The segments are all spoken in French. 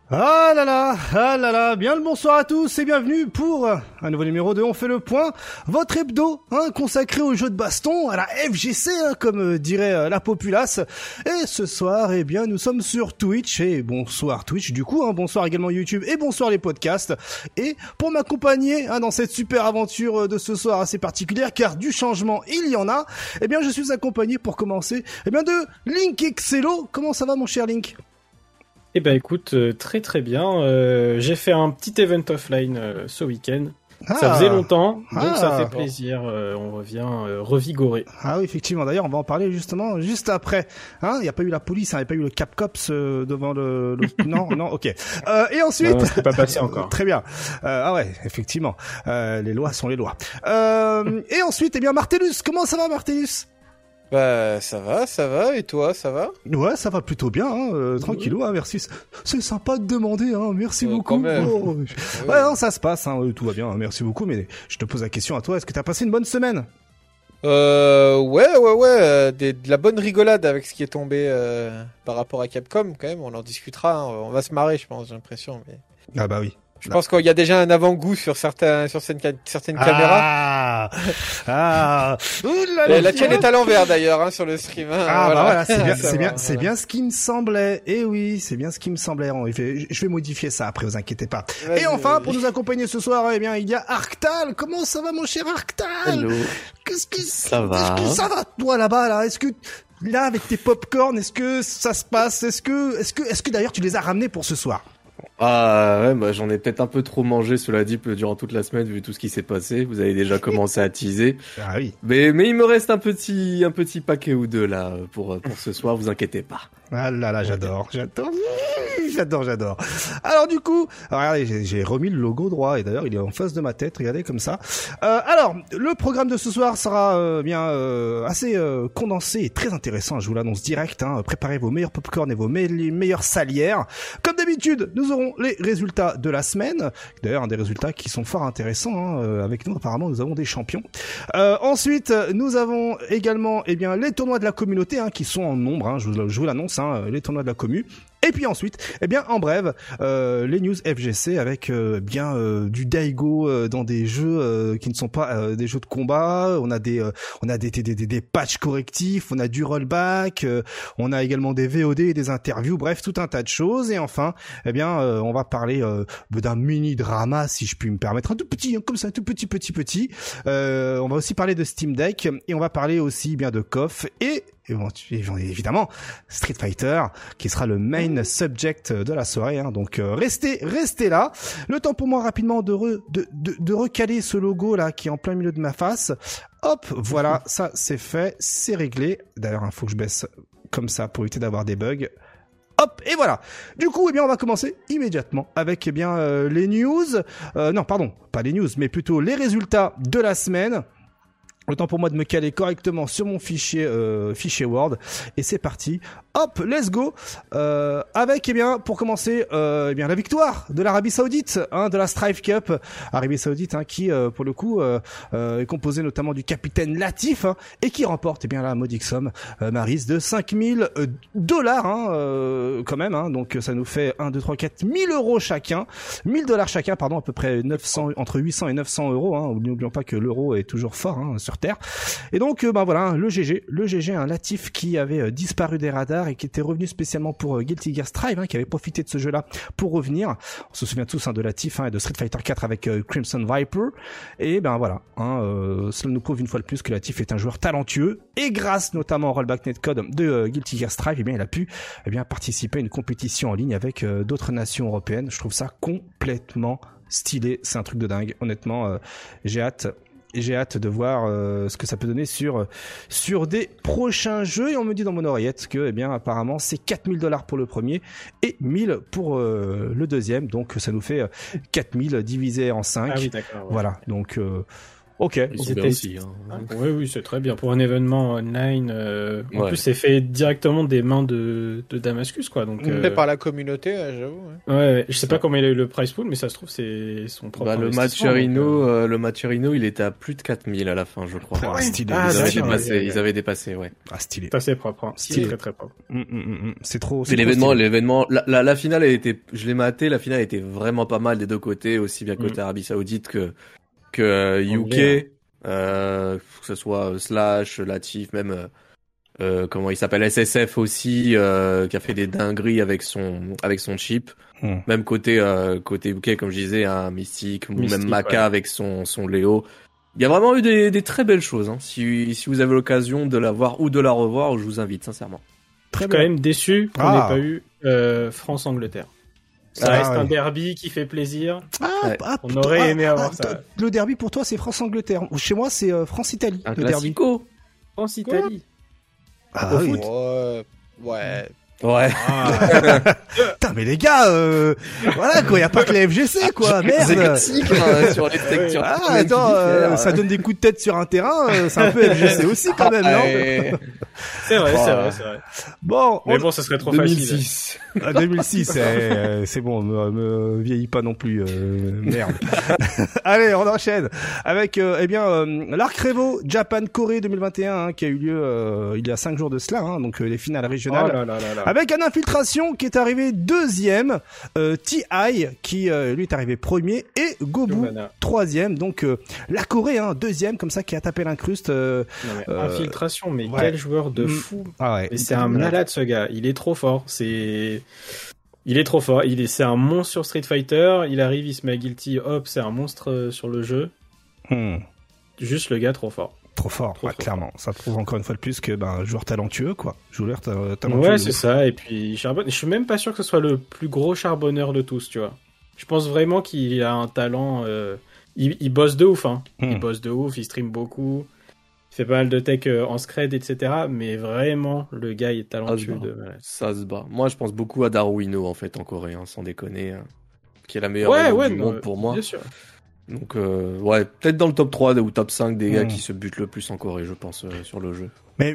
Ah là là, bien le bonsoir à tous et bienvenue pour un nouveau numéro de On fait le point, votre hebdo consacré aux jeux de baston, à la FGC comme dirait la populace. Et ce soir, eh bien, nous sommes sur Twitch et bonsoir Twitch du coup, bonsoir également YouTube et bonsoir les podcasts. Et pour m'accompagner dans cette super aventure de ce soir assez particulière, car du changement il y en a, eh bien, je suis accompagné pour commencer, eh bien, de Link Excello. Comment ça va mon cher Link ? Eh ben écoute, très très bien. J'ai fait un petit event offline ce week-end. Ça faisait longtemps, donc ça fait plaisir. On revient revigoré. Ah oui, effectivement. D'ailleurs, on va en parler justement juste après. Il n'y a pas eu la police, il n'y a pas eu le Cap Cops devant le... Non, ok. Et ensuite... Non, c'est pas passé encore. Très bien. Ah ouais, effectivement. Les lois sont les lois. Et ensuite, eh bien, Martellus. Comment ça va, Martellus ? Bah ça va, et toi, ça va ? Ouais, ça va plutôt bien, tranquillou, merci. C'est sympa de demander, merci beaucoup. Quand même. Ouais, non, ça se passe, tout va bien, merci beaucoup, mais je te pose la question à toi, est-ce que t'as passé une bonne semaine ? Ouais, de la bonne rigolade avec ce qui est tombé par rapport à Capcom, quand même, on en discutera, on va se marrer, je pense, j'ai l'impression. Mais... Ah bah oui. Je pense qu'il y a déjà un avant-goût sur certaines caméras. La tienne est à l'envers d'ailleurs sur le stream. Voilà, c'est bien ce qui me semblait. Et oui, c'est bien ce qui me semblait. Je vais modifier ça après, vous inquiétez pas. Et enfin, pour nous accompagner ce soir, eh bien, il y a Arctal. Comment ça va, mon cher Arctal ? Hello. Ça va toi là-bas là ? Est-ce que là, avec tes pop-corn, est-ce que ça se passe ? Est-ce que d'ailleurs tu les as ramenés pour ce soir ? Ah ouais, bah j'en ai peut-être un peu trop mangé, cela dit, durant toute la semaine, vu tout ce qui s'est passé. Vous avez déjà commencé à teaser. Ah oui. Mais il me reste un petit paquet ou deux là pour ce soir, vous inquiétez pas. Ah là là, j'adore. Alors du coup, regardez, j'ai remis le logo droit et d'ailleurs il est en face de ma tête, regardez comme ça. Alors, le programme de ce soir sera assez condensé et très intéressant, je vous l'annonce direct. Préparez vos meilleurs popcorn et vos meilleures salières. Comme d'habitude, nous aurons les résultats de la semaine. D'ailleurs, des résultats qui sont fort intéressants. Avec nous, apparemment, nous avons des champions. Ensuite, nous avons également les tournois de la communauté qui sont en nombre. Je vous l'annonce, les tournois de la commu. Et puis ensuite, en bref, les news FGC avec du Daigo dans des jeux qui ne sont pas des jeux de combat. On a des patchs correctifs, on a du rollback, on a également des VOD et des interviews, bref, tout un tas de choses. Et enfin, on va parler d'un mini drama, si je puis me permettre, un tout petit, comme ça, tout petit. On va aussi parler de Steam Deck et on va parler aussi de KOF et évidemment Street Fighter qui sera le main subject de la soirée, donc restez là. Le temps pour moi rapidement de recaler ce logo là qui est en plein milieu de ma face. Hop, voilà, ça c'est fait, c'est réglé. D'ailleurs, il faut que je baisse comme ça pour éviter d'avoir des bugs. Hop, et voilà. Du coup, on va commencer immédiatement avec les news. Non, pardon, pas les news, mais plutôt les résultats de la semaine. Le temps pour moi de me caler correctement sur mon fichier Word. Et c'est parti. Hop, let's go. Avec, pour commencer, la victoire de l'Arabie Saoudite, de la Strife Cup. Arabie Saoudite, qui, pour le coup, est composée notamment du capitaine Latif, et qui remporte, la modique somme, Maryse, de $5,000, quand même, donc ça nous fait 1, 2, 3, 4, 1000 euros chacun. $1,000 chacun, pardon, à peu près 900, entre 800 et 900 euros, N'oublions pas que l'euro est toujours fort, sur Terre. Et donc, voilà, le GG, un Latif qui avait disparu des radars et qui était revenu spécialement pour Guilty Gear Strive, qui avait profité de ce jeu-là pour revenir. On se souvient tous de Latif et de Street Fighter 4 avec Crimson Viper. Et voilà, cela nous prouve une fois de plus que Latif est un joueur talentueux. Et grâce notamment au rollback netcode de Guilty Gear Strive, il a pu participer à une compétition en ligne avec d'autres nations européennes. Je trouve ça complètement stylé. C'est un truc de dingue. Honnêtement, j'ai hâte de voir ce que ça peut donner sur des prochains jeux. Et on me dit dans mon oreillette que apparemment c'est $4,000 pour le premier et 1000 pour le deuxième, donc ça nous fait 4,000 divisé en 5. Ah oui, d'accord, ouais. Voilà, donc Ok. Ils sont bien aussi. Oui, c'est très bien. Pour un événement online, en Ouais. plus, c'est fait directement des mains de Damascus, quoi. Donc, Fait par la communauté, j'avoue. Ouais. ouais, je sais pas comment il a eu le price pool, mais ça se trouve, c'est son propre Le investissement, Matcherino, il était à plus de 4000 à la fin, je crois. Ah, stylé. Ils avaient dépassé, ouais. Ah, stylé. C'est assez propre, hein. Stylé. C'est très très propre. C'est trop. C'est l'événement, la finale je l'ai maté, la finale était vraiment pas mal des deux côtés, aussi bien côté Arabie Saoudite que UK, que ce soit Slash, Latif, même, comment il s'appelle, SSF aussi, qui a fait des dingueries avec son chip. Même côté UK, comme je disais, hein, Mystique, ou même Maka avec son Léo. Il y a vraiment eu des très belles choses, hein. Si vous avez l'occasion de la voir ou de la revoir, je vous invite, sincèrement. Je suis quand même déçu qu'on n'ait pas eu France-Angleterre. Ça reste un derby qui fait plaisir. On aurait aimé avoir ça. Le derby pour toi, c'est France-Angleterre. Chez moi, c'est France-Italie. Un le classico. derby. France-Italie. Ah Au oui. foot. Ouais. Ouais. Putain, mais les gars, voilà quoi, y a pas que la FGC quoi, merde. C'est classique, hein, sur les textures. Attends, ça donne des coups de tête sur un terrain, c'est un peu FGC aussi quand même, non? C'est vrai. Bon, mais bon, ça serait trop 2006. facile. 2006, c'est bon, me vieillis pas non plus, merde. Allez, on enchaîne avec l'Arc Revo Japan Corée 2021 hein, qui a eu lieu il y a 5 jours de cela, hein, donc les finales régionales. Oh là là là là. Avec un infiltration qui est arrivé deuxième, T.I. qui lui est arrivé premier et Gobu troisième. Donc la Corée deuxième comme ça qui a tapé l'incruste. Infiltration, mais quel joueur de fou. Ah ouais. Mais c'est un malade ce gars. Il est trop fort. Il est trop fort. C'est un monstre sur Street Fighter. Il arrive, il se met à Guilty. Hop, c'est un monstre sur le jeu. Juste le gars trop fort. Trop fort, clairement. Ça prouve encore une fois de plus que joueur talentueux, quoi. Joueur talentueux. Ouais, c'est ça. Et puis charbonne. Je suis même pas sûr que ce soit le plus gros charbonneur de tous, tu vois. Je pense vraiment qu'il a un talent. Il bosse de ouf, hein. Il bosse de ouf. Il stream beaucoup. Il fait pas mal de tech en scred, etc. Mais vraiment, le gars il est talentueux. Ça se bat. Moi, je pense beaucoup à Daruino en fait en Corée, hein, sans déconner, qui est la meilleure du monde pour moi. Bien sûr. Donc, peut-être dans le top 3 ou top 5 des gars qui se butent le plus en Corée, je pense, sur le jeu. Mais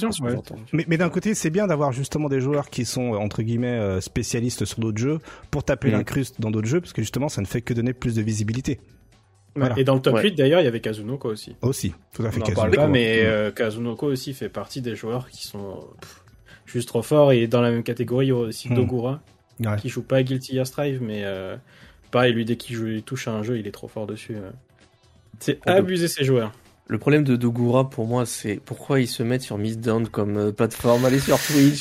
d'un côté, c'est bien d'avoir justement des joueurs qui sont, entre guillemets, spécialistes sur d'autres jeux pour taper l'incruste dans d'autres jeux, parce que justement, ça ne fait que donner plus de visibilité. Voilà. Et dans le top 8, d'ailleurs, il y avait Kazunoko aussi. Aussi, tout à fait. On n'en parle pas, mais Kazunoko aussi fait partie des joueurs qui sont juste trop forts. Et dans la même catégorie, il y a aussi Dogura, qui joue pas à Guilty Gear Strive, mais... pareil, lui, dès qu'il touche à un jeu, il est trop fort dessus. C'est abusé, ces joueurs. Le problème de Dogura, pour moi, c'est pourquoi ils se mettent sur Mistdown comme plateforme. Allez sur Twitch.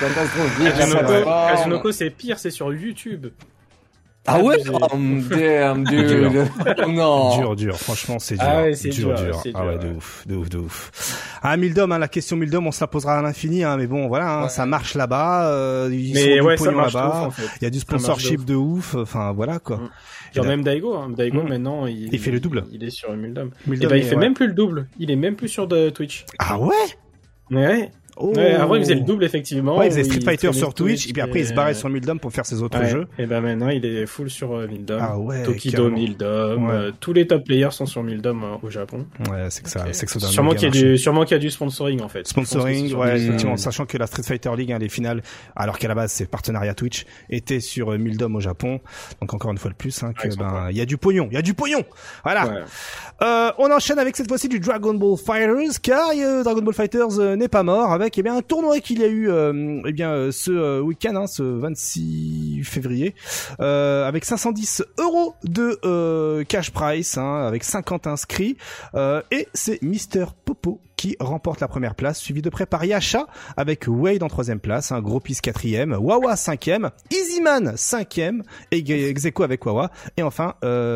Kazunoko, c'est pire, c'est sur YouTube. Ah ouais? Damn, dude. Non. Dur. Franchement, c'est dur. Ah ouais, c'est dur. Ah ouais, de ouf. Ah, Mildom, la question Mildom, on se la posera à l'infini, mais bon, voilà, ça marche là-bas, ils sont du pognon là-bas. En fait. Il y a du sponsorship de ouf, enfin, voilà, quoi. Il y a même Daigo, maintenant, il fait le double. Il est sur Mildom. Et il fait même plus le double. Il est même plus sur Twitch. Ah ouais? Ouais. Oh. Ouais, avant il faisait le double effectivement. Ouais, il faisait Street Fighter sur Twitch et puis après il se barrait sur Mildom pour faire ses autres jeux. Et maintenant il est full sur Mildom. Ah ouais. Tokido, Mildom. Tous les top players sont sur Mildom au Japon. Ouais, c'est que ça donne sûrement qu'il y a du sponsoring en fait. Sponsoring, ouais, effectivement, sachant que la Street Fighter League, les finales, alors qu'à la base c'est partenariat Twitch, étaient sur Mildom au Japon. Donc encore une fois de plus, il y a du pognon, Voilà. Ouais. On enchaîne avec cette fois-ci du Dragon Ball Fighters, car Dragon Ball Fighters n'est pas mort avec un tournoi qu'il y a eu ce week-end, ce 26 février, avec 510 € de cash prize, avec 50 inscrits, et c'est Mister Popo qui remporte la première place, suivi de près par Yasha avec Wade en 3e place, Gros Piece 4e, Wawa 5e, Easyman 5e, et ex-aequo avec Wawa, et enfin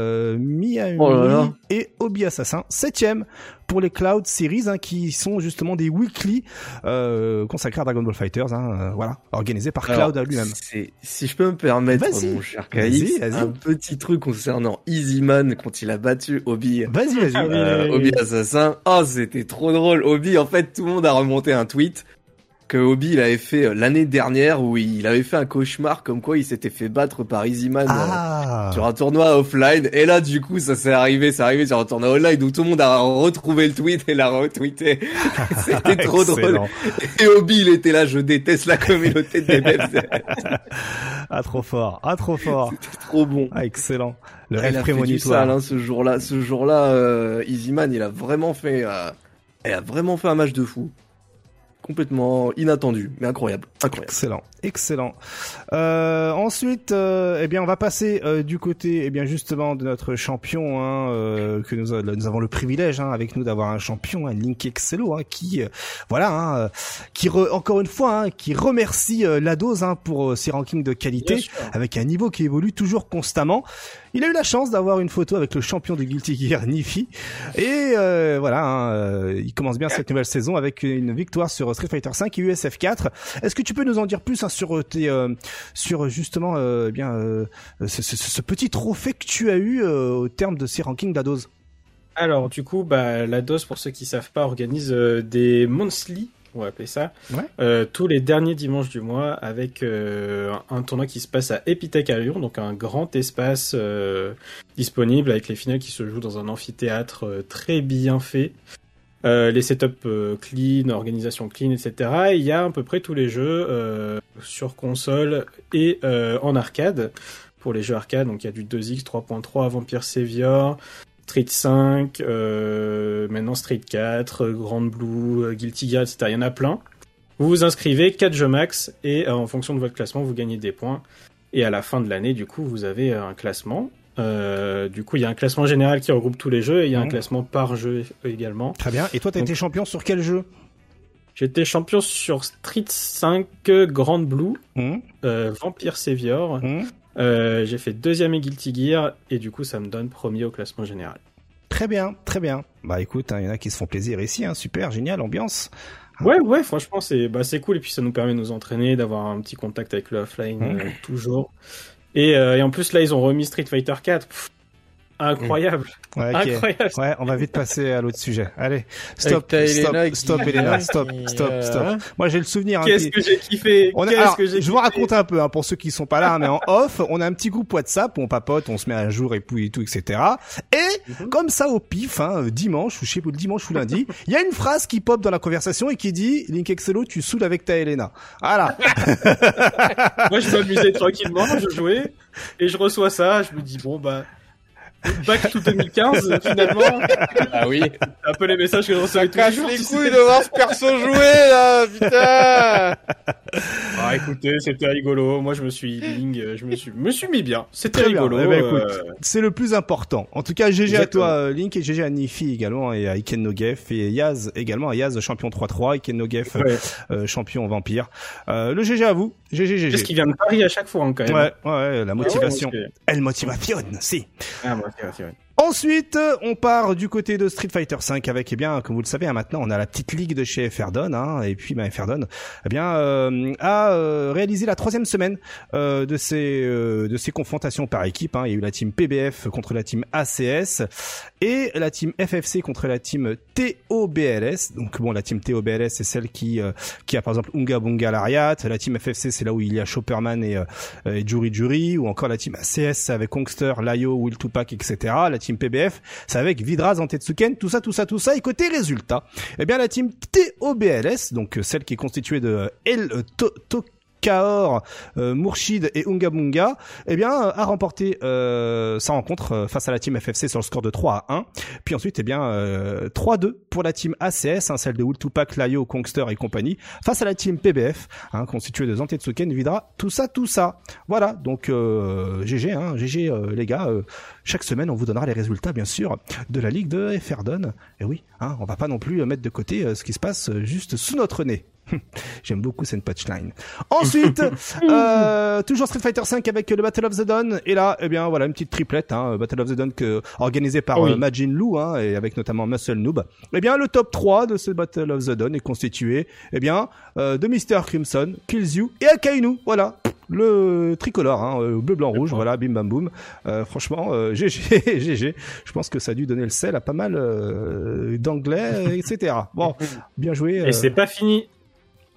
Miami et Obi Assassin 7e pour les Cloud Series, qui sont justement des weekly consacrés à Dragon Ball Fighters, organisés par Cloud lui-même. Si je peux me permettre, mon cher Kaïs, un petit truc concernant Easyman quand il a battu Obi. Vas-y. Obi Assassin. Oh, c'était trop drôle. Obi, en fait, tout le monde a remonté un tweet que Obi il avait fait l'année dernière où il avait fait un cauchemar comme quoi il s'était fait battre par Easyman sur un tournoi offline. Et là, du coup, c'est arrivé sur un tournoi online où tout le monde a retrouvé le tweet et l'a retweeté. C'était trop drôle. Et Obi, il était là, je déteste la communauté des devs. Ah, trop fort. C'était trop bon. Ah, excellent. Le rêve il a prémonitoire. fait du sale, ce jour-là, Easyman, il a vraiment fait un match de fou. Complètement inattendu, mais incroyable. Excellent. Ensuite, eh bien, on va passer du côté, eh bien, justement, de notre champion, que nous avons le privilège, avec nous d'avoir un champion, Link Excello, qui, encore une fois, qui remercie la dose, pour ses rankings de qualité, avec un niveau qui évolue toujours constamment. Il a eu la chance d'avoir une photo avec le champion de Guilty Gear, Nifi, et il commence bien cette nouvelle saison avec une victoire sur Street Fighter 5 et USF 4. Est-ce que tu peux nous en dire plus sur justement ce petit trophée que tu as eu au terme de ces rankings d'Ados? Alors du coup, l'Ados, pour ceux qui savent pas, organise des monthly, on va appeler ça, tous les derniers dimanches du mois avec un tournoi qui se passe à Epitech à Lyon, donc un grand espace disponible avec les finales qui se jouent dans un amphithéâtre très bien fait. Les setups clean, organisation clean, etc. Et il y a à peu près tous les jeux sur console et en arcade. Pour les jeux arcade, donc il y a du 2X, 3.3, Vampire Savior, Street 5, maintenant Street 4, Grand Blue, Guilty Gear, etc. Il y en a plein. Vous vous inscrivez, 4 jeux max, et en fonction de votre classement, vous gagnez des points. Et à la fin de l'année, du coup, vous avez un classement. Du coup, il y a un classement général qui regroupe tous les jeux et il y a un classement par jeu également. Très bien. Et toi, t'as été champion sur quel jeu? J'étais champion sur Street 5, Grand Blue, Vampire Savior. J'ai fait 2e et Guilty Gear et du coup, ça me donne premier au classement général. Très bien. Bah écoute, il y en a qui se font plaisir ici, super, génial, ambiance. Ouais, franchement, c'est cool et puis ça nous permet de nous entraîner, d'avoir un petit contact avec le offline toujours. Et en plus, là, ils ont remis Street Fighter 4. Incroyable. Ouais, okay. Incroyable. Ouais, on va vite passer à l'autre sujet. Allez, stop, Elena. Moi, j'ai le souvenir. Qu'est-ce que j'ai kiffé. Je vous raconte un peu, pour ceux qui sont pas là, mais en off, on a un petit groupe WhatsApp, on papote, on se met à jour et tout, etc. Et, comme ça, au pif, dimanche, ou je sais pas, dimanche ou lundi, il y a une phrase qui pop dans la conversation et qui dit, Link Excello, tu saoules avec ta Elena. Voilà. Moi, je m'amusais tranquillement, je jouais, et je reçois ça, je me dis, back to 2015, finalement. Ah oui. Un peu les messages que je recevais tous les jours. Les couilles de voir ce perso jouer, là, putain. Ah, écoutez, c'était rigolo. Moi, je me suis mis bien. C'était rigolo. C'est le plus important. En tout cas, GG à toi, Link, et GG à Nifi également, et à Iken Nogef, et Yaz également, champion 3-3, Iken Nogef, champion Vampire. Le GG à vous. GG. Qu'est-ce qui vient de Paris à chaque fois, quand même. Ouais, la motivation. El motivation, si. Ouais. Ensuite, on part du côté de Street Fighter 5 avec, comme vous le savez, maintenant, on a la petite ligue de chez Ferdon, et puis, Ferdon, a réalisé la 3e semaine, de ces confrontations par équipe, Il y a eu la team PBF contre la team ACS, et la team FFC contre la team TOBLS. Donc, la team TOBLS, c'est celle qui a, par exemple, Unga Bunga Lariat. La team FFC, c'est là où il y a Chopperman et Jury, ou encore la team ACS, c'est avec Kongster, Layo, Will Tupac, etc. La team PBF, c'est avec Vidra, Zantetsuken, tout ça. Et côté résultat, la team TOBLS, donc celle qui est constituée de Kaor, Mourchid et Unga Bunga, a remporté sa rencontre face à la team FFC sur le score de 3-1. Puis ensuite, 3-2 pour la team ACS, celle de Will Tupac, Layo, Kongster et compagnie, face à la team PBF, constituée de Zantetsuken, Vidra, tout ça. Voilà, donc GG, les gars. Chaque semaine, on vous donnera les résultats, bien sûr, de la ligue de Ferdon. Et oui, on va pas non plus mettre de côté ce qui se passe juste sous notre nez. J'aime beaucoup cette punchline. Ensuite, toujours Street Fighter 5 avec le Battle of the Dawn. Et là, une petite triplette, Battle of the Dawn organisé par Majin Lou, et avec notamment Muscle Noob. Le top 3 de ce Battle of the Dawn est constitué, de Mr. Crimson, Kills You et Akainu. Voilà. Le tricolore, bleu, blanc, rouge, voilà, bim bam boum. Franchement, GG. Je pense que ça a dû donner le sel à pas mal d'anglais, etc. Bon, bien joué. Et c'est pas fini.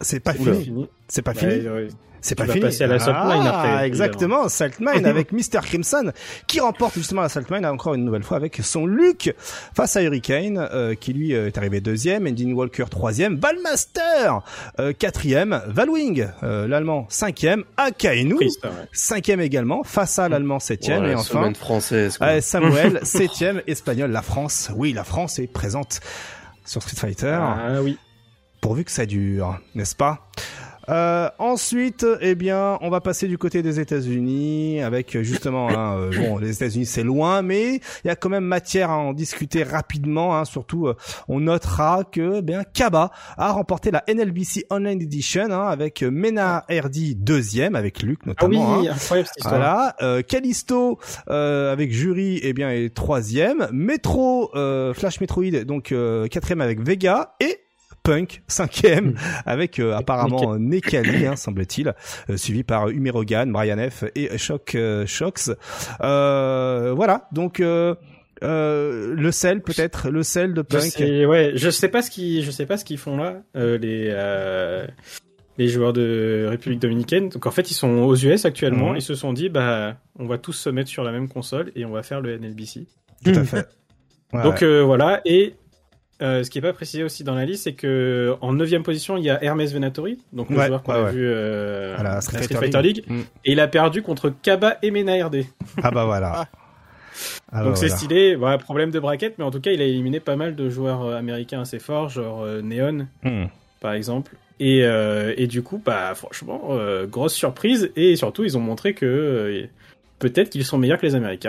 C'est pas Oula. fini. C'est pas fini. Ouais. C'est Tu pas vas fini. passer à la Saltmine après, Exactement, Saltmine avec Mr. Crimson qui remporte justement la Saltmine encore une nouvelle fois avec son Luke face à Hurricane qui lui est arrivé deuxième, Endin Walker troisième, Valmaster quatrième, Valwing l'allemand cinquième, Akainu Triste, ouais. cinquième également face à l'allemand septième et enfin semaine française, quoi. Samuel septième, espagnol. La France, oui, la France est présente sur Street Fighter. Ah oui. Pourvu que ça dure, n'est-ce pas? Ensuite, eh bien, on va passer du côté des États-Unis avec justement, bon, les États-Unis c'est loin, mais il y a quand même matière à en discuter rapidement. Hein, surtout, on notera que, eh bien, Kaba a remporté la NLBC Online Edition avec Mena RD deuxième avec Luke notamment. Ah oui, hein. incroyable cette histoire. Voilà, Callisto avec Jury, eh bien, est troisième. Metro, Flash Metroid, donc quatrième avec Vega et Punk, cinquième, avec apparemment Nekali, semble-t-il, suivi par Humerogan, Brian F et Shox. Voilà, donc le sel peut-être, le sel de Punk. Je sais pas ce qu'ils font là, les joueurs de République Dominicaine. Donc en fait, ils sont aux US actuellement. Ils se sont dit, on va tous se mettre sur la même console et on va faire le NLBC. Tout à fait. Ouais. Donc voilà, et ce qui est pas précisé aussi dans la liste, c'est que en 9e position, il y a Hermes Venatori, donc le joueur qu'on a vu à la Street Fighter League. Et il a perdu contre Kaba et Mena RD. Ah bah voilà. Donc c'est stylé, voilà, problème de bracket, mais en tout cas, il a éliminé pas mal de joueurs américains assez forts, genre Neon, par exemple. Et du coup, franchement, grosse surprise, et surtout, ils ont montré que peut-être qu'ils sont meilleurs que les Américains.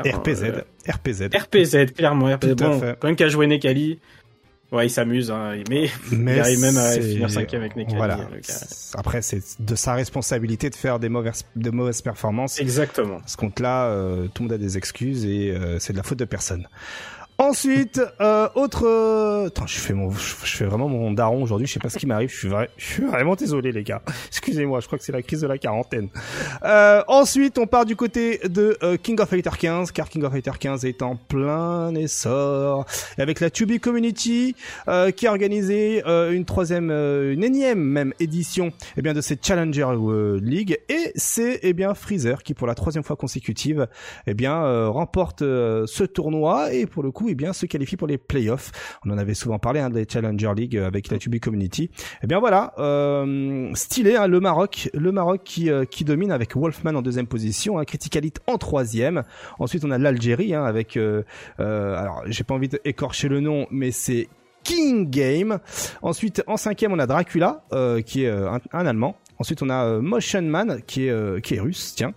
RPZ, clairement. RPZ. Bon, quand même qu'à jouer Nekali. Ouais, il s'amuse, mais il arrive même à finir 5e avec Nekali. Voilà. Après, c'est de sa responsabilité de faire de mauvaises performances. Exactement. Ce compte-là, tout le monde a des excuses et c'est de la faute de personne. Ensuite, Attends, je fais vraiment mon daron aujourd'hui. Je sais pas ce qui m'arrive. Je suis vraiment désolé, les gars. Excusez-moi. Je crois que c'est la crise de la quarantaine. Ensuite, on part du côté de King of Fighter 15, car King of Fighter 15 est en plein essor. Et avec la 2B Community, qui a organisé une énième même édition, eh bien, de cette Challenger League. Et c'est, eh bien, Freezer qui, pour la 3e fois consécutive, eh bien, remporte ce tournoi et pour le coup, eh bien, se qualifie pour les playoffs. On en avait souvent parlé, des Challenger League avec la 2B Community. Eh bien voilà, stylé, le Maroc qui domine avec Wolfman en 2e position, Criticalit en 3e. Ensuite, on a l'Algérie avec, alors j'ai pas envie d'écorcher le nom, mais c'est King Game. Ensuite, en 5e, on a Dracula, qui est un Allemand. Ensuite, on a Motion Man qui est russe, tiens.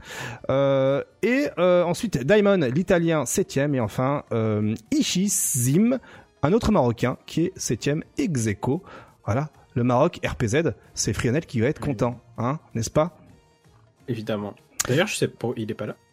Et ensuite, Diamond, l'Italien, 7e. Et enfin, Ishizim, un autre Marocain qui est 7e ex aequo. Voilà, le Maroc, RPZ, c'est Frionel qui va être content, n'est-ce pas? Évidemment. D'ailleurs, je sais pas, il est pas là.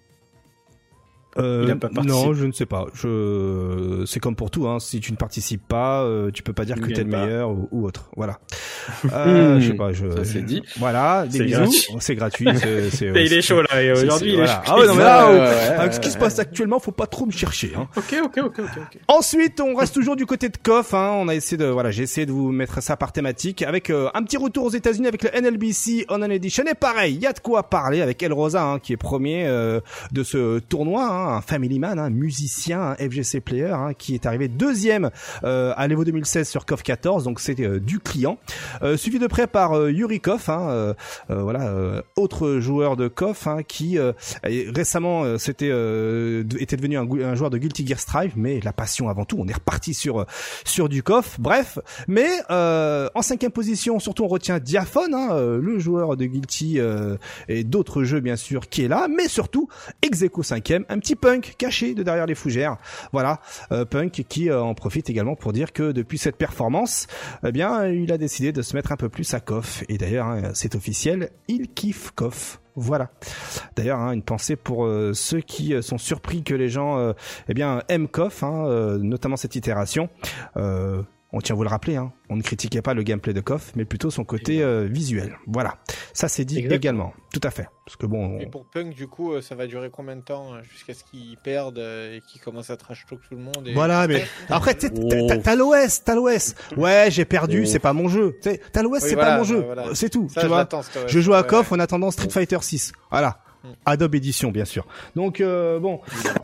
Il a pas participé. Non, je ne sais pas. C'est comme pour tout, si tu ne participes pas, tu peux pas dire que t'es le meilleur ou autre. Voilà. Je sais pas, ça c'est dit. Voilà, des bisous. C'est gratuit. Il est chaud là, et aujourd'hui il est chaud. Ah ouais, non, mais là, avec ce qui se passe actuellement, faut pas trop me chercher, Ok. Ensuite, on reste toujours du côté de KOF, on a essayé j'ai essayé de vous mettre ça par thématique avec un petit retour aux États-Unis avec le NLBC Online Edition. Et pareil, il y a de quoi parler avec El Rosa, qui est premier de ce tournoi, un family man, un musicien, un FGC player, qui est arrivé 2e à l'Evo 2016 sur KOF 14, donc c'est du client. Suivi de près par Yurikov, autre joueur de KOF, qui récemment était devenu un joueur de Guilty Gear Strive, mais la passion avant tout. On est reparti sur du KOF. Bref, mais en 5e position, surtout on retient Diaphone, le joueur de Guilty et d'autres jeux bien sûr, qui est là, mais surtout ex aequo 5e, un petit Punk caché de derrière les fougères. Voilà, Punk qui en profite également pour dire que depuis cette performance, eh bien, il a décidé de se mettre un peu plus à KOF. Et d'ailleurs, c'est officiel, il kiffe KOF. Voilà. D'ailleurs, une pensée pour ceux qui sont surpris que les gens aiment KOF, notamment cette itération. on tient à vous le rappeler, hein, on ne critiquait pas le gameplay de KOF, mais plutôt son côté visuel. Voilà, ça c'est dit également, tout à fait. Parce que bon. Et pour Punk, du coup, ça va durer combien de temps jusqu'à ce qu'ils perdent et qu'ils commencent à trash talk tout le monde et... Voilà, mais après t'as l'OS. Ouais, j'ai perdu, c'est pas mon jeu. T'as l'OS, c'est pas mon jeu, c'est tout. Ça, tu vois. Je joue à KOF en attendant Street Fighter 6. Voilà. Adobe Edition, bien sûr. Donc bon.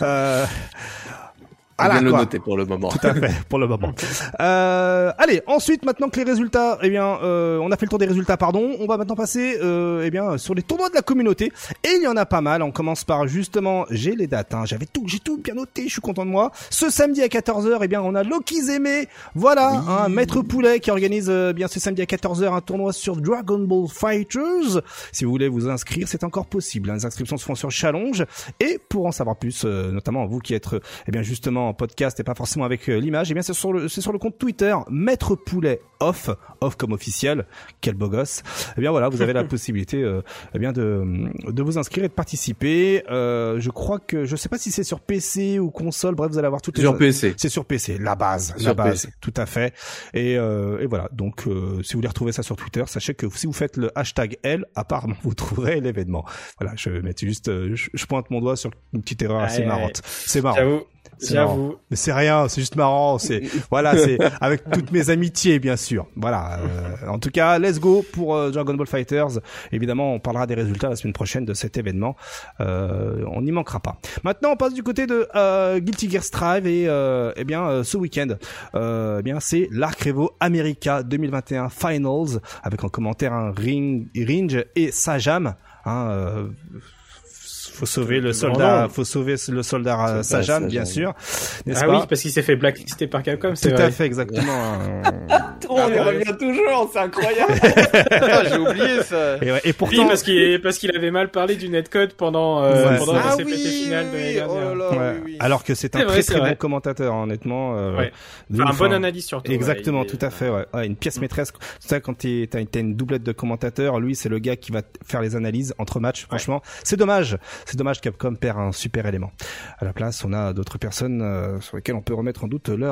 Bien le noter pour le moment. Tout à fait, pour le moment. Allez, ensuite, maintenant que les résultats, on a fait le tour des résultats, pardon, on va maintenant passer, sur les tournois de la communauté. Et il y en a pas mal. On commence par, justement, j'ai les dates, hein. J'ai tout bien noté, je suis content de moi. Ce samedi à 14h, on a Loki Zeme. Voilà, Maître Poulet qui organise, ce samedi à 14h un tournoi sur Dragon Ball Fighters. Si vous voulez vous inscrire, c'est encore possible. Les inscriptions se font sur Challenge. Et pour en savoir plus, notamment vous qui êtes, justement, en podcast et pas forcément avec l'image, c'est sur le compte Twitter Maître Poulet off comme officiel. Quel beau gosse. Voilà, vous avez la possibilité de vous inscrire et de participer. Je crois que je sais pas si c'est sur PC ou console, bref, vous allez avoir toutes les PC. C'est sur PC, la base, PC. Tout à fait. Et voilà, donc si vous voulez retrouver ça sur Twitter, sachez que si vous faites le hashtag L, apparemment vous trouverez l'événement. Voilà, je pointe mon doigt sur une petite erreur assez marrante. C'est marrant. J'avoue. Mais c'est rien, c'est juste marrant, c'est avec toutes mes amitiés bien sûr. Voilà, en tout cas, let's go pour Dragon Ball Fighters. Évidemment, on parlera des résultats la semaine prochaine de cet événement. On n'y manquera pas. Maintenant, on passe du côté de Guilty Gear Strive et ce week-end, c'est l'Arc Revo America 2021 Finals avec en commentaire un Ringe et Sajam. Faut sauver le soldat Sajam, bien sûr. N'est-ce pas? Oui, parce qu'il s'est fait blacklister par Capcom, c'est vrai. Tout à fait, exactement. On y revient toujours, c'est incroyable. J'ai oublié ça. Et pourtant, oui, parce qu'il avait mal parlé du netcode pendant la CPT finale de l'année dernière. Oui. Alors que c'est un très bon commentateur, honnêtement. Un bon analyse surtout. Exactement, tout à fait. Ouais, une pièce maîtresse. C'est ça, quand t'as une doublette de commentateurs, lui, c'est le gars qui va faire les analyses entre matchs. Franchement, c'est dommage. C'est dommage, Capcom perd un super élément. À la place, on a d'autres personnes sur lesquelles on peut remettre en doute leur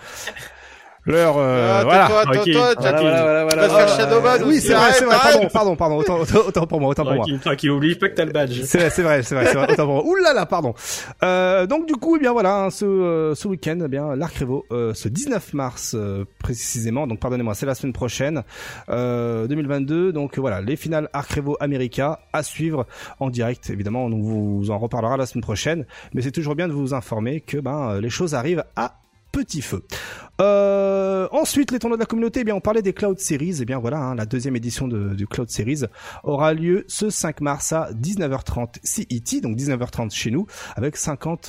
voilà. Voilà. Faire Shadowman. Oui, c'est vrai. Pardon. Autant pour moi. Tranquille, oublie pas que t'as le badge. C'est vrai. Autant pour moi. Ouh là là, pardon. Donc du coup, voilà, ce week-end, l'Arc Revo, ce 19 mars précisément. Donc pardonnez-moi, c'est la semaine prochaine, 2022. Donc voilà, les finales Arc Revo America à suivre en direct. Évidemment, on vous en reparlera la semaine prochaine. Mais c'est toujours bien de vous informer que les choses arrivent à petit feu. Ensuite, les tournois de la communauté, on parlait des Cloud Series. La deuxième édition du Cloud Series aura lieu ce 5 mars à 19h30 CET, donc 19h30 chez nous, avec $50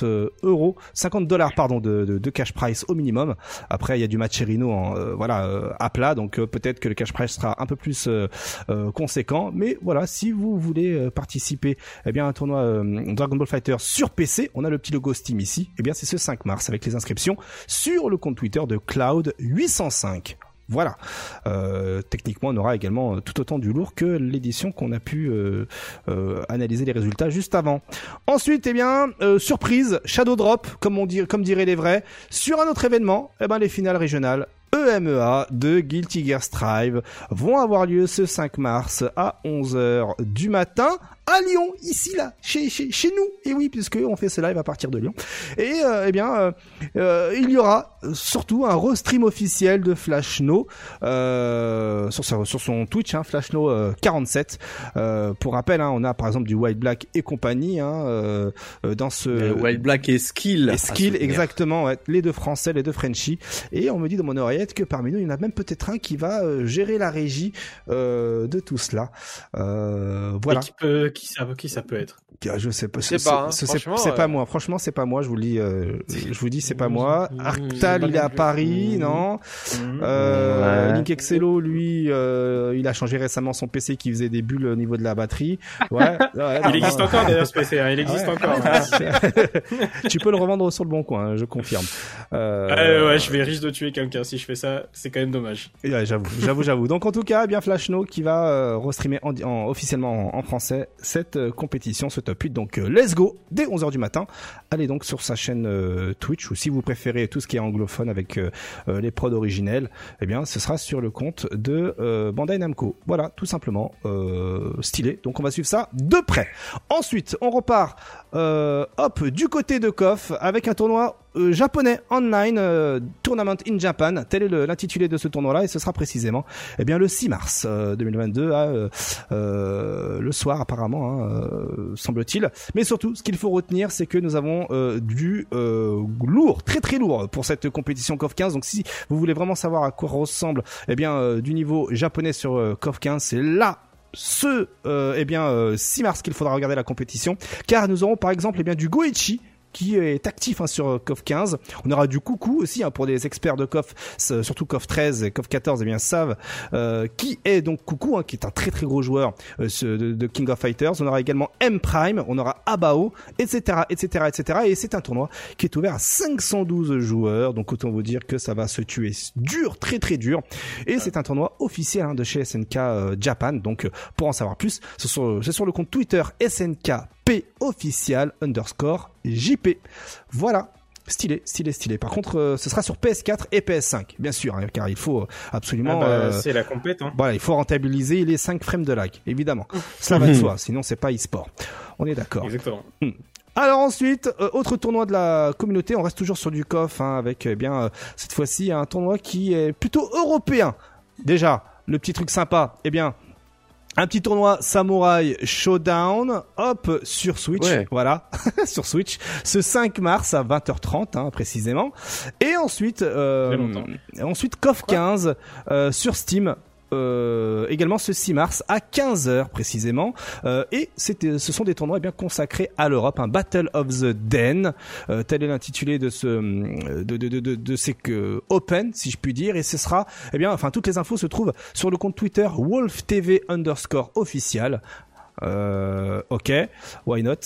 de cash price au minimum. Après, il y a du Matcherino à plat, donc peut-être que le cash price sera un peu plus conséquent. Mais voilà, si vous voulez participer, à un tournoi Dragon Ball Fighter sur PC, on a le petit logo Steam ici. C'est ce 5 mars avec les inscriptions sur le compte Twitter de Cloud 805. Voilà. Techniquement, on aura également tout autant du lourd que l'édition qu'on a pu analyser les résultats juste avant. Ensuite, surprise, Shadow Drop, comme diraient les vrais, sur un autre événement, les finales régionales EMEA de Guilty Gear Strive vont avoir lieu ce 5 mars à 11h du matin à Lyon, ici là, chez nous. Et oui, puisque on fait ce live à partir de Lyon. Et il y aura surtout un restream officiel de Flashno sur son Twitch, Flashno 47. Pour rappel, on a par exemple du White Black et compagnie dans ce White Black et Skill. Et Skill, exactement, les deux Français, les deux Frenchies. Et on me dit dans mon oreillette que parmi nous, il y en a même peut-être un qui va gérer la régie de tout cela. Voilà. Qui ça peut être? Je sais pas. C'est pas moi. Franchement, c'est pas moi. Je vous le dis. Je vous dis, c'est pas moi. Arctal, il est à Paris, non? Link Excello, lui, il a changé récemment son PC qui faisait des bulles au niveau de la batterie. Ouais. Il existe encore d'ailleurs ce PC. Il existe encore. Tu peux le revendre sur le bon coin, je confirme. Je vais risque de tuer quelqu'un si je fais ça. C'est quand même dommage. Ouais, j'avoue. Donc en tout cas, Flashno qui va restreamer officiellement en français cette compétition, ce top 8. Donc let's go dès 11h du matin. Allez donc sur sa chaîne Twitch, ou si vous préférez tout ce qui est anglophone avec les prods originels, eh bien ce sera sur le compte de Bandai Namco. Voilà, tout simplement stylé. Donc on va suivre ça de près. Ensuite, on repart du côté de KOF avec un tournoi japonais online, Tournament in Japan. Tel est l'intitulé de ce tournoi-là, et ce sera précisément le 6 mars 2022 le soir apparemment, semble-t-il. Mais surtout, ce qu'il faut retenir, c'est que nous avons du lourd, très très lourd pour cette compétition KOF 15. Donc si vous voulez vraiment savoir à quoi ressemble du niveau japonais sur KOF 15, c'est là 6 mars qu'il faudra regarder la compétition, car nous aurons par exemple du Goichi qui est actif sur KOF 15. On aura du Coucou aussi pour des experts de KOF, surtout KOF 13 et KOF 14 savent qui est donc Coucou, qui est un très très gros joueur de King of Fighters. On aura également M-Prime, on aura Abao, etc. Et c'est un tournoi qui est ouvert à 512 joueurs, donc autant vous dire que ça va se tuer dur, très très dur. Et c'est un tournoi officiel de chez SNK Japan. Donc pour en savoir plus, c'est sur le compte Twitter SNKP official _JP. Voilà. Stylé. Par contre, ce sera sur PS4 et PS5, bien sûr, car il faut absolument... c'est la compète. Voilà, il faut rentabiliser les 5 frames de lag, évidemment. Ça va de soi, sinon c'est pas e-sport. On est d'accord. Exactement. Alors ensuite, autre tournoi de la communauté, on reste toujours sur du KOF, avec cette fois-ci un tournoi qui est plutôt européen. Déjà, le petit truc sympa, un petit tournoi Samurai Showdown, sur Switch, voilà, sur Switch, ce 5 mars à 20h30, précisément. Et ensuite, KOF 15 sur Steam. Également ce 6 mars à 15h précisément, et ce sont des tournois consacrés à l'Europe, un Battle of the Den, tel est l'intitulé de ces Open, si je puis dire, et ce sera toutes les infos se trouvent sur le compte Twitter WolfTV _official. Ok, why not?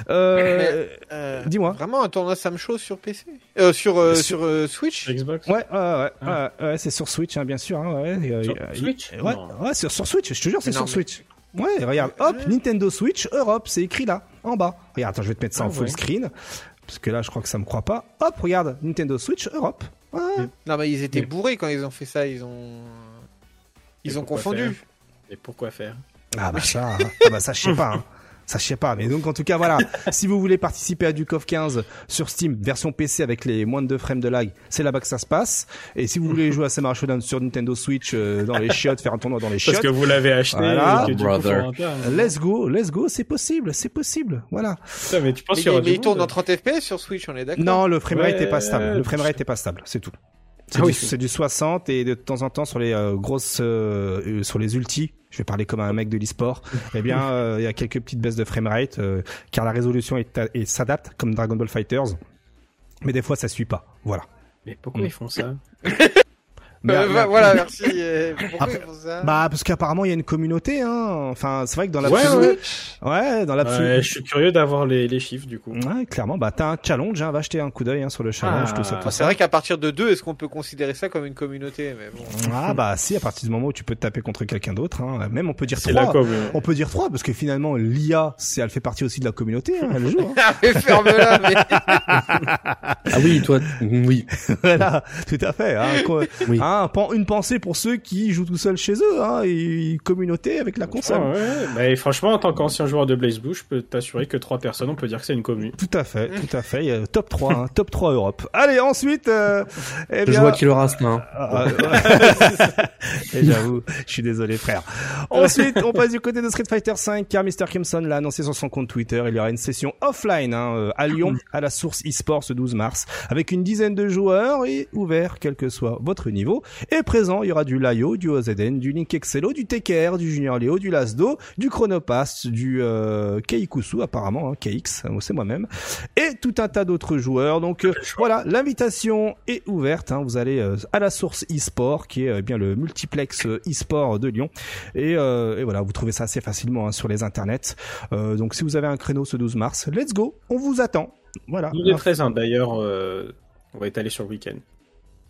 Dis-moi. Vraiment un tournoi Samsho sur PC, sur Switch. Xbox. Ouais, c'est sur Switch, bien sûr. Sur Switch. Ouais, sur Switch. Je te jure, c'est sur Switch. Ouais, regarde, Nintendo Switch Europe, c'est écrit là, en bas. Regarde, attends, je vais te mettre ça en full screen, parce que là, je crois que ça me croit pas. Regarde, Nintendo Switch Europe. Ouais. Non, mais ils étaient bourrés quand ils ont fait ça. Ils ont confondu. Et pourquoi faire? Ça, je sais pas. Ça, je sais pas. Mais donc, en tout cas, voilà. Si vous voulez participer à du KOF 15 sur Steam, version PC avec les moins de 2 frames de lag, c'est là-bas que ça se passe. Et si vous voulez jouer à Samurai Showdown sur Nintendo Switch, dans les chiottes, faire un tournoi dans les chiottes. Parce que vous l'avez acheté. Voilà. Et que Brother. Let's go. C'est possible. Voilà. Putain, mais tu penses qu'il y aura il tourne en 30 FPS sur Switch, on est d'accord? Non, le framerate est pas stable. C'est tout. C'est du 60, et de temps en temps sur les grosses, sur les ultis, je vais parler comme un mec de l'e-sport, il y a quelques petites baisses de framerate, car la résolution s'adapte comme Dragon Ball Fighters, mais des fois ça suit pas. Voilà. Mais pourquoi ils font ça? Voilà, merci. Pourquoi ils font ça? Parce qu'apparemment il y a une communauté, Enfin, c'est vrai que dans la je suis curieux d'avoir les chiffres du coup. Ouais, clairement. T'as un challenge, va jeter un coup d'œil sur le challenge, tout ça. C'est vrai qu'à partir de 2, est-ce qu'on peut considérer ça comme une communauté? Mais bon. Si, à partir du moment où tu peux te taper contre quelqu'un d'autre, même on peut dire 3. On peut dire 3 parce que finalement l'IA, elle fait partie aussi de la communauté, elle joue. Ferme-la. Mais... Ah oui, toi, oui. Voilà, tout à fait. Oui. Une pensée pour ceux qui jouent tout seuls chez eux, et communauté avec la console. Mais franchement, en tant qu'ancien joueur de Blaze Blue, je peux t'assurer que 3 personnes, on peut dire que c'est une commune. Tout à fait. Top 3, top 3 Europe. Allez, ensuite, je vois qu'il aura ce main. Et j'avoue, je suis désolé, frère. Ensuite, on passe du côté de Street Fighter 5, car Mr. Crimson l'a annoncé sur son compte Twitter. Il y aura une session offline, à Lyon, à la Source eSports ce 12 mars, avec une dizaine de joueurs et ouvert, quel que soit votre niveau. Et présent, il y aura du Layo, du OZN, du Link Excello, du TKR, du Junior Léo, du Lasdo, du Chronopass, du Keikusu apparemment, KX, c'est moi-même, et tout un tas d'autres joueurs. Donc voilà, l'invitation est ouverte. Vous allez à la Source eSport, qui est bien le multiplex eSport de Lyon, et voilà, vous trouvez ça assez facilement sur les internets. Donc si vous avez un créneau ce 12 mars, let's go, on vous attend. Voilà. Il est 13 d'ailleurs, on va étaler sur le week-end.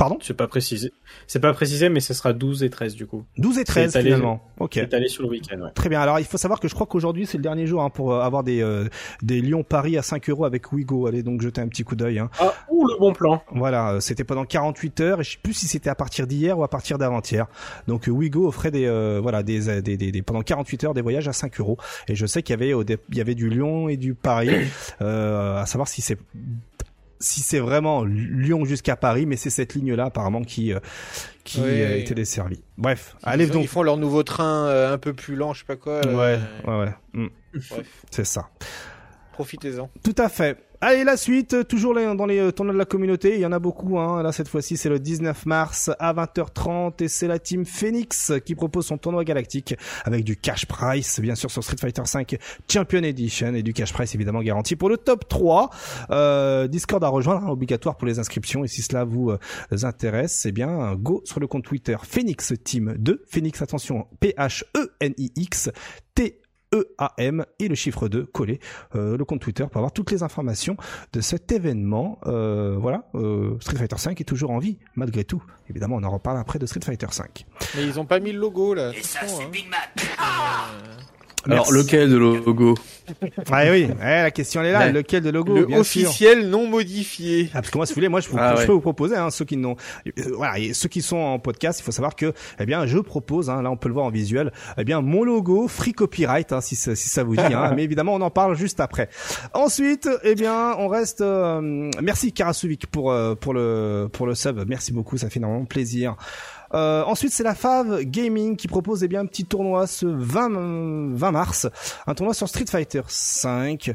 Pardon ? C'est pas précisé, mais ce sera 12 et 13 du coup. 12 et 13 finalement. Ok. C'est allé sur le week-end, ouais. Très bien. Alors il faut savoir que je crois qu'aujourd'hui c'est le dernier jour pour avoir des Lyon-Paris à 5 € avec Ouigo. Allez donc jeter un petit coup d'œil. Ah, le bon plan. Voilà, c'était pendant 48 heures et je sais plus si c'était à partir d'hier ou à partir d'avant-hier. Donc Ouigo offrait des pendant 48 heures des voyages à 5 €. Et je sais qu'il y avait du Lyon et du Paris. À savoir si c'est vraiment Lyon jusqu'à Paris, mais c'est cette ligne-là apparemment qui était desservie. Bref, allez donc. Ils font leur nouveau train un peu plus lent, je sais pas quoi. Ouais. Bref, C'est ça. profitez-en. Tout à fait. Allez, la suite, toujours dans les tournois de la communauté, il y en a beaucoup, hein. Là, cette fois-ci, c'est le 19 mars à 20h30 et c'est la team Phoenix qui propose son tournoi galactique avec du cash prize, bien sûr, sur Street Fighter V Champion Edition et du cash prize évidemment garanti pour le top 3. Discord à rejoindre, hein, obligatoire pour les inscriptions et si cela vous intéresse, eh bien, go sur le compte Twitter Phoenix Team 2. Phoenix, attention, PHENIX EAM et le chiffre 2 collé, le compte Twitter pour avoir toutes les informations de cet événement. Street Fighter 5 est toujours en vie malgré tout. Évidemment, on en reparle après de Street Fighter 5. Mais ils ont pas mis le logo là. Et ça, c'est Big Mac. Alors, lequel de logo? Ah oui, la question elle est là. Lequel de logo? Le bien officiel sûr. non modifié. Parce que moi, si vous voulez, je peux vous proposer, hein, ceux qui n'ont, et ceux qui sont en podcast, il faut savoir que, eh bien, je propose, hein, là, on peut le voir en visuel, eh bien, mon logo free copyright, hein, si ça vous dit, hein, mais évidemment, on en parle juste après. Ensuite, eh bien, on reste, merci Karasuvic pour le sub, merci beaucoup, ça fait énormément plaisir. Ensuite, c'est la Fave Gaming qui propose un petit tournoi ce 20 mars, un tournoi sur Street Fighter 5,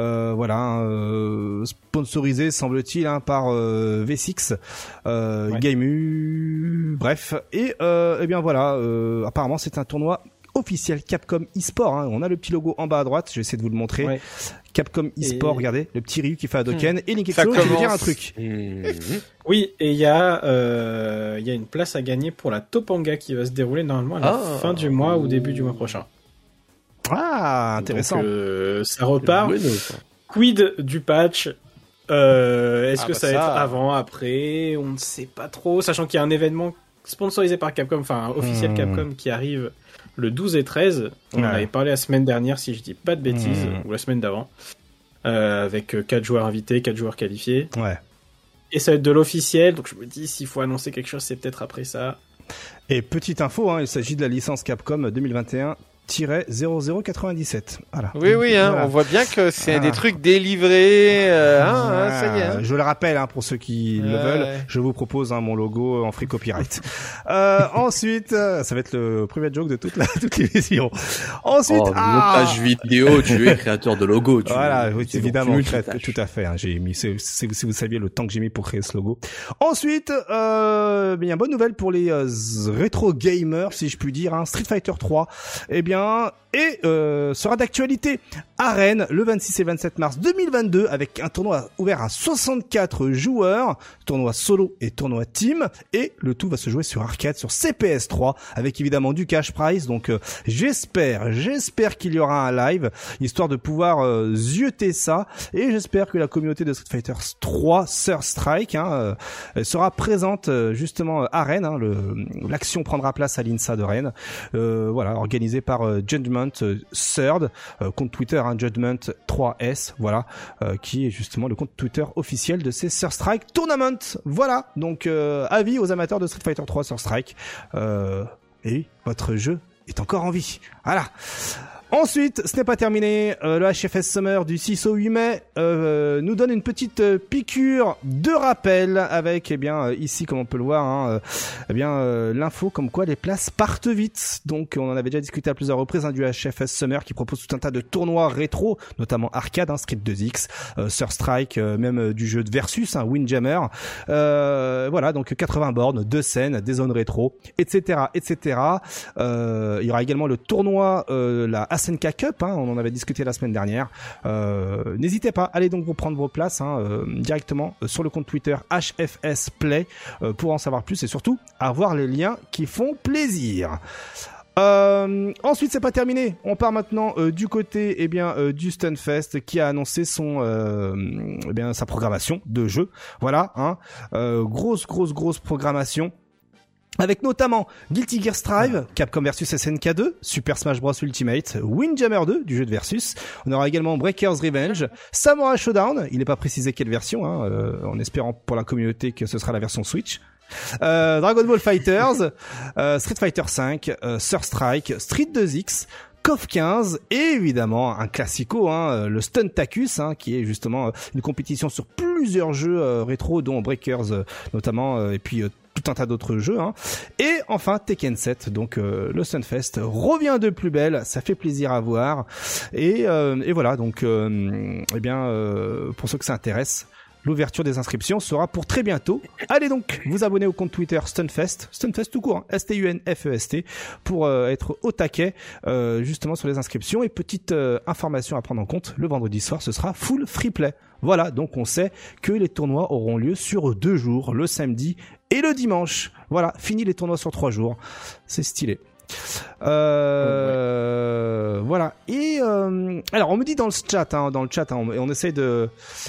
sponsorisé semble-t-il par V6, Gameu, bref, et bien voilà, apparemment c'est un tournoi officiel Capcom eSport, hein. On a le petit logo en bas à droite, je vais essayer de vous le montrer. Ouais. Capcom eSport, regardez, le petit Ryu qui fait Hadouken et Linkexo qui veut dire un truc. Oui, et il y a une place à gagner pour la Topanga qui va se dérouler normalement à la fin du mois ou début du mois prochain. Ah, intéressant. Donc, ça repart. Quid du patch? Est-ce que ça va être avant, après? On ne sait pas trop, sachant qu'il y a un événement sponsorisé par Capcom, enfin officiel Capcom qui arrive le 12 et 13, on en avait parlé la semaine dernière si je dis pas de bêtises, ou la semaine d'avant, avec 4 joueurs invités, 4 joueurs qualifiés. Ouais. Et ça va être de l'officiel, donc je me dis s'il faut annoncer quelque chose, c'est peut-être après ça. Et petite info, hein, il s'agit de la licence Capcom 2021-0097. Voilà. Oui, voilà. On voit bien que c'est des trucs délivrés. Ça y est. Hein. Je le rappelle, hein, pour ceux qui le veulent, je vous propose mon logo en free copyright. Ensuite, ça va être le premier joke de toute l'émission. Ensuite, montage vidéo, tu es créateur de logo. Voilà, oui, évidemment, tout à fait. Hein, j'ai mis, si vous saviez le temps que j'ai mis pour créer ce logo. Ensuite, bien bonne nouvelle pour les rétro gamers, si je puis dire. Hein, Street Fighter 3. Sera d'actualité à Rennes le 26 et 27 mars 2022 avec un tournoi ouvert à 64 joueurs, tournoi solo et tournoi team, et le tout va se jouer sur arcade, sur CPS3 avec évidemment du cash prize. Donc j'espère qu'il y aura un live histoire de pouvoir zioter ça, et j'espère que la communauté de Street Fighter 3 Third Strike sera présente justement à Rennes. Hein, l'action prendra place à l'INSA de Rennes, organisée par Judgment Third, compte Twitter, hein, Judgment 3S, voilà, qui est justement le compte Twitter officiel de ces Third Strike Tournament. Voilà, donc avis aux amateurs de Street Fighter 3 Third Strike, et votre jeu est encore en vie. Voilà. Ensuite, ce n'est pas terminé, le HFS Summer du 6 au 8 mai nous donne une petite piqûre de rappel avec, ici, comme on peut le voir, hein, l'info comme quoi les places partent vite. Donc, on en avait déjà discuté à plusieurs reprises, hein, du HFS Summer qui propose tout un tas de tournois rétro, notamment arcade, hein, Street 2X, Third Strike, même du jeu de Versus, hein, Windjammer. Voilà, donc 80 bornes, 2 scènes, des zones rétro, etc., etc. Il y aura également le tournoi, la SNK Cup, hein, on en avait discuté la semaine dernière. N'hésitez pas, allez donc vous prendre vos places, hein, directement sur le compte Twitter HFS Play pour en savoir plus et surtout avoir les liens qui font plaisir. Ensuite, c'est pas terminé. On part maintenant du côté du Stunfest qui a annoncé sa programmation de jeux. Voilà, hein. Grosse programmation. Avec notamment Guilty Gear Strive, Capcom vs SNK 2, Super Smash Bros Ultimate, Windjammer 2 du jeu de Versus. On aura également Breaker's Revenge, Samurai Showdown, il n'est pas précisé quelle version, hein, en espérant pour la communauté que ce sera la version Switch. Dragon Ball Fighters, Street Fighter V, Sur Strike, Street 2X, KOF 15 et évidemment un classico, hein, le Stuntacus, hein, qui est justement une compétition sur plusieurs jeux rétro, dont Breakers notamment, et puis tout un tas d'autres jeux, hein. Et enfin Tekken 7, donc le Stunfest revient de plus belle, ça fait plaisir à voir. Et voilà, donc pour ceux que ça intéresse, l'ouverture des inscriptions sera pour très bientôt. Allez donc vous abonner au compte Twitter Stunfest tout court, hein, STUNFEST, pour être au taquet justement sur les inscriptions. Et petite information à prendre en compte, le vendredi soir ce sera full free play. Voilà, donc on sait que les tournois auront lieu sur 2 jours, le samedi et le dimanche. Voilà, fini les tournois sur 3 jours. C'est stylé. Voilà. Et alors on me dit dans le chat, on essaie on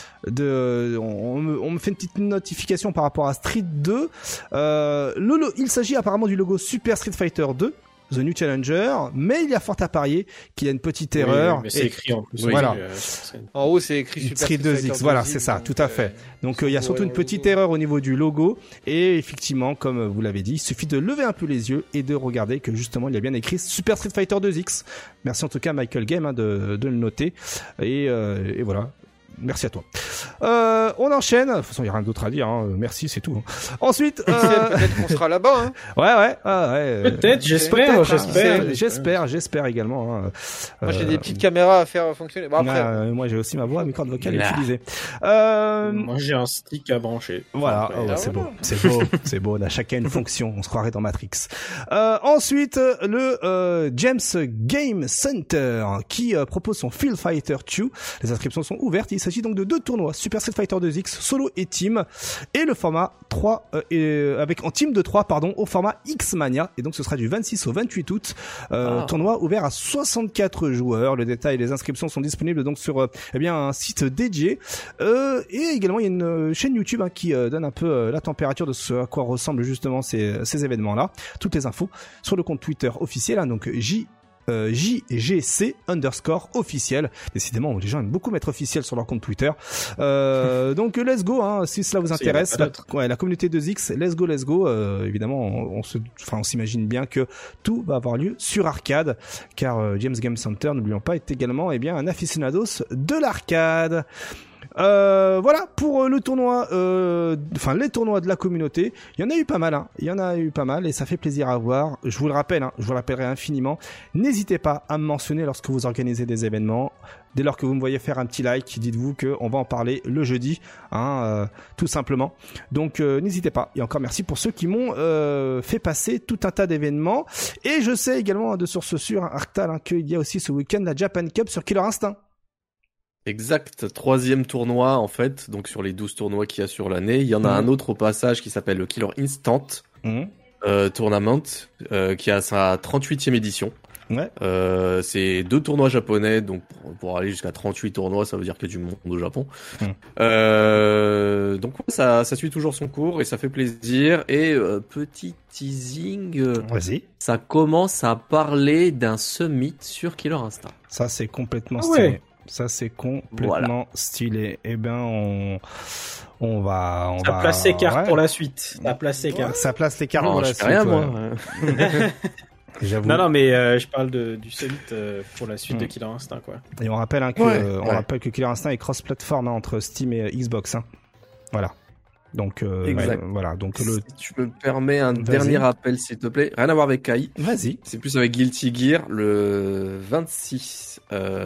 me fait une petite notification par rapport à Street 2. Il s'agit apparemment du logo Super Street Fighter 2. The New Challenger, mais il y a fort à parier qu'il y a une petite erreur. Mais c'est écrit en plus. Voilà. En haut, c'est écrit Super Street 2X. Voilà, c'est ça, tout à fait. Donc il y a surtout une petite erreur au niveau du logo, et effectivement, comme vous l'avez dit, il suffit de lever un peu les yeux et de regarder que justement il y a bien écrit Super Street Fighter 2X. Merci en tout cas Michael Game, hein, de le noter. Et voilà. Merci à toi. On enchaîne. De toute façon, il n'y a rien d'autre à dire, hein. Merci, c'est tout. Ensuite, peut-être qu'on sera là-bas, hein. Ouais. Peut-être, j'espère également, hein. Moi, j'ai des petites caméras à faire fonctionner. Bon, après. Moi, j'ai aussi ma voix, mes cordes vocales utilisées. Moi, j'ai un stick à brancher. Voilà. C'est beau. On a chacun une fonction. On se croirait dans Matrix. Ensuite, le James Game Center qui propose son Field Fighter 2. Les inscriptions sont ouvertes. Il s'agit donc de 2 tournois, Super Street Fighter 2X solo et team, et le format 3 en team de 3 au format X-Mania, et donc ce sera du 26 au 28 août. Tournoi ouvert à 64 joueurs. Le détail et les inscriptions sont disponibles donc sur un site dédié, et également il y a une chaîne YouTube, hein, qui donne un peu la température de ce à quoi ressemblent justement ces événements-là. Toutes les infos sur le compte Twitter officiel, hein, donc JGC_officiel. Décidément, les gens aiment beaucoup mettre officiel sur leur compte Twitter. Donc let's go, hein, si cela vous intéresse. La communauté 2X, let's go. Évidemment, on s'imagine bien que tout va avoir lieu sur arcade, car James Game Center, n'oublions pas, est également un aficionados de l'arcade. Voilà pour le tournoi, les tournois de la communauté. Il y en a eu pas mal, et ça fait plaisir à voir. Je vous le rappelle, je vous le rappellerai infiniment. N'hésitez pas à me mentionner lorsque vous organisez des événements. Dès lors que vous me voyez faire un petit like, dites-vous qu'on va en parler le jeudi, tout simplement. Donc n'hésitez pas. Et encore merci pour ceux qui m'ont fait passer tout un tas d'événements. Et je sais également de source sûre, Arctal, qu'il y a aussi ce week-end la Japan Cup sur Killer Instinct. Exact, 3e tournoi en fait, donc sur les 12 tournois qu'il y a sur l'année, il y en a un autre au passage qui s'appelle le Killer Instant Tournament, qui a sa 38e édition. Ouais. C'est 2 tournois japonais, donc pour aller jusqu'à 38 tournois, ça veut dire qu'il y a du monde au Japon. Donc ça suit toujours son cours et ça fait plaisir. Et petit teasing, vas-y. Ça commence à parler d'un summit sur Killer Instinct. Ça c'est complètement stylé. Ça c'est complètement stylé. Eh ben on va place ses cartes pour la suite. Ça place ses cartes. Ça place les cartes pour la suite. Rien moi. J'avoue. Non mais je parle du summit pour la suite de Killer Instinct, quoi. Et on rappelle rappelle que Killer Instinct est cross-platform, entre Steam et Xbox, hein. Voilà. Donc voilà, donc si tu me permets un dernier rappel s'il te plaît, rien à voir avec Kai. Vas-y. C'est plus avec Guilty Gear le 26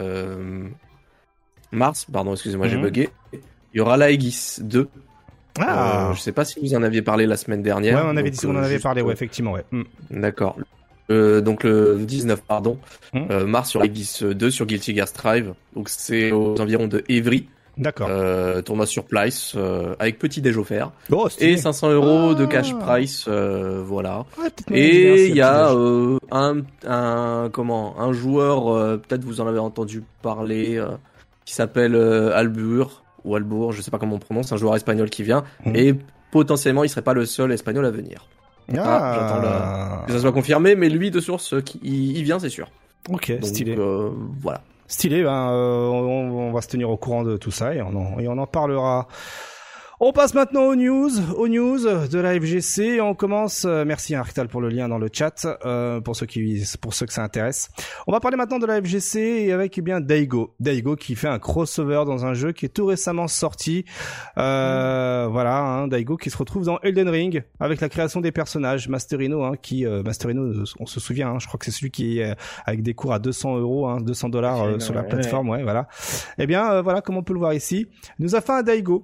mars, pardon, excusez-moi, j'ai bugué. Il y aura la Aegis 2. Je sais pas si vous en aviez parlé la semaine dernière. Ouais, on en avait parlé, effectivement, ouais. D'accord. Donc le 19 mars sur Aegis 2 sur Guilty Gear Strive. Donc c'est aux environs de Evry. D'accord. Tournoi sur place, avec petit déj offert. Oh, Et 500 € de cash price, voilà. Ouais, peut-être moyen Et il y a d'y un joueur, peut-être vous en avez entendu parler, qui s'appelle Albour, je sais pas comment on prononce, un joueur espagnol qui vient, et potentiellement il serait pas le seul espagnol à venir. J'attends que ça soit confirmé, mais lui de source, il vient, c'est sûr. Ok, donc, stylé. Voilà. Stylé, on va se tenir au courant de tout ça et on en parlera. On passe maintenant aux news de la FGC. On commence. Merci Arctal pour le lien dans le chat. Pour ceux que ça intéresse. On va parler maintenant de la FGC et avec Daigo qui fait un crossover dans un jeu qui est tout récemment sorti. Voilà, Daigo qui se retrouve dans Elden Ring avec la création des personnages. Masterino, Masterino, on se souvient. Je crois que c'est celui qui est avec des cours à 200 €, $200 sur la plateforme. Ouais, voilà. Eh bien, voilà comme on peut le voir ici. Il nous a fait un Daigo.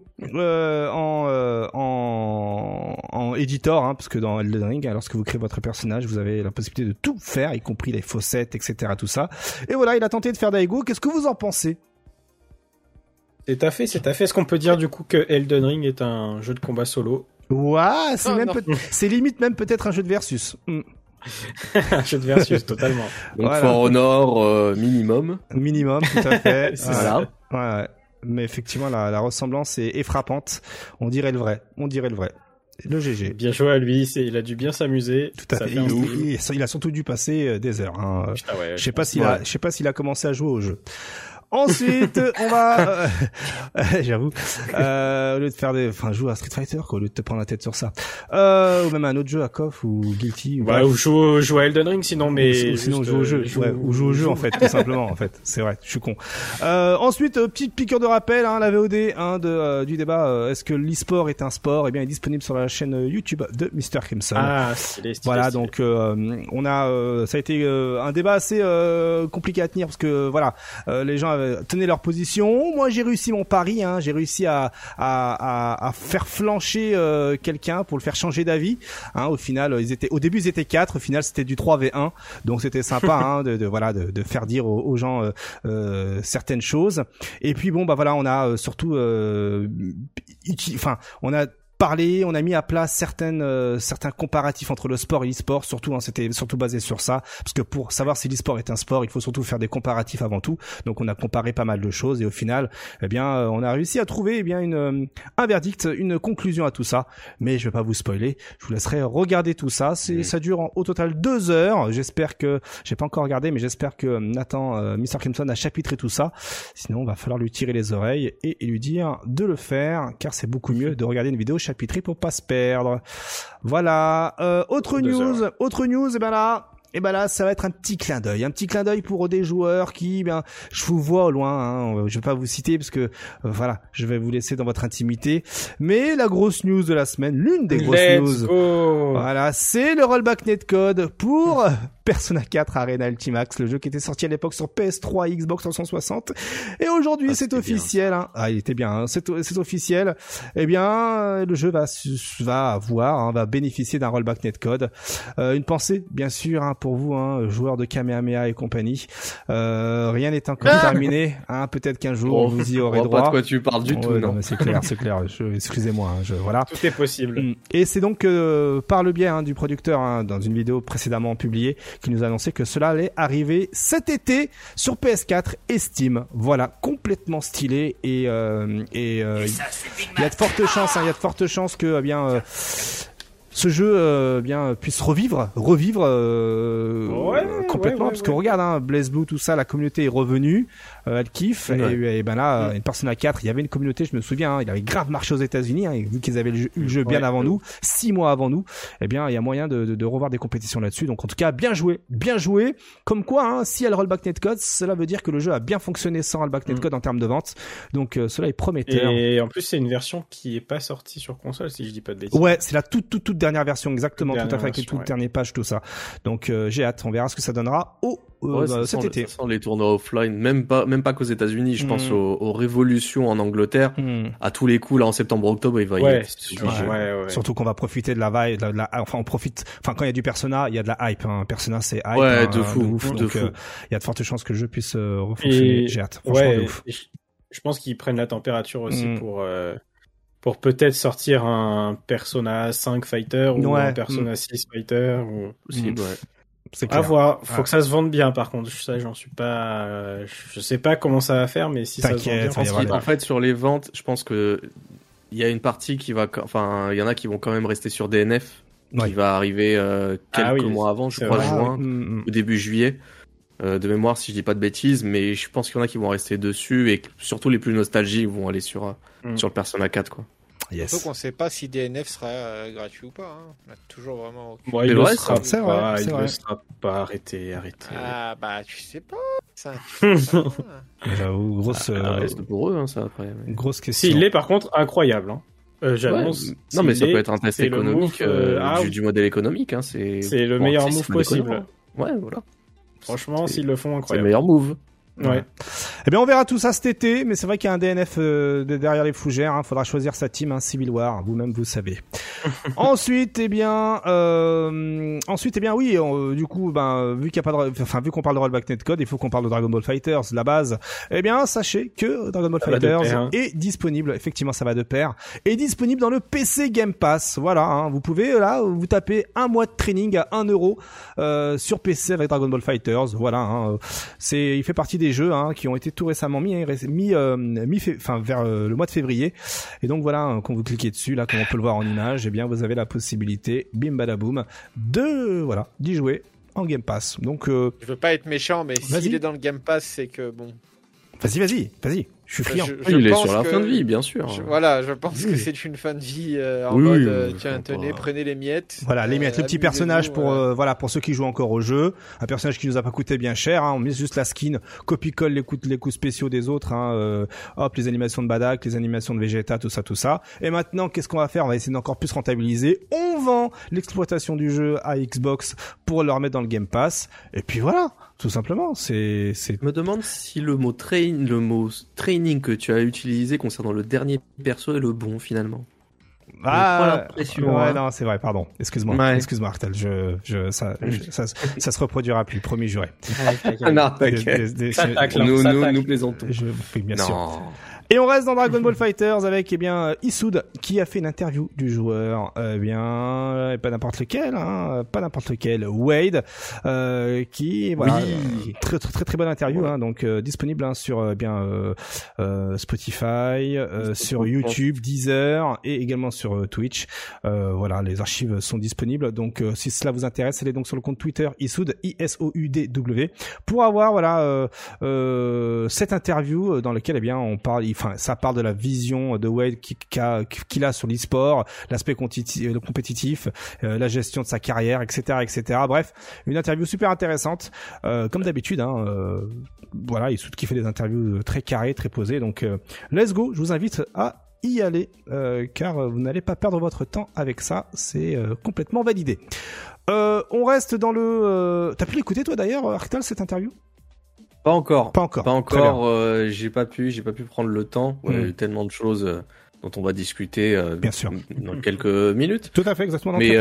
En éditor, parce que dans Elden Ring, lorsque vous créez votre personnage, vous avez la possibilité de tout faire, y compris les fossettes, etc., tout ça. Et voilà, il a tenté de faire Daigo. Qu'est-ce que vous en pensez? C'est à fait. Est-ce qu'on peut dire du coup que Elden Ring est un jeu de combat solo? Ouais, c'est limite même peut-être un jeu de versus. Un jeu de versus, totalement. Donc voilà. For Honor minimum. Minimum, tout à fait. Voilà. Ouais. Mais effectivement, la ressemblance est frappante. On dirait le vrai. Le GG. Bien joué à lui, il a dû bien s'amuser. Tout à fait. Il a surtout dû passer des heures. Putain, ouais, je sais pas s'il a commencé à jouer au jeu. Ensuite, on va, j'avoue, au lieu de faire jouer à Street Fighter, quoi, au lieu de te prendre la tête sur ça, ou même un autre jeu à KOF ou Guilty. Ou joue à Elden Ring, sinon, mais sinon joue au jeu, ou joue au jeu en fait, tout simplement, en fait. C'est vrai, je suis con. Ensuite, petite piqûre de rappel, la VOD, du débat, est-ce que l'e-sport est un sport? Eh bien, il est disponible sur la chaîne YouTube de Mr. Crimson. Ah, stylé. Voilà, donc, on a, ça a été un débat assez compliqué à tenir parce que voilà, les gens tenaient leur position. Moi, j'ai réussi mon pari. J'ai réussi à faire flancher quelqu'un pour le faire changer d'avis. Au final, au début ils étaient 4. Au final, c'était du 3v1. Donc c'était sympa de faire dire aux gens certaines choses. Et puis bon, voilà, on a surtout, on a parler, on a mis à plat certains comparatifs entre le sport et l'e-sport, surtout c'était surtout basé sur ça, parce que pour savoir si l'e-sport est un sport, il faut surtout faire des comparatifs avant tout. Donc on a comparé pas mal de choses et au final, on a réussi à trouver un verdict, une conclusion à tout ça. Mais je vais pas vous spoiler, je vous laisserai regarder tout ça. Ça dure au total 2 heures. J'espère que j'ai pas encore regardé, mais j'espère que Nathan, Mr. Crimson a chapitré tout ça. Sinon, il va falloir lui tirer les oreilles et lui dire de le faire, car c'est beaucoup mieux de regarder une vidéo chapitré pour pas se perdre. Voilà. Autre news, et ben là, ça va être un petit clin d'œil pour des joueurs qui, je vous vois au loin, je vais pas vous citer parce que, voilà, je vais vous laisser dans votre intimité. Mais la grosse news de la semaine, l'une des grosses news, voilà, c'est le rollback netcode pour Persona 4 Arena Ultimax, le jeu qui était sorti à l'époque sur PS3 et Xbox 360. Et aujourd'hui, c'est officiel. Il était bien. C'est officiel. Eh bien, le jeu va bénéficier d'un rollback netcode. Une pensée, bien sûr, pour vous, joueurs de Kamehameha et compagnie. Rien n'est encore terminé. Peut-être qu'un jour vous y aurez droit. Pas de quoi tu parles du tout, non. Mais c'est clair. Excusez-moi. Voilà. Tout est possible. Et c'est donc par le biais du producteur, dans une vidéo précédemment publiée, qui nous a annoncé que cela allait arriver cet été sur PS4 et Steam. Voilà, complètement stylé et il y a de fortes chances que ce jeu puisse revivre complètement, parce que regarde, Blaze Blue, tout ça, la communauté est revenue, elle kiffe, et là, une Persona 4, il y avait une communauté, je me souviens, il avait grave marché aux États-Unis, vu qu'ils avaient eu le jeu bien avant nous, 6 mois avant nous, il y a moyen de revoir des compétitions là-dessus. Donc en tout cas, bien joué. Comme quoi, si il y a le rollback netcode, cela veut dire que le jeu a bien fonctionné sans rollback netcode en termes de vente. Donc cela est prometteur. Et en plus, c'est une version qui est pas sortie sur console, si je dis pas de bêtises. Ouais, c'est la toute dernière version, exactement, tout à fait, avec les toutes dernières pages, tout ça. Donc j'ai hâte, on verra ce que ça donnera cet été. Ça sent les tournois offline, même pas qu'aux États-Unis. Je pense aux révolutions en Angleterre. À tous les coups, là, en septembre-octobre, il va y avoir. Surtout qu'on va profiter de la vibe, quand il y a du Persona, il y a de la hype. Persona, c'est hype. Ouais, de fou. Donc, il y a de fortes chances que le jeu puisse refonctionner. J'ai hâte. Franchement, de ouf. Je pense qu'ils prennent la température aussi pour peut-être sortir un Persona 5 Fighter ou un Persona 6 Fighter. Ou... Possible, ouais. C'est à voir. Faut que ça se vende bien, par contre. Ça, j'en suis pas. Je sais pas comment ça va faire, mais si ça se vend bien. En fait, sur les ventes, je pense que il y a une partie qui va, enfin, il y en a qui vont quand même rester sur DNF, qui va arriver quelques mois avant, je crois, juin ou début juillet. De mémoire, si je dis pas de bêtises, mais je pense qu'il y en a qui vont rester dessus et surtout les plus nostalgiques vont aller sur le Persona 4, quoi. Yes. Donc on sait pas si DNF sera gratuit ou pas. Hein. On a toujours vraiment. Bon, il le sera pas. Il le sera pas. Arrêtez. Ah bah tu sais pas. Ça. J'avoue, grosse. Reste pour eux, hein, ça après. Mais... Grosse question. S'il est par contre incroyable. Hein. J'annonce. Ouais. Non mais ça peut être un test économique du modèle économique. Hein, c'est le meilleur move possible. Ouais, voilà. Franchement, s'ils le font, incroyable. C'est le meilleur move. Ouais. Eh bien, on verra tout ça cet été, mais c'est vrai qu'il y a un DNF derrière les fougères. Hein. Faudra choisir sa team, hein, Civil War. Vous-même, vous savez. Ensuite, oui. Du coup, vu qu'il y a pas de, vu qu'on parle de Rollback Netcode, il faut qu'on parle de Dragon Ball FighterZ, la base. Eh bien, sachez que Dragon Ball FighterZ est disponible. Effectivement, ça va de pair. Est disponible dans le PC Game Pass. Voilà. Hein. Vous pouvez là, vous tapez un mois de training à 1€ sur PC avec Dragon Ball FighterZ. Voilà. Hein. Il fait partie des jeux qui ont été tout récemment mis vers le mois de février, et donc voilà, quand vous cliquez dessus là, comme on peut le voir en image, eh bien vous avez la possibilité, bim badaboum, d'y jouer en Game Pass. Donc je veux pas être méchant, mais s'il est dans le Game Pass, c'est que bon. Vas-y. Je suis friand. Il est sur la fin de vie, bien sûr. Je pense que c'est une fin de vie en mode tiens, tenez, prenez les miettes. Voilà, les miettes, le petit personnage pour ceux qui jouent encore au jeu, un personnage qui nous a pas coûté bien cher, hein, on met juste la skin, copie-colle les coups spéciaux des autres, les animations de Badak, les animations de Vegeta, tout ça. Et maintenant, qu'est-ce qu'on va faire? On va essayer d'encore plus rentabiliser. On vend l'exploitation du jeu à Xbox pour le remettre dans le Game Pass. Et puis voilà. Tout simplement, c'est. Je me demande si le mot training que tu as utilisé concernant le dernier perso est le bon finalement. Non, c'est vrai, pardon. Excuse-moi, Artel. Ça se reproduira plus, promis juré. Non, t'inquiète. Nous plaisantons. Bien sûr. Et on reste dans Dragon Ball FighterZ avec Issoud qui a fait une interview du joueur, pas n'importe lequel, Wade, qui très très très bonne interview, donc disponible sur Spotify, sur YouTube, Deezer et également sur Twitch. Les archives sont disponibles, donc si cela vous intéresse, allez donc sur le compte Twitter Issoud ISOUDW pour avoir cette interview dans laquelle on parle. Ça parle de la vision de Wade qu'il a sur l'e-sport, l'aspect compétitif, la gestion de sa carrière, etc. Bref, une interview super intéressante, comme d'habitude. Issoud qui fait des interviews très carrées, très posées. Donc, let's go. Je vous invite à y aller, car vous n'allez pas perdre votre temps avec ça. C'est complètement validé. On reste dans le. T'as pu l'écouter toi d'ailleurs, Arctal, cette interview? Pas encore. J'ai pas pu prendre le temps. Il y a eu tellement de choses dont on va discuter bien sûr dans quelques minutes. Tout à fait, exactement. Mais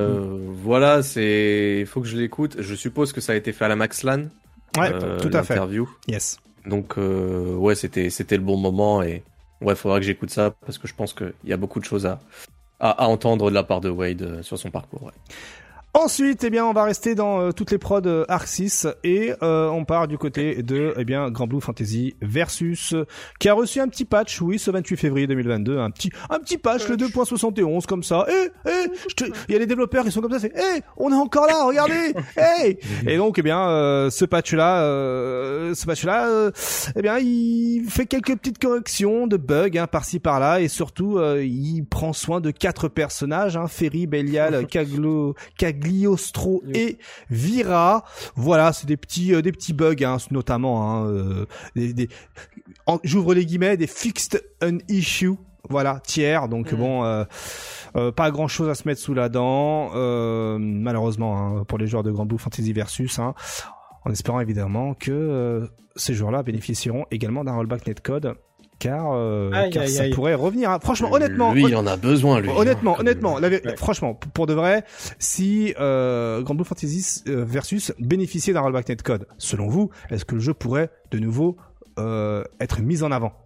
il faut que je l'écoute. Je suppose que ça a été fait à la Maxlan. Ouais, tout à fait. L'interview. Yes. Donc c'était le bon moment et faudra que j'écoute ça parce que je pense qu'il y a beaucoup de choses à entendre de la part de Wade sur son parcours. Ouais. Ensuite, on va rester dans toutes les prods Arc 6 et on part du côté de Grand Blue Fantasy Versus qui a reçu un petit patch, ce 28 février 2022, un petit patch, le 2.71 comme ça. Il y a les développeurs qui sont comme ça, on est encore là, regardez. Et donc ce patch là, il fait quelques petites corrections de bugs par-ci par-là et surtout il prend soin de 4 personnages, Ferry, Belial, Cagliostro et Vira. Voilà, c'est des petits bugs, notamment j'ouvre les guillemets, des fixed un issue. Voilà, tiers. Donc pas grand chose à se mettre sous la dent, malheureusement, pour les joueurs de Grand Blue Fantasy Versus, en espérant évidemment que ces joueurs-là bénéficieront également d'un rollback netcode. Car ça pourrait revenir. Franchement, honnêtement, lui, il en a besoin. Lui. Honnêtement, franchement, pour de vrai, si Grand Blue Fantasy Versus bénéficiait d'un rollback netcode, selon vous, est-ce que le jeu pourrait de nouveau être mis en avant?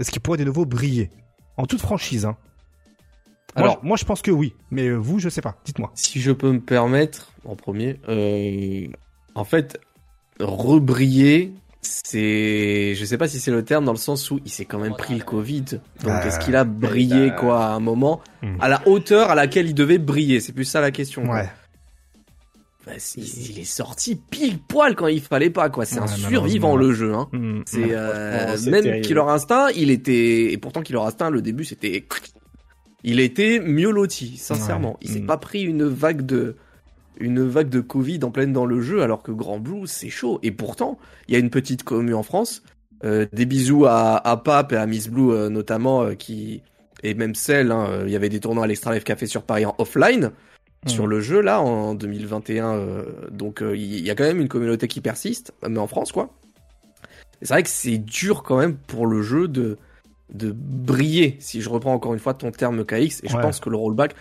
est-ce qu'il pourrait de nouveau briller en toute franchise, hein? Alors, moi, je pense que oui, mais vous, je sais pas. Dites-moi. si je peux me permettre, en premier, en fait, rebriller, je sais pas si c'est le terme dans le sens où il s'est quand même pris le Covid. Donc, est-ce qu'il a brillé, quoi, à un moment, à la hauteur à laquelle il devait briller? C'est plus ça la question. Quoi. Ouais. Bah, il est sorti pile poil quand il fallait pas, quoi. C'est un malheureusement, survivant, le jeu, hein. C'est, c'est même terrible. Killer Instinct, et pourtant Killer Instinct, le début, il était mieux loti, sincèrement. Il s'est pas pris une vague de Covid en pleine dans le jeu, alors que Grand Blue, c'est chaud. Et pourtant, il y a une petite commu en France. Des bisous à Pape et à Miss Blue, notamment, et même celle, hein, il y avait des tournois à l'Extra Life Café sur Paris en offline, sur le jeu, là, en 2021. Donc, il y a quand même une communauté qui persiste, mais en France, quoi. Et c'est vrai que c'est dur quand même pour le jeu de briller, si je reprends encore une fois ton terme KX, et je pense que le rollback,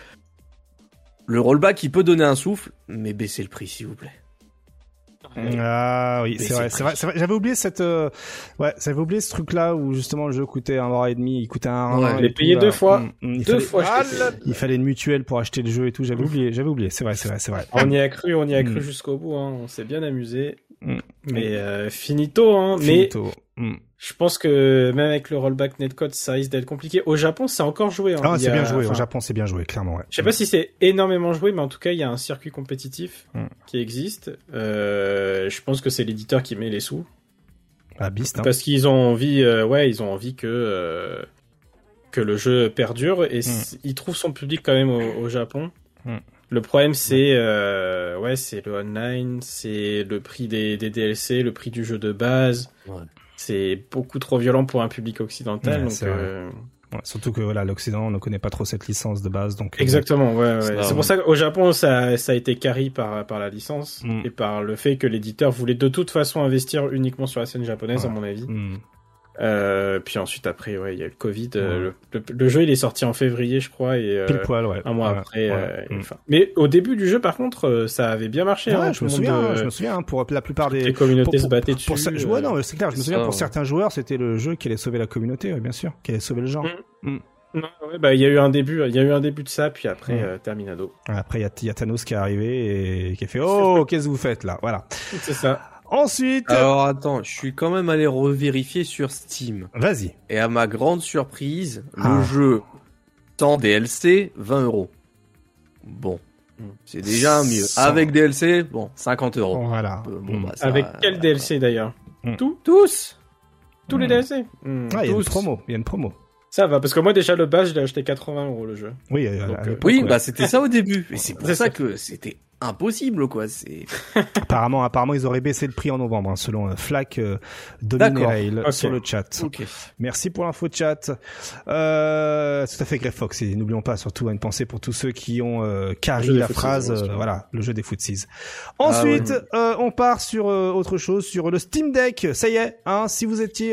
il peut donner un souffle, mais baissez le prix, s'il vous plaît. Ah oui, c'est vrai. J'avais oublié j'avais oublié ce truc-là où justement le jeu coûtait 1,50 €, il coûtait un rein. Je l'ai payé deux fois. Il fallait une mutuelle pour acheter le jeu et tout. J'avais oublié. C'est vrai. On y a cru jusqu'au bout. Hein. On s'est bien amusé. Mais finito. Hein. Finito. Mais je pense que même avec le rollback netcode, ça risque d'être compliqué. Au Japon, c'est encore joué. Hein. Ah, c'est bien joué. Au Japon, c'est bien joué, clairement. Ouais. Je sais pas si c'est énormément joué, mais en tout cas, il y a un circuit compétitif qui existe. Je pense que c'est l'éditeur qui met les sous. Ah, Beast. Hein. Parce qu'ils ont envie, que le jeu perdure et il trouve son public quand même au Japon. Le problème, c'est le online, c'est le prix des DLC, le prix du jeu de base. Ouais. C'est beaucoup trop violent pour un public occidental. Donc, surtout que l'Occident ne connaît pas trop cette licence de base. Donc, exactement, c'est pour ça qu'au Japon, ça a été carry par la licence et par le fait que l'éditeur voulait de toute façon investir uniquement sur la scène japonaise, à mon avis. Puis ensuite, après, il y a eu le Covid. Le jeu, il est sorti en février, je crois, et pile poil, un mois après. Mais au début du jeu, par contre, ça avait bien marché. Ouais, je me souviens. Pour la plupart des communautés se battaient dessus. Non, c'est clair. Je me souviens pour certains joueurs, c'était le jeu qui allait sauver la communauté, bien sûr, qui allait sauver le genre. Il y a eu un début de ça, puis après terminado. Après, il y a Thanos qui est arrivé et qui a fait oh, qu'est-ce que vous faites là, voilà. C'est ça. Ensuite. Alors attends, je suis quand même allé revérifier sur Steam. Vas-y. Et à ma grande surprise, le jeu sans DLC, 20 €. Bon, c'est déjà mieux. Avec DLC, 50 €. Voilà. Avec quel DLC d'ailleurs? Tous les DLC. Il y a une promo. Ça va, parce que moi déjà le base, je l'ai acheté 80 € le jeu. Oui, c'était ça au début. Et c'est pour ça que c'était impossible, quoi. Apparemment, ils auraient baissé le prix en novembre, selon Flack Dominail sur le chat. Okay. Merci pour l'info chat. Tout à fait, Grey Fox. Et n'oublions pas surtout une pensée pour tous ceux qui ont carré la phrase, le jeu des footsies. Ensuite, on part sur autre chose, sur le Steam Deck. Ça y est, hein, si vous étiez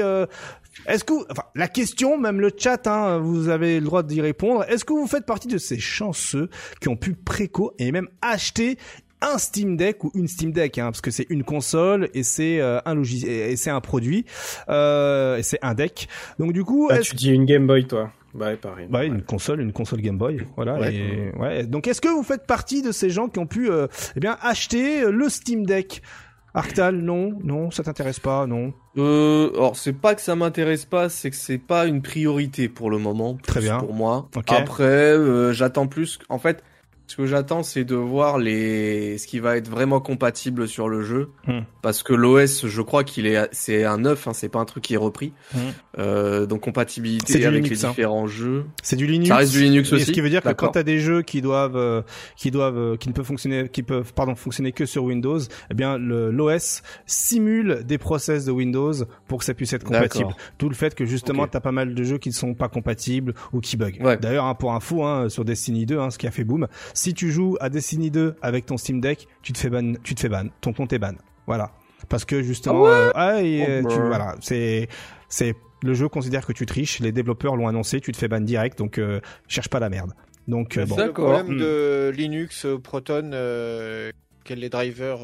la question, même le chat, vous avez le droit d'y répondre. Est-ce que vous faites partie de ces chanceux qui ont pu préco et même acheter un Steam Deck ou une Steam Deck, parce que c'est une console et c'est un logiciel et c'est un produit et c'est un deck. Donc du coup, tu dis une Game Boy, toi? Pareil. Une console Game Boy, voilà. Donc est-ce que vous faites partie de ces gens qui ont pu acheter le Steam Deck? Arctal, non, ça t'intéresse pas, non? Alors c'est pas que ça m'intéresse pas, c'est que c'est pas une priorité pour le moment. Très bien. Pour moi. Okay. Après, j'attends plus. En fait, ce que j'attends, c'est de voir ce qui va être vraiment compatible sur le jeu, parce que l'OS, je crois c'est un neuf, c'est pas un truc qui est repris. Donc compatibilité avec Linux, les différents jeux. C'est du Linux. Ça reste du Linux aussi. Ce qui veut dire que quand t'as des jeux qui peuvent fonctionner que sur Windows, l'OS simule des process de Windows pour que ça puisse être compatible. D'où le fait que justement t'as pas mal de jeux qui ne sont pas compatibles ou qui bug. Ouais. D'ailleurs, pour info, sur Destiny 2, ce qui a fait boom. Si tu joues à Destiny 2 avec ton Steam Deck, tu te fais ban, ton compte est ban. Voilà. Parce que justement, c'est le jeu considère que tu triches, les développeurs l'ont annoncé, tu te fais ban direct, donc cherche pas la merde. Donc le problème de Linux, Proton, que les drivers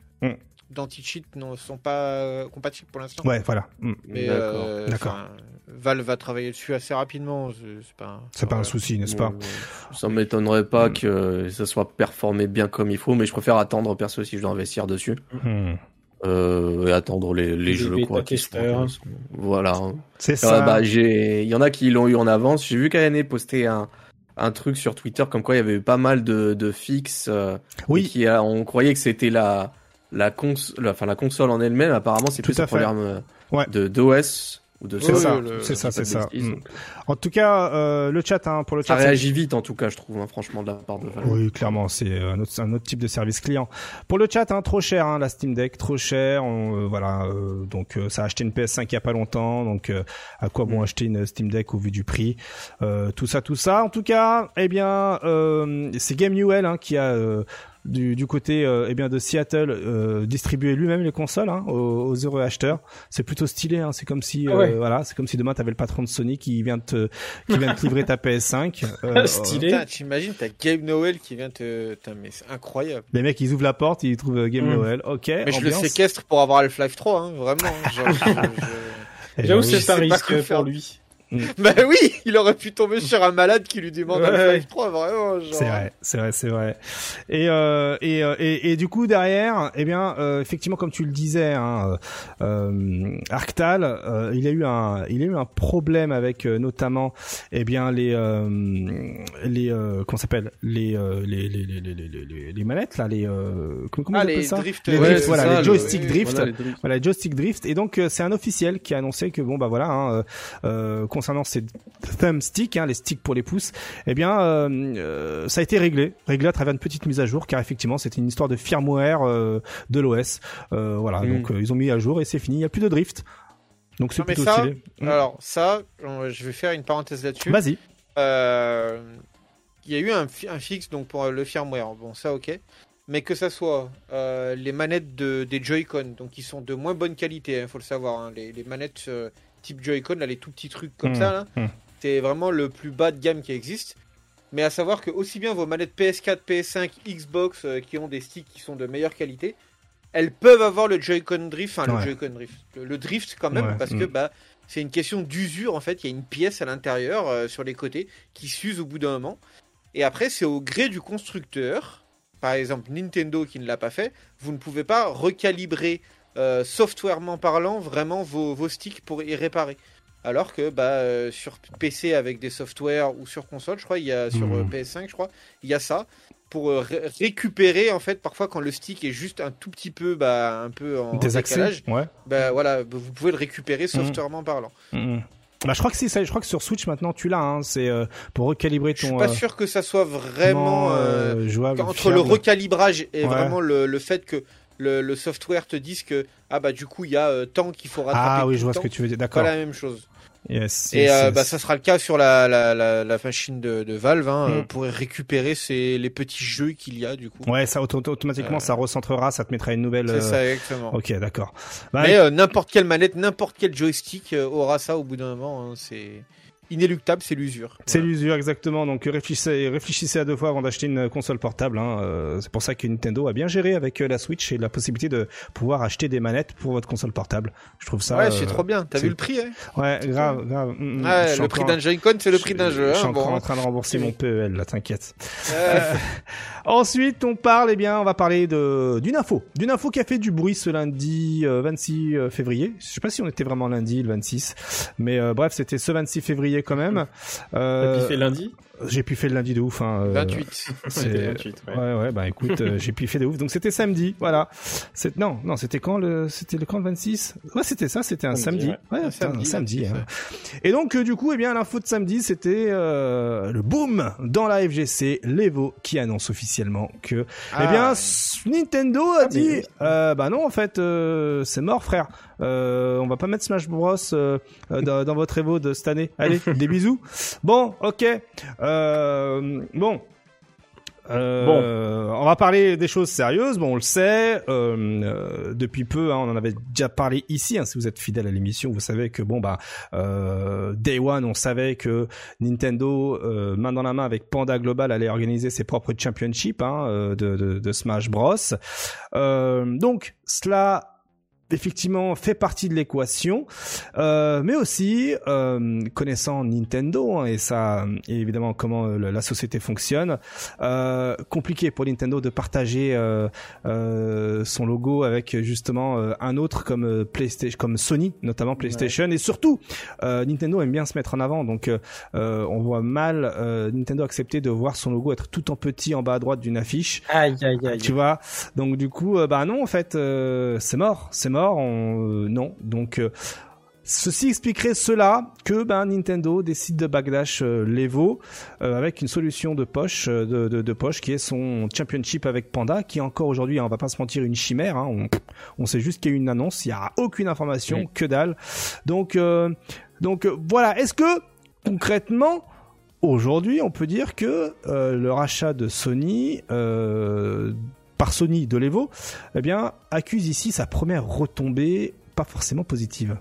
d'anti-cheat ne sont pas compatibles pour l'instant. Ouais, voilà. Mais D'accord. Valve va travailler dessus assez rapidement. C'est pas un souci, n'est-ce pas? Ça m'étonnerait pas que ça soit performé bien comme il faut, mais je préfère attendre perso si je dois investir dessus. Et attendre les jeux quoi. Voilà. C'est ça. Il y en a qui l'ont eu en avance. J'ai vu qu'Ayane postait un truc sur Twitter comme quoi il y avait eu pas mal de fixes. Oui. On croyait que c'était la console en elle-même. Apparemment, c'est plus un problème d'OS. C'est ça. En tout cas, le chat, pour le chat. Ça réagit vite, en tout cas, je trouve, franchement, de la part de Valve. Oui, clairement, c'est un autre type de service client. Pour le chat, trop cher, la Steam Deck, trop cher. Donc, ça a acheté une PS5 il y a pas longtemps. Donc, à quoi bon acheter une Steam Deck au vu du prix? Tout ça. En tout cas, c'est Game Newell, qui a, du côté de Seattle distribuer lui-même les consoles aux heureux acheteurs. C'est plutôt stylé, c'est comme si c'est comme si demain t'avais le patron de Sony qui vient te livrer ta PS5. Stylé. T'imagines, t'as Game Newell qui vient mais c'est incroyable. Les mecs ils ouvrent la porte, ils trouvent Game Newell. OK. Mais ambiance. Je le séquestre pour avoir Half-Life 3 vraiment. J'avoue c'est un risque pour lui. Bah oui, il aurait pu tomber sur un malade qui lui demande Half-Life 3, vraiment. C'est vrai. Et du coup derrière, effectivement comme tu le disais, Arctal, il a eu un problème avec notamment, les comment s'appelle, les manettes là, comment on appelle ça? Drift, les drift, voilà, les joystick drift, voilà, joystick drift. Et donc c'est un officiel qui a annoncé que concernant ces thumbsticks, les sticks pour les pouces, ça a été réglé à travers une petite mise à jour, car effectivement c'était une histoire de firmware de l'OS. Donc ils ont mis à jour et c'est fini, il n'y a plus de drift. Donc c'est plutôt stylé. Alors ça, je vais faire une parenthèse là-dessus. Vas-y. Il y a eu un fixe donc pour le firmware. Bon, ça ok. Mais que ça soit les manettes des Joy-Con, donc qui sont de moins bonne qualité, faut le savoir. Les manettes type Joy-Con, là, les tout petits trucs comme ça, là, c'est vraiment le plus bas de gamme qui existe. Mais à savoir que aussi bien vos manettes PS4, PS5, Xbox qui ont des sticks qui sont de meilleure qualité, elles peuvent avoir le Joy-Con drift, le drift quand même, parce que c'est une question d'usure en fait. Il y a une pièce à l'intérieur sur les côtés qui s'use au bout d'un moment. Et après, c'est au gré du constructeur. Par exemple, Nintendo qui ne l'a pas fait, vous ne pouvez pas recalibrer softwarement parlant vraiment vos sticks pour y réparer. Alors que sur PC avec des softwares ou sur console, je crois, il y a sur PS5, je crois, il y a ça pour récupérer en fait parfois quand le stick est juste un tout petit peu un peu en décalage. Vous pouvez le récupérer softwarement parlant. Je crois que c'est ça. Je crois que sur Switch maintenant tu l'as. C'est pour recalibrer ton. Je suis pas sûr que ça soit vraiment jouable, entre le recalibrage et vraiment le fait que le software te dise que du coup il y a tant qu'il faut rattraper. Ah oui, je vois ce que tu veux dire. D'accord. Pas la même chose. Yes. Ça sera le cas sur la machine de Valve pour récupérer les petits jeux qu'il y a du coup. Ouais, ça automatiquement ça recentrera, ça te mettra une nouvelle. C'est ça exactement. Ok, d'accord. Mais n'importe quelle manette, n'importe quel joystick aura ça au bout d'un moment. C'est inéluctable, c'est l'usure. C'est l'usure, exactement. Donc réfléchissez à deux fois avant d'acheter une console portable. C'est pour ça que Nintendo a bien géré avec la Switch et la possibilité de pouvoir acheter des manettes pour votre console portable. Je trouve ça. Ouais, c'est trop bien. T'as vu le prix, Ouais, grave. Le prix d'un Joy-Con, c'est le prix d'un jeu. Je suis encore en train de rembourser mon PEL, là, t'inquiète. Ensuite, on va parler d'une info qui a fait du bruit ce lundi 26 février. Je sais pas si on était vraiment lundi, le 26, mais bref, c'était ce 26 février quand même. T'as piffé lundi? J'ai piffé le lundi de ouf. 28. C'est 28. Ouais. Écoute, j'ai piffé de ouf. Donc c'était samedi, voilà. Non, c'était quand le 26? Ouais, c'était ça. C'était un samedi. Ouais, un samedi. Et donc du coup, l'info de samedi, c'était le boom dans la FGC, l'Evo qui annonce officiellement que Nintendo a dit non en fait c'est mort frère. On va pas mettre Smash Bros dans votre Evo de cette année. Allez, des bisous. Bon, ok. On va parler des choses sérieuses. Bon, on le sait depuis peu. On en avait déjà parlé ici. Si vous êtes fidèle à l'émission, vous savez que Day One, on savait que Nintendo, main dans la main avec Panda Global, allait organiser ses propres championships de Smash Bros. Donc cela effectivement fait partie de l'équation, mais aussi connaissant Nintendo et ça, et évidemment comment la société fonctionne, compliqué pour Nintendo de partager son logo avec justement un autre comme PlayStation, comme Sony, notamment PlayStation, et surtout Nintendo aime bien se mettre en avant, donc on voit mal Nintendo accepter de voir son logo être tout en petit en bas à droite d'une affiche. Aïe, aïe, aïe. Tu vois, donc du coup, bah non, en fait, c'est mort, non. Donc ceci expliquerait cela que Nintendo décide de backdash l'Evo avec une solution de poche de poche qui est son championship avec Panda, qui est encore aujourd'hui, on va pas se mentir, une chimère. Hein, on sait juste qu'il y a eu une annonce, il y a aucune information, que dalle. Donc voilà. Est-ce que concrètement aujourd'hui, on peut dire que le rachat de Sony par Sony de l'Evo, eh bien, accuse ici sa première retombée pas forcément positive.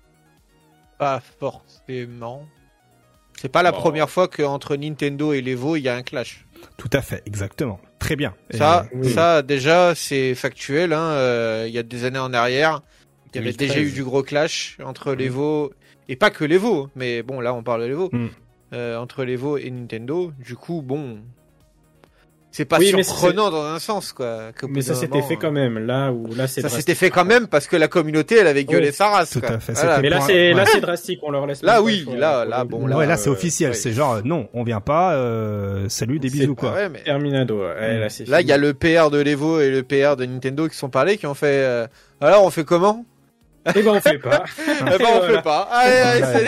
Pas forcément. C'est pas la première fois qu'entre Nintendo et l'Evo, il y a un clash. Tout à fait, exactement. Très bien. Ça déjà, c'est factuel. Hein. Il y a des années en arrière, il y avait déjà eu du gros clash entre l'Evo, et pas que l'Evo, mais bon, là, on parle de l'Evo. Entre l'Evo et Nintendo. Du coup, bon... C'est pas surprenant dans un sens, quoi. Mais ça s'était fait quand même. Là, c'est ça drastique. s'était fait quand même parce que la communauté, elle avait gueulé sa race. Tout quoi. à fait. Voilà. Mais là, c'est drastique. On leur laisse. Là, oui. Là, bon. Là, c'est officiel. Ouais. C'est genre, non, on vient pas. Salut, des bisous, quoi. Ouais, mais... Terminado. Là, il y a le PR de l'Evo et le PR de Nintendo qui sont parlés, qui ont fait. Alors, on fait comment? Eh ben, on fait pas. On fait pas. Allez, ça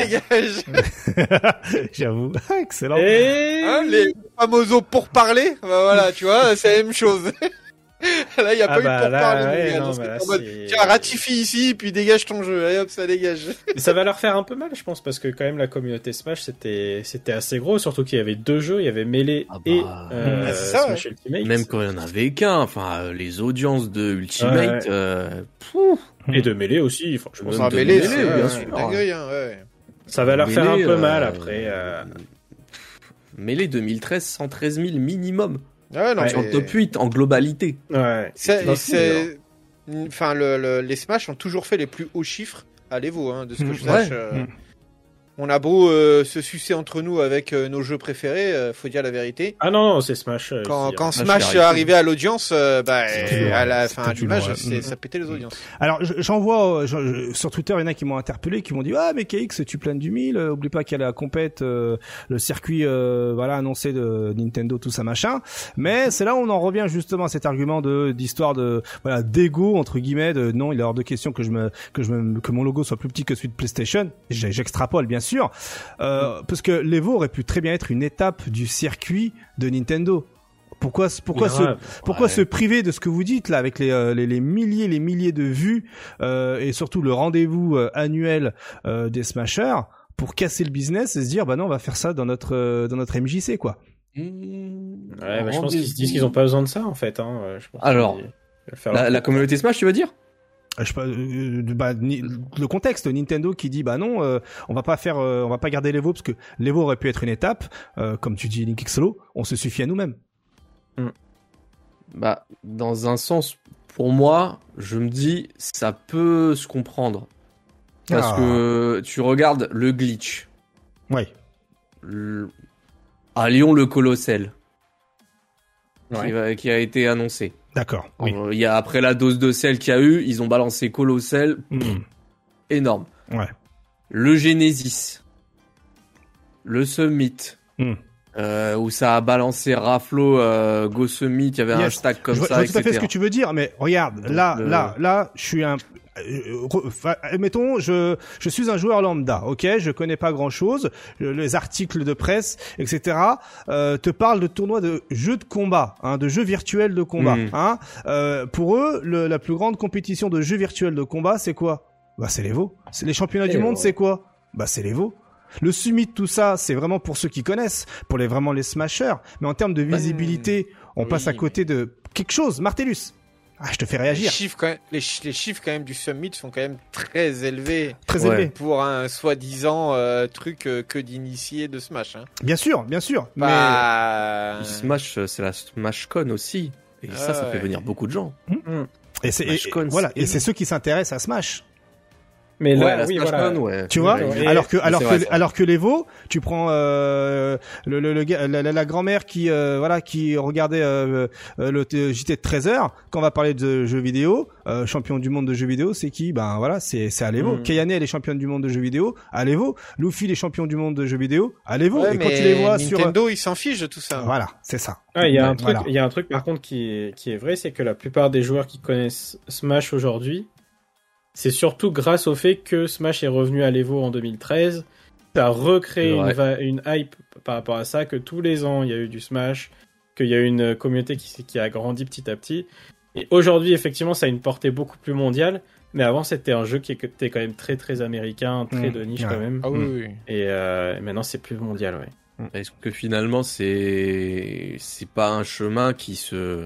dégage. J'avoue. Excellent. Les famosos pour parler, voilà, tu vois, c'est la même chose. Là, il n'y a pas eu de pourparler. Tiens, ratifie ici, puis dégage ton jeu. Allez hop, ça dégage. Mais ça va leur faire un peu mal, je pense, parce que quand même, la Smash, c'était assez gros, surtout qu'il y avait 2 jeux, il y avait Melee et Smash Ultimate. Même quand il n'y en avait qu'un, enfin, les audiences de Ultimate, et de Melee aussi, franchement. On s'en Melee, bien sûr. Ça va leur faire un peu mal après. Melee 2013, 113 000 minimum. Ouais, non, sur le top 8 en globalité. Ouais. Enfin, les Smash ont toujours fait les plus hauts chiffres à l'Evo, hein, de ce que je sache. On a beau se sucer entre nous avec nos jeux préférés, faut dire la vérité. Ah non, c'est Smash. Quand Smash arrivait à l'audience, à la fin du match, ça pétait les audiences. Alors j'en vois sur Twitter, il y en a qui m'ont interpellé, qui m'ont dit mais KX, tu planes du 1000, oublie pas qu'il y a la compète, le circuit annoncé de Nintendo, tout ça machin. Mais c'est là où on en revient justement à cet argument d'histoire de d'ego entre guillemets, de non, il est hors de question que mon logo soit plus petit que celui de PlayStation. J'extrapole bien sûr, parce que l'Evo aurait pu très bien être une étape du circuit de Nintendo. Pourquoi se priver de ce que vous dites là, avec les milliers de vues et surtout le rendez-vous annuel des Smashers, pour casser le business et se dire non, on va faire ça dans notre MJC, quoi. Je pense qu'ils se disent qu'ils ont pas besoin de ça en fait. Je pense alors la communauté Smash, tu veux dire? Le contexte, Nintendo qui dit non, on va pas garder l'Evo parce que l'Evo aurait pu être une étape, comme tu dis, Link Solo, on se suffit à nous-mêmes. Dans un sens, pour moi, je me dis ça peut se comprendre parce que tu regardes le glitch. Ouais. À Lyon, le Colossal. Qui a été annoncé. D'accord. Oui. Il y a après la dose de sel qu'il y a eu, ils ont balancé Colossal, énorme. Ouais. Le Genesis, le Summit, où ça a balancé Raflo, Go Summit, il y avait un hashtag comme ça, je vois etc. tout à fait ce que tu veux dire, mais regarde, donc, là, je suis un. Mettons, je suis un joueur lambda, ok, je connais pas grand chose, les articles de presse, etc. Te parlent de tournois de jeux de combat, de jeux virtuels de combat. Pour eux, la plus grande compétition de jeux virtuels de combat, c'est quoi? C'est l'Evo. C'est les championnats du monde, c'est quoi? C'est l'Evo. Le Summit, tout ça, c'est vraiment pour ceux qui connaissent, pour les smashers. Mais en termes de visibilité, on passe à côté de quelque chose. Martellus. Je te fais réagir. Les chiffres quand même du Summit sont quand même très élevés. Très élevés. Pour un soi-disant truc que d'initié de Smash. Hein. Bien sûr. Mais Smash, c'est la SmashCon aussi. Et ça fait venir beaucoup de gens. Et c'est ceux qui s'intéressent à Smash. Mais là, la Smash Con, ouais. Tu vois, Ouais, alors que l'Evo, tu prends la grand-mère qui regardait le JT de 13h quand on va parler de jeux vidéo, champion du monde de jeux vidéo, c'est qui? Ben voilà, c'est à l'Evo. Kayane, elle est championne du monde de jeux vidéo à l'Evo. Luffy, les champions du monde de jeux vidéo à l'Evo. Ouais, et quand tu les vois sur Nintendo, ils s'en fichent de tout ça. Voilà, c'est ça. Il y a un truc par contre qui est vrai, c'est que la plupart des joueurs qui connaissent Smash aujourd'hui, c'est surtout grâce au fait que Smash est revenu à l'Evo en 2013. Ça a recréé une hype par rapport à ça, que tous les ans il y a eu du Smash, qu'il y a eu une communauté qui a grandi petit à petit. Et aujourd'hui, effectivement, ça a une portée beaucoup plus mondiale. Mais avant, c'était un jeu qui était quand même très très américain, très de niche quand même. Ah oui. Et maintenant, c'est plus mondial, ouais. Est-ce que finalement, c'est pas un chemin qui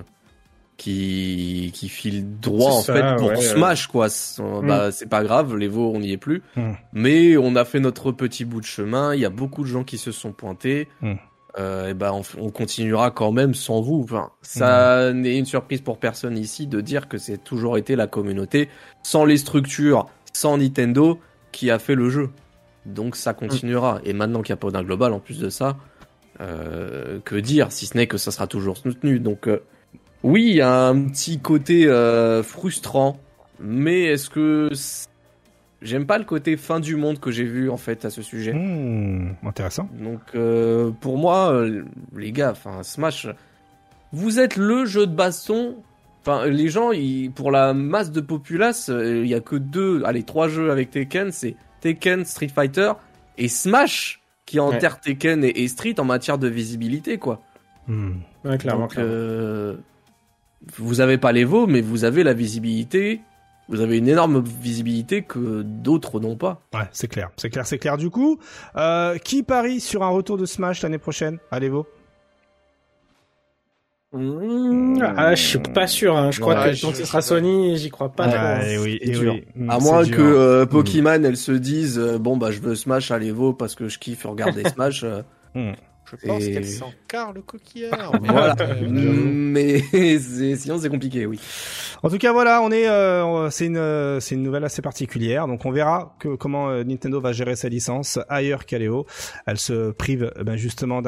file droit en fait pour Smash quoi. C'est pas grave, l'Evo on n'y est plus, mais on a fait notre petit bout de chemin, il y a beaucoup de gens qui se sont pointés, et on continuera quand même sans vous. Enfin, ça n'est une surprise pour personne ici de dire que c'est toujours été la communauté sans les structures, sans Nintendo qui a fait le jeu. Donc ça continuera. Et maintenant qu'il y a Podin Global en plus de ça, que dire si ce n'est que ça sera toujours soutenu. Donc oui, il y a un petit côté frustrant, mais est-ce que j'aime pas le côté fin du monde que j'ai vu en fait à ce sujet. Intéressant. Donc pour moi, les gars, enfin Smash, vous êtes le jeu de baston. Enfin, les gens, pour la masse de populace, il y a que 3 jeux avec Tekken, c'est Tekken, Street Fighter et Smash qui enterre Tekken et Street en matière de visibilité, quoi. Ouais, clairement. Donc, vous avez pas l'Evo, mais vous avez la visibilité. Vous avez une énorme visibilité que d'autres n'ont pas. Ouais, c'est clair. Du coup, qui parie sur un retour de Smash l'année prochaine à l'Evo? Je suis pas sûr. Hein. Je crois que tant que ce sera Sony, j'y crois pas trop. Oui. À moins que Pokémon, elle se dise je veux Smash à l'Evo parce que je kiffe regarder Smash. Je pense qu'elle s'encarre le coquillard. Voilà. Mais sinon c'est compliqué, oui. En tout cas, voilà, c'est une nouvelle assez particulière. Donc, on verra comment Nintendo va gérer sa licence ailleurs qu'à l'Evo. Elle se prive, justement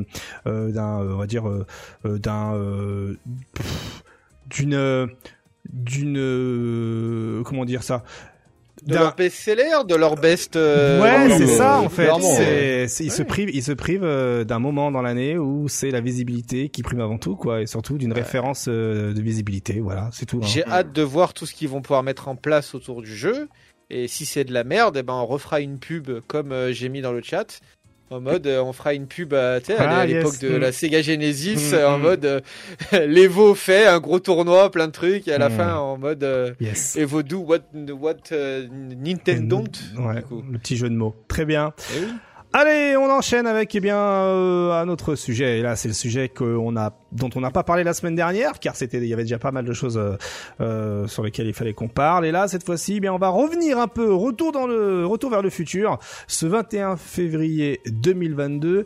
comment dire ça? De leur best-seller, de leur best. C'est ça en fait. Clairement, ils se privent d'un moment dans l'année où c'est la visibilité qui prime avant tout, quoi, et surtout d'une référence de visibilité. Voilà, c'est tout. J'ai hâte de voir tout ce qu'ils vont pouvoir mettre en place autour du jeu. Et si c'est de la merde, on refera une pub comme j'ai mis dans le chat. En mode, on fera une pub à l'époque de la Sega Genesis, en mode l'Evo fait un gros tournoi, plein de trucs, et à la fin en mode Evo do what Nintendo. Ouais, le petit jeu de mots. Très bien. Et oui. Allez, on enchaîne avec un autre sujet. Et là, c'est le sujet dont on n'a pas parlé la semaine dernière, car il y avait déjà pas mal de choses sur lesquelles il fallait qu'on parle. Et là, cette fois-ci, on va revenir un peu, retour vers le futur. Ce 21 février 2022,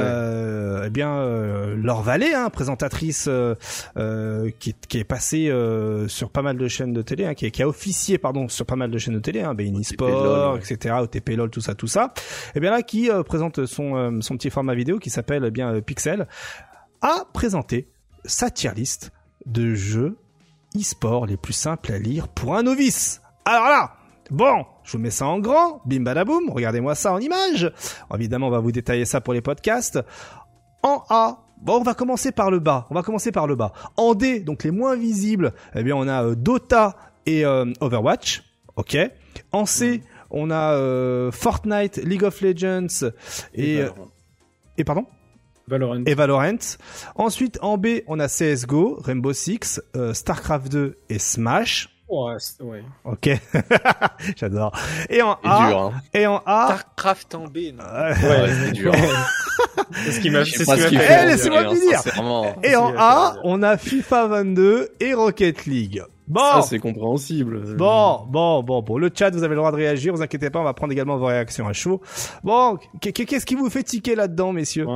Laure Vallée, présentatrice qui est passée sur pas mal de chaînes de télé, qui a officié sur pas mal de chaînes de télé, BeIN Sport, etc., OTP LOL, tout ça. Et bien là, qui présente son petit format vidéo qui s'appelle Pixel, a présenté sa tier list de jeux e-sport les plus simples à lire pour un novice. Alors là, je vous mets ça en grand, bim badaboum, regardez-moi ça en image. Évidemment, on va vous détailler ça pour les podcasts. En A, on va commencer par le bas. En D, donc les moins visibles, on a Dota et Overwatch. Ok. En C, on a Fortnite, League of Legends et pardon? Valorant. Et Valorant. Ensuite, en B, on a CSGO, Rainbow Six, StarCraft 2 et Smash. Ouais. Ok. J'adore. Et en A, dur, hein. StarCraft en B, non? C'est dur. C'est ce qui m'a laissez-moi le dire. Et en A, on a FIFA 22 et Rocket League. Ça, c'est compréhensible. Bon. Le chat, vous avez le droit de réagir. Vous inquiétez pas, on va prendre également vos réactions à chaud. Bon, qu'est-ce qui vous fait tiquer là-dedans, messieurs?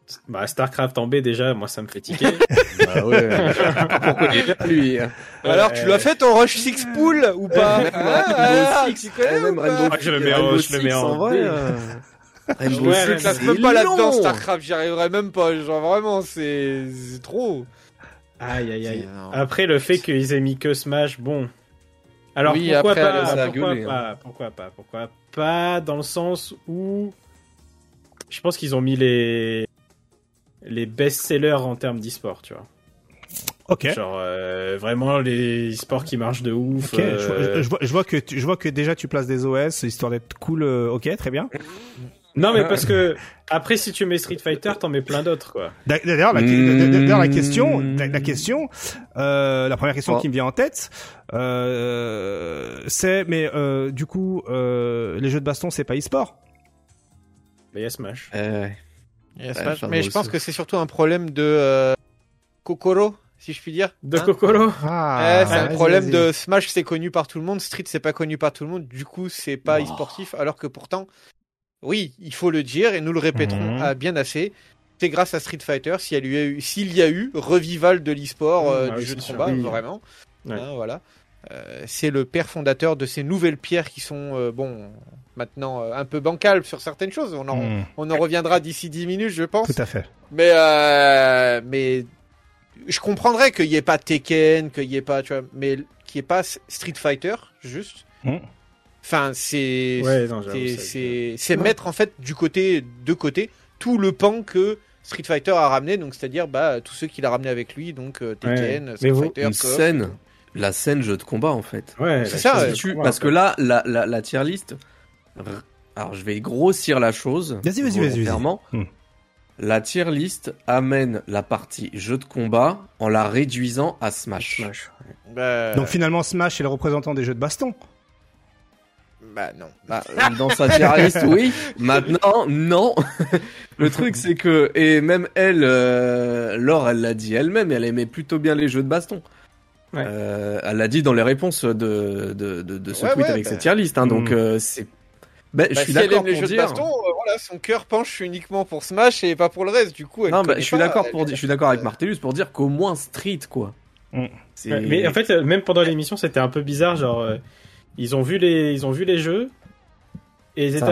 Bah, StarCraft en B, déjà, moi, ça me fait tiquer. Bah ouais. Pourquoi lui Alors, tu l'as fait ton Rush 6 Pool ou pas? Tu connais ou pas? Je le mets en vrai. Je me classe même pas là-dedans, StarCraft, j'y arriverai même pas. Genre, vraiment, c'est trop. Aïe. Après, le fait qu'ils aient mis que Smash, bon. Alors, oui, pourquoi après, pourquoi pas, dans le sens où je pense qu'ils ont mis les best-sellers en termes d'e-sport, tu vois. Ok. Genre, vraiment, les e-sports qui marchent de ouf. Ok, je vois que déjà tu places des OS, histoire d'être cool, ok, très bien. Non, mais parce que, après, si tu mets Street Fighter, t'en mets plein d'autres, quoi. D'ailleurs, la question, la première question qui me vient en tête, c'est, mais du coup, les jeux de baston, c'est pas e-sport? Mais il y a Smash. Mais je pense que c'est surtout un problème de Kokoro, si je puis dire. De Kokoro. C'est un problème de Smash, c'est connu par tout le monde, Street, c'est pas connu par tout le monde, du coup, c'est pas e-sportif, alors que pourtant, oui, il faut le dire, et nous le répéterons bien assez, c'est grâce à Street Fighter s'il y a eu revival de l'e-sport du jeu de combat, vraiment. Ouais. Hein, voilà. C'est le père fondateur de ces nouvelles pierres qui sont, maintenant un peu bancales sur certaines choses. On en reviendra d'ici 10 minutes, je pense. Tout à fait. Mais je comprendrais qu'il n'y ait pas Tekken, qu'il n'y ait pas, tu vois, mais qu'il n'y ait pas Street Fighter, juste. Enfin, c'est mettre en fait de côté tout le pan que Street Fighter a ramené, donc c'est-à-dire tous ceux qu'il a ramené avec lui, donc Tekken, Street Fighter, la scène jeu de combat en fait. Ouais, c'est ça. Parce que là, la tier list. Alors je vais grossir la chose. Vas-y. Clairement, la tier list amène la partie jeu de combat en la réduisant à Smash. Donc finalement, Smash est le représentant des jeux de baston. Non. Dans sa tier list, oui. Maintenant, non. Le truc, c'est que, et même elle, Laure, elle l'a dit elle-même, elle aimait plutôt bien les jeux de baston. Ouais. Elle l'a dit dans les réponses de ce tweet avec cette tier list, hein, donc c'est. Je suis d'accord pour les jeux de baston, voilà, son cœur penche uniquement pour Smash et pas pour le reste. Du coup, je suis d'accord je suis d'accord avec Martellus pour dire qu'au moins Street, quoi. Mais en fait, même pendant l'émission, c'était un peu bizarre, genre. Ils ont vu les jeux et ils étaient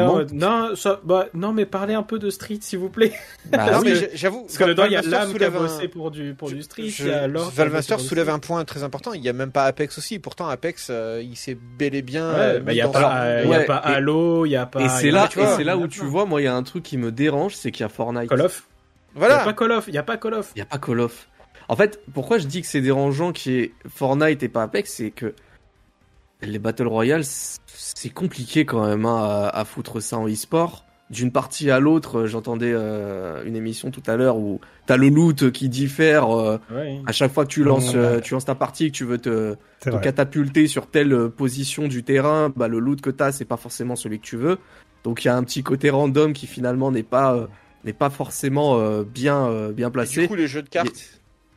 non mais parlez un peu de Street s'il vous plaît. Mais j'avoue parce que dedans il y a l'âme qui a bossé pour du Street, Valmaster soulève un point très important, il y a même pas Apex aussi, pourtant Apex il s'est bel et bien il y a pas Halo, il y a pas. Et c'est là où tu vois, moi il y a un truc qui me dérange, c'est qu'il y a Fortnite. Call of. Voilà. Il y a pas Call of. En fait, pourquoi je dis que c'est dérangeant qu'il y ait Fortnite et pas Apex, c'est que les Battle Royale, c'est compliqué quand même à foutre ça en e-sport. D'une partie à l'autre, j'entendais une émission tout à l'heure où t'as le loot qui diffère à chaque fois que tu lances ta partie, que tu veux te catapulter sur telle position du terrain, le loot que t'as, c'est pas forcément celui que tu veux. Donc il y a un petit côté random qui finalement n'est pas forcément bien placé. Et du coup, les jeux de cartes,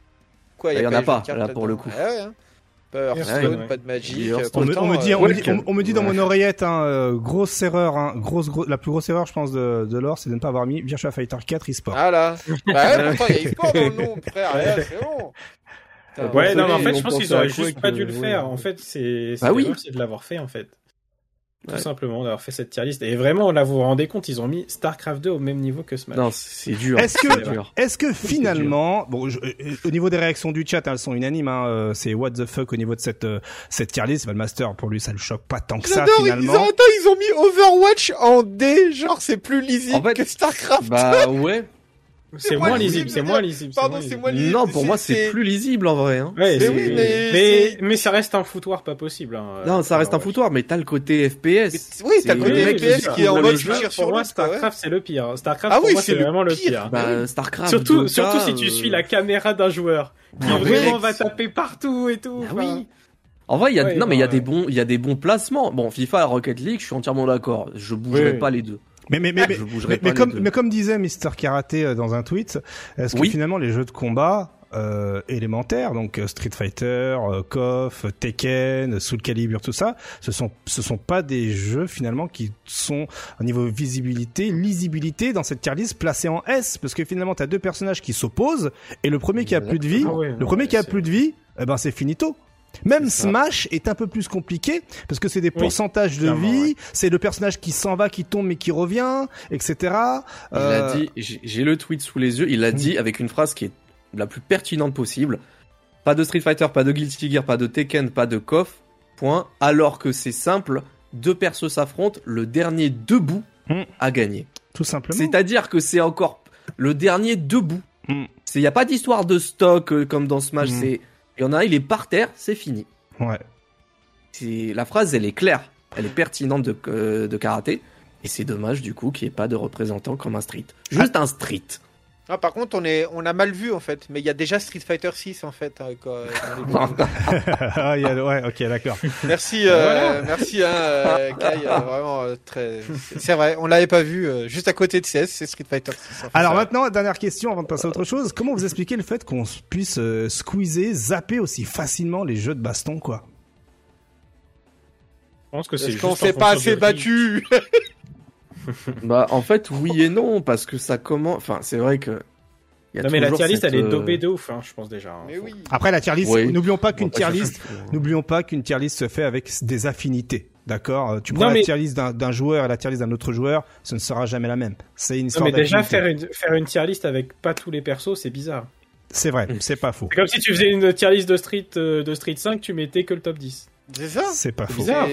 il y en a pas là pour le coup. Hearthstone, pas de Magic. On me dit dans mon oreillette, grosse erreur, la plus grosse erreur, je pense, de l'or, c'est de ne pas avoir mis Virtua Fighter 4 e-sport. Ah là. Pourtant, il y a e-sport dans le nom, frère. C'est bon. Ouais, non, mais en fait, je pense qu'ils auraient juste pas dû le faire. En fait, c'est de l'avoir fait, en fait. Tout simplement, d'avoir fait cette tier list. Et vraiment, là, vous vous rendez compte, ils ont mis StarCraft 2 au même niveau que Smash. Non, c'est dur. Est-ce que finalement, au niveau des réactions du chat, elles sont unanimes, c'est what the fuck au niveau de cette tier list. Valmaster, pour lui, ça le choque pas tant que ça, finalement. Ils ont mis Overwatch en D, genre, c'est plus lisible que StarCraft. Ouais. C'est moins lisible. Pardon, c'est moins lisible. Non, pour moi, c'est plus lisible en vrai. Hein. Ouais, mais ça reste un foutoir pas possible. Non, ça reste un foutoir, mais t'as le côté FPS. Oui, t'as le côté FPS qui est en mode je tire sur moi, StarCraft, c'est le pire. StarCraft, pour moi, c'est vraiment le pire. StarCraft. Surtout si tu suis la caméra d'un joueur qui vraiment va taper partout et tout. Oui. En vrai, il y a des bons placements. Bon, FIFA, Rocket League, je suis entièrement d'accord. Je bougerai pas les deux. Mais comme disait Mr. Karaté dans un tweet, est-ce que finalement les jeux de combat élémentaires, donc Street Fighter, KOF, Tekken, Soul Calibur, tout ça, ce sont pas des jeux finalement qui sont au niveau visibilité, lisibilité dans cette tier list placée en S, parce que finalement t'as deux personnages qui s'opposent et le premier qui a plus de vie, plus de vie, eh ben c'est finito. Même Smash est un peu plus compliqué parce que c'est des pourcentages de vie, c'est le personnage qui s'en va, qui tombe mais qui revient, etc. Il a dit, j'ai le tweet sous les yeux, il a dit avec une phrase qui est la plus pertinente possible. Pas de Street Fighter, pas de Guilty Gear, pas de Tekken, pas de KOF, point. Alors que c'est simple, deux persos s'affrontent, le dernier debout a gagné. Tout simplement. C'est-à-dire que c'est encore le dernier debout. Il y a pas d'histoire de stock comme dans Smash, il y en a un, il est par terre, c'est fini. Ouais. La phrase, elle est claire, elle est pertinente de karaté, et c'est dommage du coup qu'il n'y ait pas de représentant comme un street. Juste un street. Ah, par contre, on a mal vu en fait, mais il y a déjà Street Fighter 6 en fait. Ouais, ok, d'accord. Merci, merci, Kai, vraiment très. C'est vrai, on l'avait pas vu. Juste à côté de CS, c'est Street Fighter 6. Alors maintenant, dernière question avant de passer à autre chose. Comment vous expliquez le fait qu'on puisse squeezer, zapper aussi facilement les jeux de baston, quoi? Je pense que c'est juste qu'on s'est pas assez battu. Bah en fait oui et non parce que ça commence. Enfin c'est vrai que. Non mais la tier list elle est dopée de ouf, je pense déjà. Mais oui. Après la tier list, n'oublions pas qu'une tier list se fait avec des affinités. D'accord, tu prends la tier list d'un joueur et la tier list d'un autre joueur, ce ne sera jamais la même. C'est une histoire d'affinité. Mais déjà faire une tier list avec pas tous les persos, c'est bizarre. C'est vrai, c'est pas faux. C'est comme si tu faisais une tier list de Street 5, tu mettais que le top 10. C'est ça. C'est pas faux. Bizarre.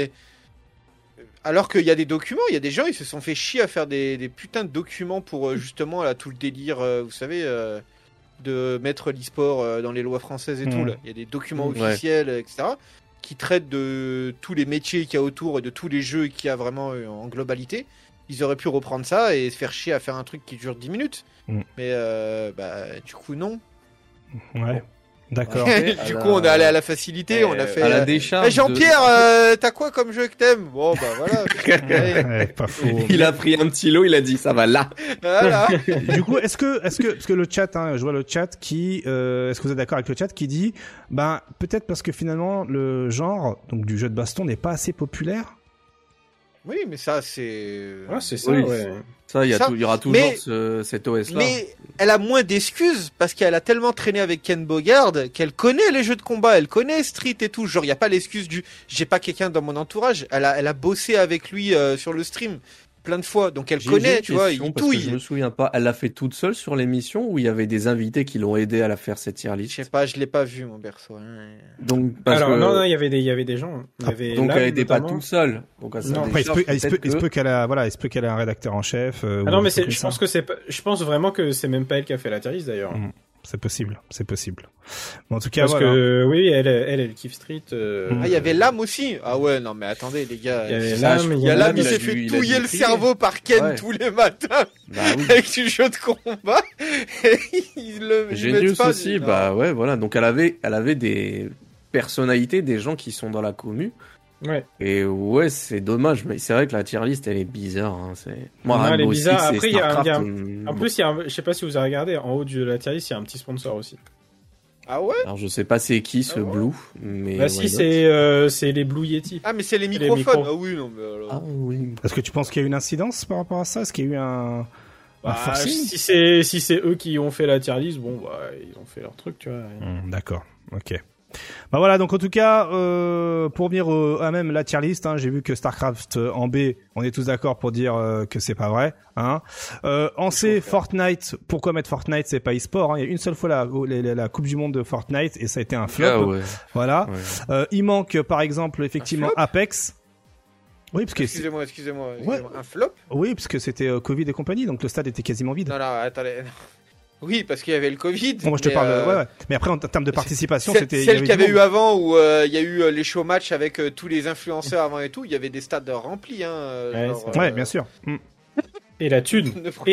Alors qu'il y a des documents, il y a des gens, ils se sont fait chier à faire des putains de documents pour justement là, tout le délire, vous savez, de mettre l'e-sport dans les lois françaises et tout. Là. Il y a des documents officiels, etc., qui traitent de tous les métiers qu'il y a autour et de tous les jeux qu'il y a vraiment en globalité. Ils auraient pu reprendre ça et se faire chier à faire un truc qui dure 10 minutes. Mais du coup, non. Ouais. D'accord. Du coup, on est allé à la facilité, on a fait. À la décharge. Jean-Pierre, t'as quoi comme jeu que t'aimes? Bon, bah voilà. Pas faux. Il a pris un petit lot, il a dit ça va là. Voilà. Du coup, est-ce que parce que le chat, je vois le chat qui, est-ce que vous êtes d'accord avec le chat qui dit, peut-être parce que finalement le genre donc du jeu de baston n'est pas assez populaire. Oui, mais ça c'est. Ouais, c'est ça. Oui, ouais. Ça, il y aura toujours cet OS là. Mais elle a moins d'excuses parce qu'elle a tellement traîné avec Ken Bogard qu'elle connaît les jeux de combat, elle connaît Street et tout. Genre, il y a pas l'excuse du j'ai pas quelqu'un dans mon entourage. Elle a bossé avec lui sur le stream plein de fois, donc elle connaît, tu vois. Il touille. Je me souviens pas. Elle l'a fait toute seule sur l'émission ou il y avait des invités qui l'ont aidé à la faire cette tier list. Je sais pas, je l'ai pas vu mon perso. Donc non, il y avait des gens. Donc elle était pas toute seule. Donc il se peut qu'elle a un rédacteur en chef. Non mais je pense vraiment que c'est même pas elle qui a fait la tier list d'ailleurs. C'est possible. Mais en tout cas, parce que oui, elle kiffe Street. Ah, il y avait l'âme aussi. Ah ouais, non mais attendez les gars. Il y a l'âme, il s'est fait touiller le cerveau par Ken tous les matins avec du jeu de combat. Genius aussi, voilà. Donc elle avait des personnalités, des gens qui sont dans la commu. Ouais. Et ouais, c'est dommage, mais c'est vrai que la tier list elle est bizarre. Elle est bizarre. Après, en plus, je sais pas si vous avez regardé, en haut de la tier list, il y a un petit sponsor aussi. Ah ouais? Alors je sais pas c'est qui ce Blue, mais. Si c'est les Blue Yeti. Ah mais c'est les microphones. Ah oui, non mais alors. Ah oui. Est-ce que tu penses qu'il y a eu une incidence par rapport à ça? Est-ce qu'il y a eu un forcing? Si c'est eux qui ont fait la tier list, bon ils ont fait leur truc, tu vois. D'accord. Ok. Voilà, donc en tout cas, pour revenir à même la tier list, j'ai vu que StarCraft en B, on est tous d'accord pour dire que c'est pas vrai. En C, Fortnite, pourquoi mettre Fortnite, c'est pas e-sport. Il y a une seule fois la Coupe du Monde de Fortnite et ça a été un flop. Ah ouais. Voilà. Ouais. Il manque par exemple effectivement Apex. Oui, parce que excusez-moi. Ouais. Un flop? Oui, parce que c'était Covid et compagnie, donc le stade était quasiment vide. Non, attendez. Oui, parce qu'il y avait le Covid. Bon, moi, je te parle. Ouais. Mais après, en termes de participation, c'était. Celle qu'il y avait eu avant, où il y a eu les show matchs avec tous les influenceurs avant et tout. Il y a avait des stades remplis, ouais, bien sûr. Et la thune.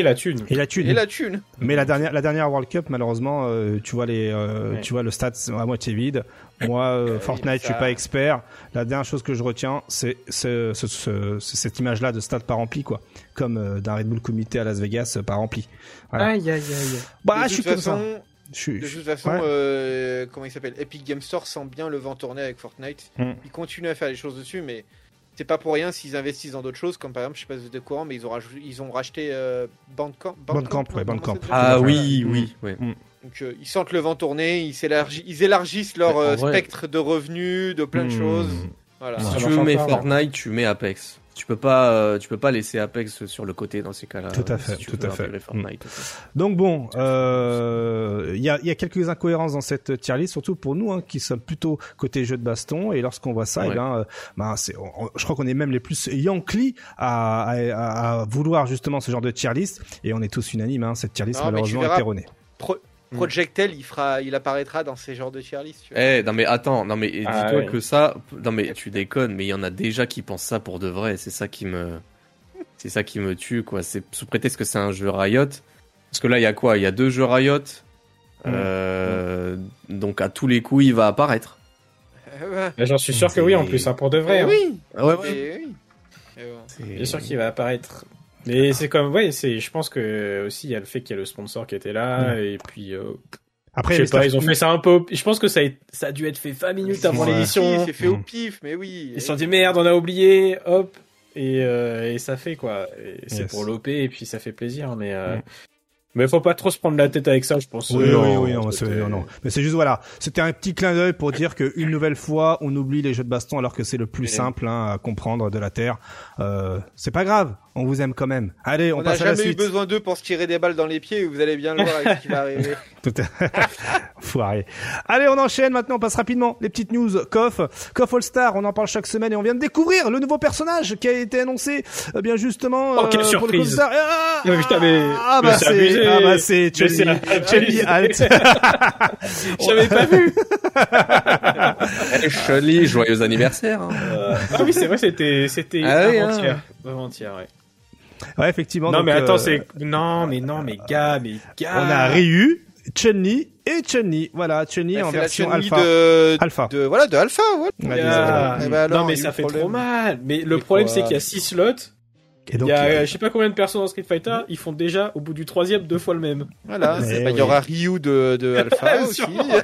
Mais la dernière World Cup, malheureusement, tu vois tu vois le stade à moitié vide. Moi, Fortnite, je suis pas expert. La dernière chose que je retiens, c'est cette image-là de stade pas rempli, quoi. Comme d'un Red Bull Comité à Las Vegas pas rempli. Voilà. Aïe. De je suis toute comme ça. façon, De toute façon, comment il s'appelle, Epic Games Store sent bien le vent tourner avec Fortnite. Ils continuent à faire des choses dessus, mais c'est pas pour rien s'ils investissent dans d'autres choses, comme par exemple, je sais pas si vous êtes au courant, mais ils ont racheté Bandcamp. Bandcamp. Ah oui. Donc ils sentent le vent tourner, ils élargissent leur spectre de revenus, de plein de choses. Voilà. Si tu mets Fortnite, tu mets Apex. Tu peux pas laisser Apex sur le côté dans ces cas-là. Tout à fait, si tout à fait. Fortnite, Donc bon, il y a quelques incohérences dans cette tier list, surtout pour nous qui sommes plutôt côté jeu de baston. Et lorsqu'on voit ça, je crois qu'on est même les plus yanklis à vouloir justement ce genre de tier list. Et on est tous unanimes. Cette tier list malheureusement est erronée. Project L, il apparaîtra dans ces genres de tier list. Non mais attends, dis-toi que ça, non mais tu déconnes, mais il y en a déjà qui pensent ça pour de vrai. C'est ça qui me tue quoi. C'est sous prétexte que c'est un jeu Riot. Parce que là il y a quoi ? Il y a 2 jeux Riot. Donc à tous les coups il va apparaître. J'en suis sûr que oui en plus, pour de vrai. Oui. Bien sûr qu'il va apparaître. Mais c'est comme, je pense que aussi il y a le fait qu'il y a le sponsor qui était là, et puis, après, je sais pas, ils ont fait ça un peu, je pense que ça a dû être fait 20 minutes avant l'émission. C'est fait au pif, mais oui. Ils se sont dit merde, on a oublié, hop, et ça fait quoi. Et c'est pour l'OP, et puis ça fait plaisir, mais faut pas trop se prendre la tête avec ça, je pense. Oui, non. Mais c'est juste, voilà. C'était un petit clin d'œil pour dire qu'une nouvelle fois, on oublie les jeux de baston alors que c'est le plus simple, à comprendre de la Terre. C'est pas grave. On vous aime quand même. Allez, on passe à la suite. On n'a jamais eu besoin d'eux pour se tirer des balles dans les pieds, vous allez bien le voir avec ce qui va arriver. Foiré. Allez, on enchaîne maintenant, on passe rapidement. Les petites news. KOF All-Star, on en parle chaque semaine et on vient de découvrir le nouveau personnage qui a été annoncé, bien justement, quelle surprise. C'est Chun-Li. J'avais pas vu. Chun-Li, joyeux anniversaire. Oui, c'est vrai, c'était avant-hier, Ouais, effectivement. Non, donc, mais attends, mais gars. On a Ryu, Chun-Li et Chun-Li. Voilà, Chun-Li en version alpha. De alpha. De alpha, ouais. Non, mais ça fait trop mal. Mais le problème, c'est qu'il y a 6 slots. Et donc, il y a je sais pas combien de personnes dans Street Fighter, ils font déjà au bout du 3e 2 fois le même. Voilà, il y aura Ryu de Alpha aussi.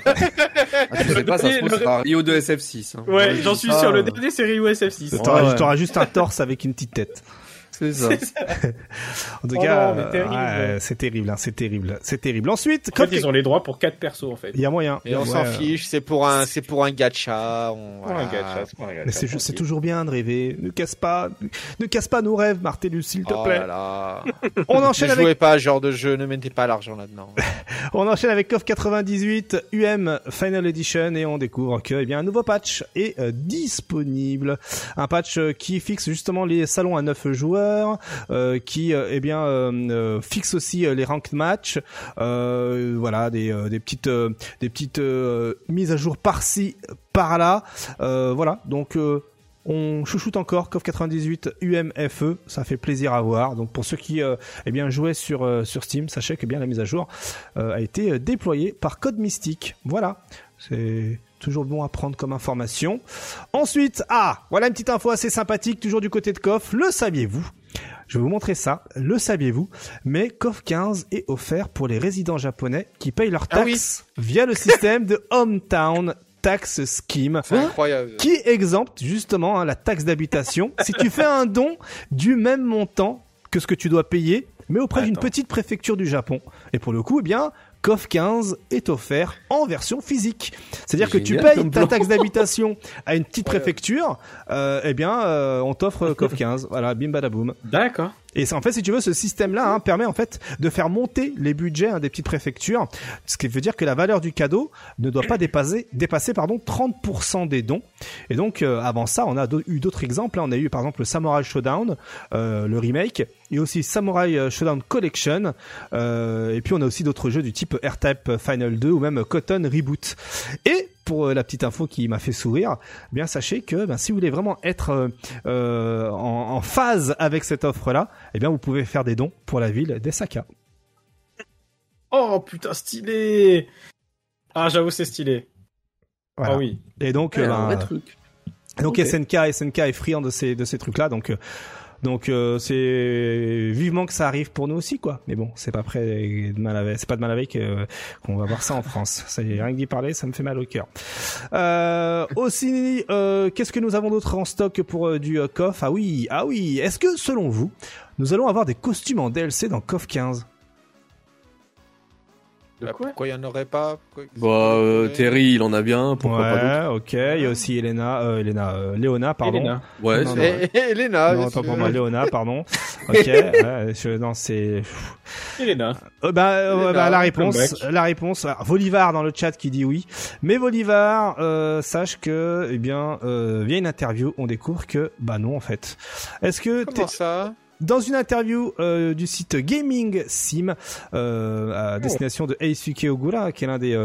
Je sais pas, ça se trouve sera Ryu de SF6. Ouais, j'en suis sûr, le dernier c'est Ryu SF6. T'auras juste un torse avec une petite tête. C'est ça. En tout cas, c'est terrible, c'est terrible. Ensuite, en fait, ils ont les droits pour 4 persos en fait. Il y a moyen. Et on s'en fiche, c'est pour un gacha. Mais c'est toujours bien de rêver. Ne casse pas nos rêves, Martellus, s'il te plaît. On enchaîne avec. Ne jouez pas à ce genre de jeu, ne mettez pas l'argent là-dedans. On enchaîne avec KOF 98 Final Edition et on découvre que, un nouveau patch est disponible. Un patch qui fixe justement les salons à 9 joueurs. Qui fixe aussi les ranked match, des petites mises à jour par-ci par-là, donc on chouchoute encore KOF 98 UMFE, ça fait plaisir à voir. Donc pour ceux qui jouaient sur Steam, sachez que la mise à jour a été déployée par Code Mystique. Voilà, c'est toujours bon à prendre comme information. Ensuite, voilà une petite info assez sympathique, toujours du côté de KOF. Le saviez-vous ? Je vais vous montrer ça. Le saviez-vous ? Mais KOF 15 est offert pour les résidents japonais qui payent leurs taxes via le système de Hometown Tax Scheme. C'est incroyable. Qui exempte justement la taxe d'habitation si tu fais un don du même montant que ce que tu dois payer, mais auprès d'une petite préfecture du Japon. Et pour le coup, KOF 15 est offert en version physique. C'est-à-dire que tu payes ta taxe d'habitation à une petite préfecture, on t'offre KOF 15. Voilà, bim badaboum. D'accord. Et en fait, si tu veux, ce système-là permet en fait de faire monter les budgets des petites préfectures, ce qui veut dire que la valeur du cadeau ne doit pas dépasser 30% des dons. Et donc, avant ça, on a eu d'autres exemples. On a eu par exemple le Samurai Showdown, le remake, et aussi Samurai Showdown Collection. Et puis on a aussi d'autres jeux du type R-Type Final 2 ou même Cotton Reboot. Et pour la petite info qui m'a fait sourire, sachez que si vous voulez vraiment être en phase avec cette offre-là, vous pouvez faire des dons pour la ville d'Esaka. Oh putain, stylé! Ah, j'avoue, c'est stylé. Voilà. Ah oui. Et donc, un vrai truc. Donc okay. SNK est friand de ces trucs-là, donc Donc c'est vivement que ça arrive pour nous aussi, quoi. Mais bon, c'est pas près de mal à c'est pas de mal avec qu'on va voir ça en France. Ça y est, rien que d'y parler, ça me fait mal au cœur. Aussi, qu'est-ce que nous avons d'autre en stock pour du KOF? Ah oui. Est-ce que selon vous, nous allons avoir des costumes en DLC dans KOF 15? Pourquoi il n'y en aurait pas? Terry, il en a bien. Pourquoi pas d'autres? Ok. Il y a aussi Léona, pardon. Léna. Ouais, Non, c'est vrai. Léna. Non, pas pour moi, Léona, pardon. Ok. Non, c'est. Léna. La réponse. Alors, Volivar dans le chat qui dit oui. Mais Volivar, sache que, via une interview, on découvre que, non, en fait. Est-ce que Comment ça? Dans une interview du site Gaming Sim à destination de Eisuke Ogura, qui est l'un des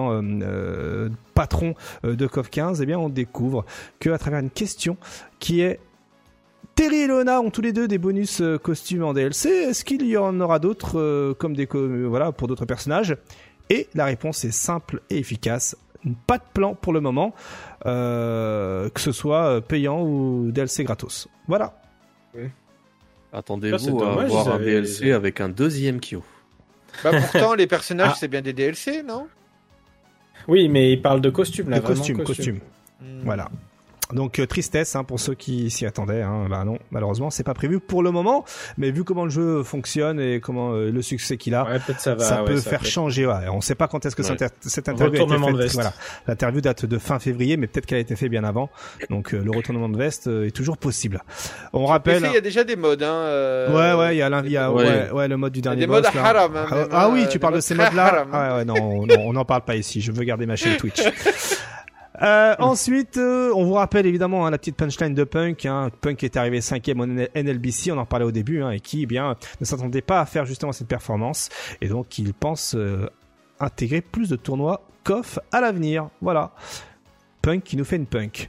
patrons de KOF 15, on découvre que à travers une question qui est Terry et Léona ont tous les deux des bonus costumes en DLC. Est-ce qu'il y en aura d'autres comme pour d'autres personnages? Et la réponse est simple et efficace. Pas de plan pour le moment, que ce soit payant ou DLC gratos. Voilà. Oui. Attendez-vous à avoir un DLC avec un deuxième Kyo. Pourtant, les personnages, c'est bien des DLC, non? Oui, mais il parle de costumes, là. De costumes. Voilà. Donc tristesse pour ceux qui s'y attendaient. Non, malheureusement, c'est pas prévu pour le moment. Mais vu comment le jeu fonctionne et comment le succès qu'il a, ça peut faire changer. Ouais. On sait pas quand est-ce que cette interview a été faite. Voilà. L'interview date de fin février, mais peut-être qu'elle a été faite bien avant. Donc le retournement de veste est toujours possible. On rappelle. Il y a déjà des modes. Ouais, il y a le mode du dernier boss. Des modes haram. Oui, tu parles de ces modes-là. Non, on n'en parle pas ici. Je veux garder ma chaîne Twitch. Ensuite, on vous rappelle évidemment la petite punchline de Punk. Punk est arrivé 5e au NLBC, on en parlait au début, et qui ne s'attendait pas à faire justement cette performance, et donc il pense intégrer plus de tournois KOF à l'avenir. Voilà. Punk qui nous fait une punk.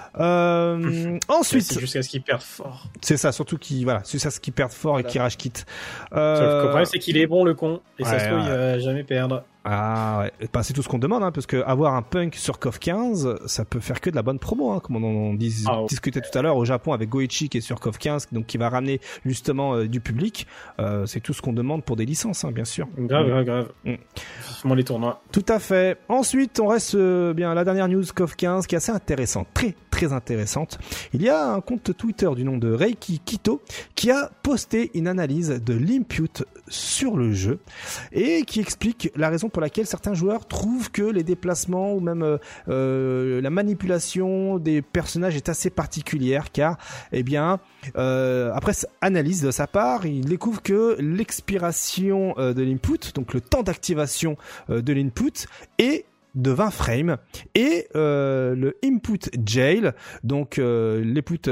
Ensuite, jusqu'à ce qu'il perde fort. C'est ça, surtout jusqu'à ce qu'il perde fort et qu'il rage quitte. Le problème, c'est qu'il est bon, le con, et ça se trouve, il va jamais perdre. Ah ouais, c'est tout ce qu'on demande, parce que avoir un Punk sur KOF 15, ça peut faire que de la bonne promo, comme on discutait tout à l'heure au Japon avec Goichi qui est sur KOF 15, donc qui va ramener justement du public. C'est tout ce qu'on demande pour des licences, bien sûr. Grave. Justement les tournois. Tout à fait. Ensuite, on reste la dernière news KOF 15 qui est assez intéressante, très très intéressante. Il y a un compte Twitter du nom de Reiki Kito qui a posté une analyse de l'input sur le jeu et qui explique la raison pour laquelle certains joueurs trouvent que les déplacements ou même la manipulation des personnages est assez particulière, car après analyse de sa part, il découvre que l'expiration de l'input, donc le temps d'activation de l'input, est de 20 frames, et le input jail, donc l'input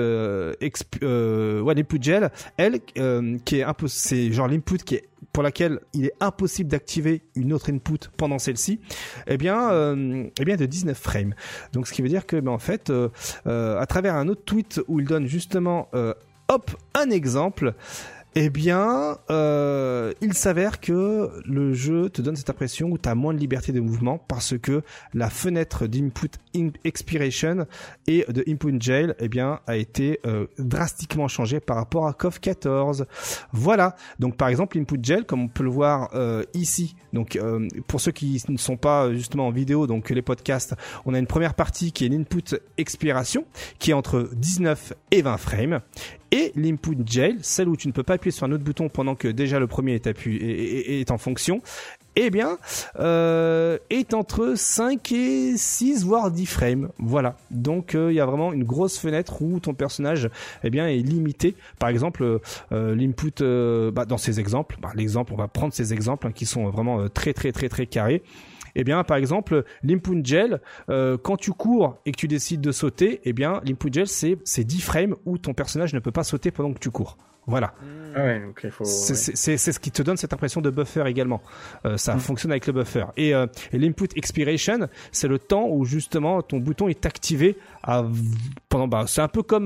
jail, qui est c'est genre l'input pour laquelle il est impossible d'activer une autre input pendant celle-ci, de 19 frames. Donc ce qui veut dire que en fait, à travers un autre tweet où il donne justement un exemple, il s'avère que le jeu te donne cette impression où tu as moins de liberté de mouvement parce que la fenêtre d'input expiration et de input jail a été drastiquement changée par rapport à KOF 14. Voilà. Donc par exemple l'input jail, comme on peut le voir ici. Donc pour ceux qui ne sont pas justement en vidéo, donc les podcasts, on a une première partie qui est l'input expiration qui est entre 19 et 20 frames. Et l'input jail, celle où tu ne peux pas appuyer sur un autre bouton pendant que déjà le premier est en fonction, est entre 5 et 6 voire 10 frames. Voilà. Donc il y a vraiment une grosse fenêtre où ton personnage est limité. Par exemple, l'input dans ces exemples, on va prendre ces exemples qui sont vraiment très très très très carrés. Par exemple, l'input jail, quand tu cours et que tu décides de sauter, l'input jail, c'est 10 frames où ton personnage ne peut pas sauter pendant que tu cours. Voilà. Donc il faut. C'est ce qui te donne cette impression de buffer également. Ça fonctionne avec le buffer. Et l'input expiration, c'est le temps où justement ton bouton est activé c'est un peu comme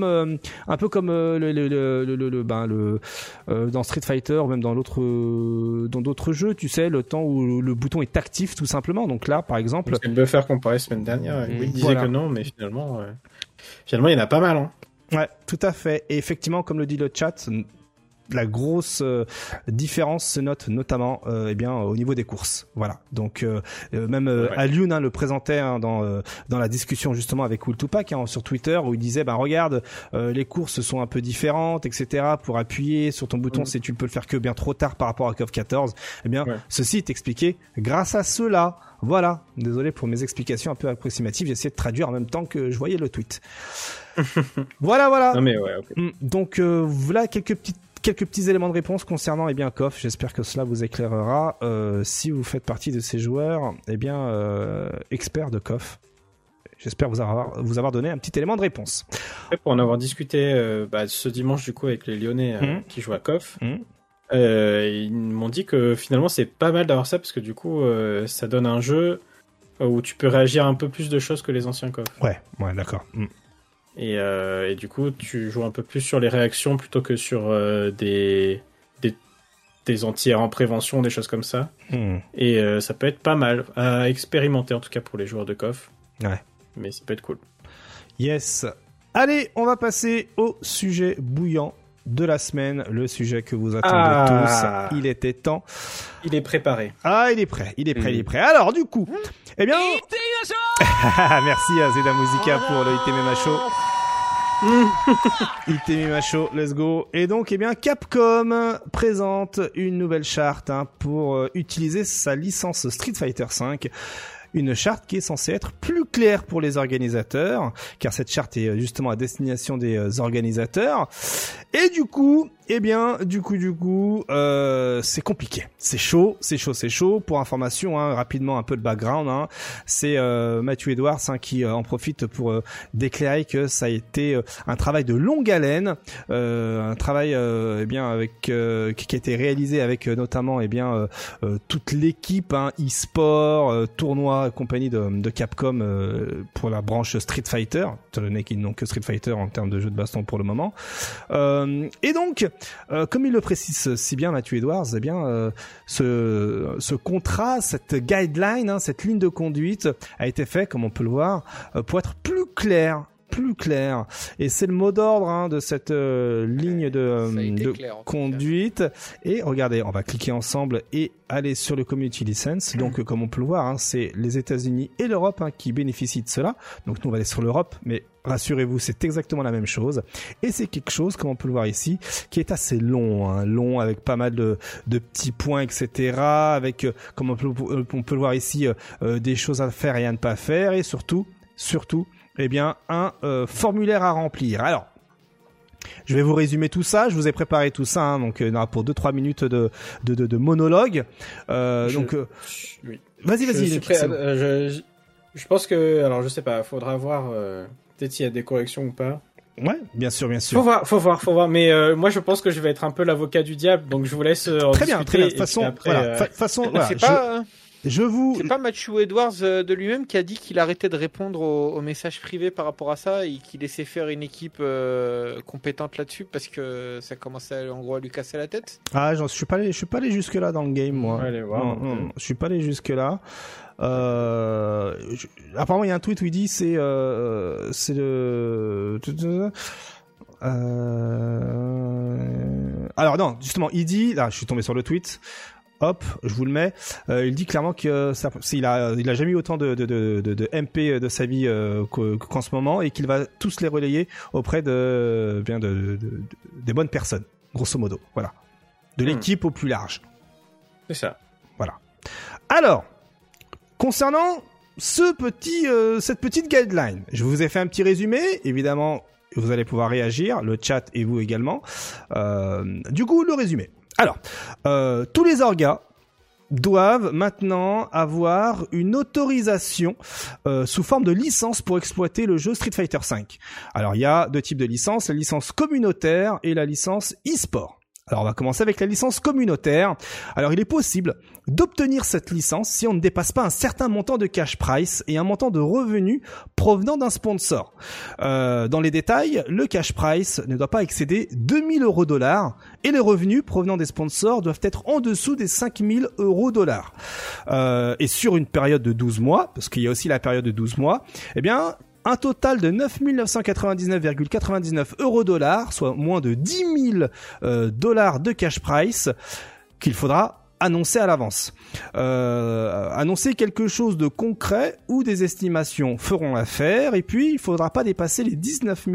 dans Street Fighter ou même dans d'autres jeux, tu sais, le temps où le bouton est actif tout simplement. Donc là, par exemple, c'est le buffer qu'on parlait la semaine dernière. Il disait que non, mais finalement il y en a pas mal. Ouais, tout à fait. Et effectivement, comme le dit le chat, la grosse différence se note notamment au niveau des courses. Voilà. Donc même Alioun le présentait dans la discussion justement avec Will Tupac sur Twitter, où il disait regarde, les courses sont un peu différentes, etc. Pour appuyer sur ton bouton, tu ne peux le faire que bien trop tard par rapport à KOF 14. Ceci est expliqué grâce à cela. Voilà. Désolé pour mes explications un peu approximatives. J'ai essayé de traduire en même temps que je voyais le tweet. voilà. Non mais ouais. Okay. Donc voilà quelques petits éléments de réponse concernant KOF. J'espère que cela vous éclairera si vous faites partie de ces joueurs experts de KOF. J'espère vous avoir donné un petit élément de réponse. Pour en avoir discuté ce dimanche du coup avec les Lyonnais qui jouent à KOF, ils m'ont dit que finalement c'est pas mal d'avoir ça parce que du coup ça donne un jeu où tu peux réagir à un peu plus de choses que les anciens KOF. Ouais, d'accord. Et du coup, tu joues un peu plus sur les réactions plutôt que sur des anti-airs en prévention, des choses comme ça. Et ça peut être pas mal à expérimenter, en tout cas pour les joueurs de KOF. Ouais. Mais ça peut être cool. Yes. Allez, on va passer au sujet bouillant de la semaine, le sujet que vous attendez tous. Il était temps. Il est préparé. Il est prêt. Alors, du coup, merci à Zeda Musica pour le Iteme Macho. Iteme Macho, let's go. Et donc, Capcom présente une nouvelle charte pour utiliser sa licence Street Fighter V. Une charte qui est censée être plus claire pour les organisateurs, car cette charte est justement à destination des organisateurs. Et du coup, c'est compliqué. C'est chaud. Pour information, rapidement un peu de background, c'est Matthew Edwards qui en profite pour déclarer que ça a été un travail de longue haleine, un travail qui a été réalisé avec notamment toute l'équipe e-sport, tournoi compagnie de Capcom pour la branche Street Fighter, étant donné qu'ils n'ont que Street Fighter en termes de jeu de baston pour le moment. Et donc, comme il le précise si bien Matthew Edwards, ce contrat, cette guideline, cette ligne de conduite a été fait, comme on peut le voir, pour être plus clair. Et c'est le mot d'ordre de cette ligne de conduite. Et regardez, on va cliquer ensemble et aller sur le Community License. Donc, comme on peut le voir, c'est les États-Unis et l'Europe qui bénéficient de cela. Donc, nous, on va aller sur l'Europe, mais rassurez-vous, c'est exactement la même chose. Et c'est quelque chose, comme on peut le voir ici, qui est assez long, avec pas mal de petits points, etc. Avec, comme on peut le voir ici, des choses à faire et à ne pas faire. Et surtout, un formulaire à remplir. Alors, je vais vous résumer tout ça. Je vous ai préparé tout ça, donc il y en aura pour 2-3 minutes de monologue. Oui. Vas-y. Je pense que, alors je sais pas, faudra voir peut-être s'il y a des corrections ou pas. Ouais, bien sûr. Faut voir. Mais moi, je pense que je vais être un peu l'avocat du diable, donc je vous laisse en très bien. discuter. De toute façon, voilà. C'est pas Matthew Edwards de lui-même qui a dit qu'il arrêtait de répondre aux messages privés par rapport à ça et qu'il laissait faire une équipe compétente là-dessus parce que ça commençait en gros à lui casser la tête. Je suis pas allé jusque là dans le game, moi. Allez voir. Je suis pas allé jusque là. Apparemment il y a un tweet où il dit c'est le alors non, justement il dit là, je suis tombé sur le tweet. Hop, je vous le mets. Il dit clairement que il a jamais eu autant de MP de sa vie qu'en ce moment, et qu'il va tous les relayer auprès des bonnes personnes, grosso modo. Voilà, de l'équipe au plus large. C'est ça. Voilà. Alors, concernant cette petite guideline, je vous ai fait un petit résumé. Évidemment, vous allez pouvoir réagir, le chat et vous également. Du coup, le résumé. Alors, tous les orgas doivent maintenant avoir une autorisation sous forme de licence pour exploiter le jeu Street Fighter V. Alors, il y a deux types de licences, la licence communautaire et la licence e-sport. Alors, on va commencer avec la licence communautaire. Alors, il est possible d'obtenir cette licence si on ne dépasse pas un certain montant de cash price et un montant de revenus provenant d'un sponsor. Dans les détails, le cash price ne doit pas excéder 2 000 € et les revenus provenant des sponsors doivent être en dessous des 5 000 €. Et sur une période de 12 mois, parce qu'il y a aussi la période de 12 mois, un total de 9 999,99 €, soit moins de 10 000 $ de cash price qu'il faudra annoncer à l'avance. Annoncer quelque chose de concret ou des estimations feront l'affaire, et puis il faudra pas dépasser les 19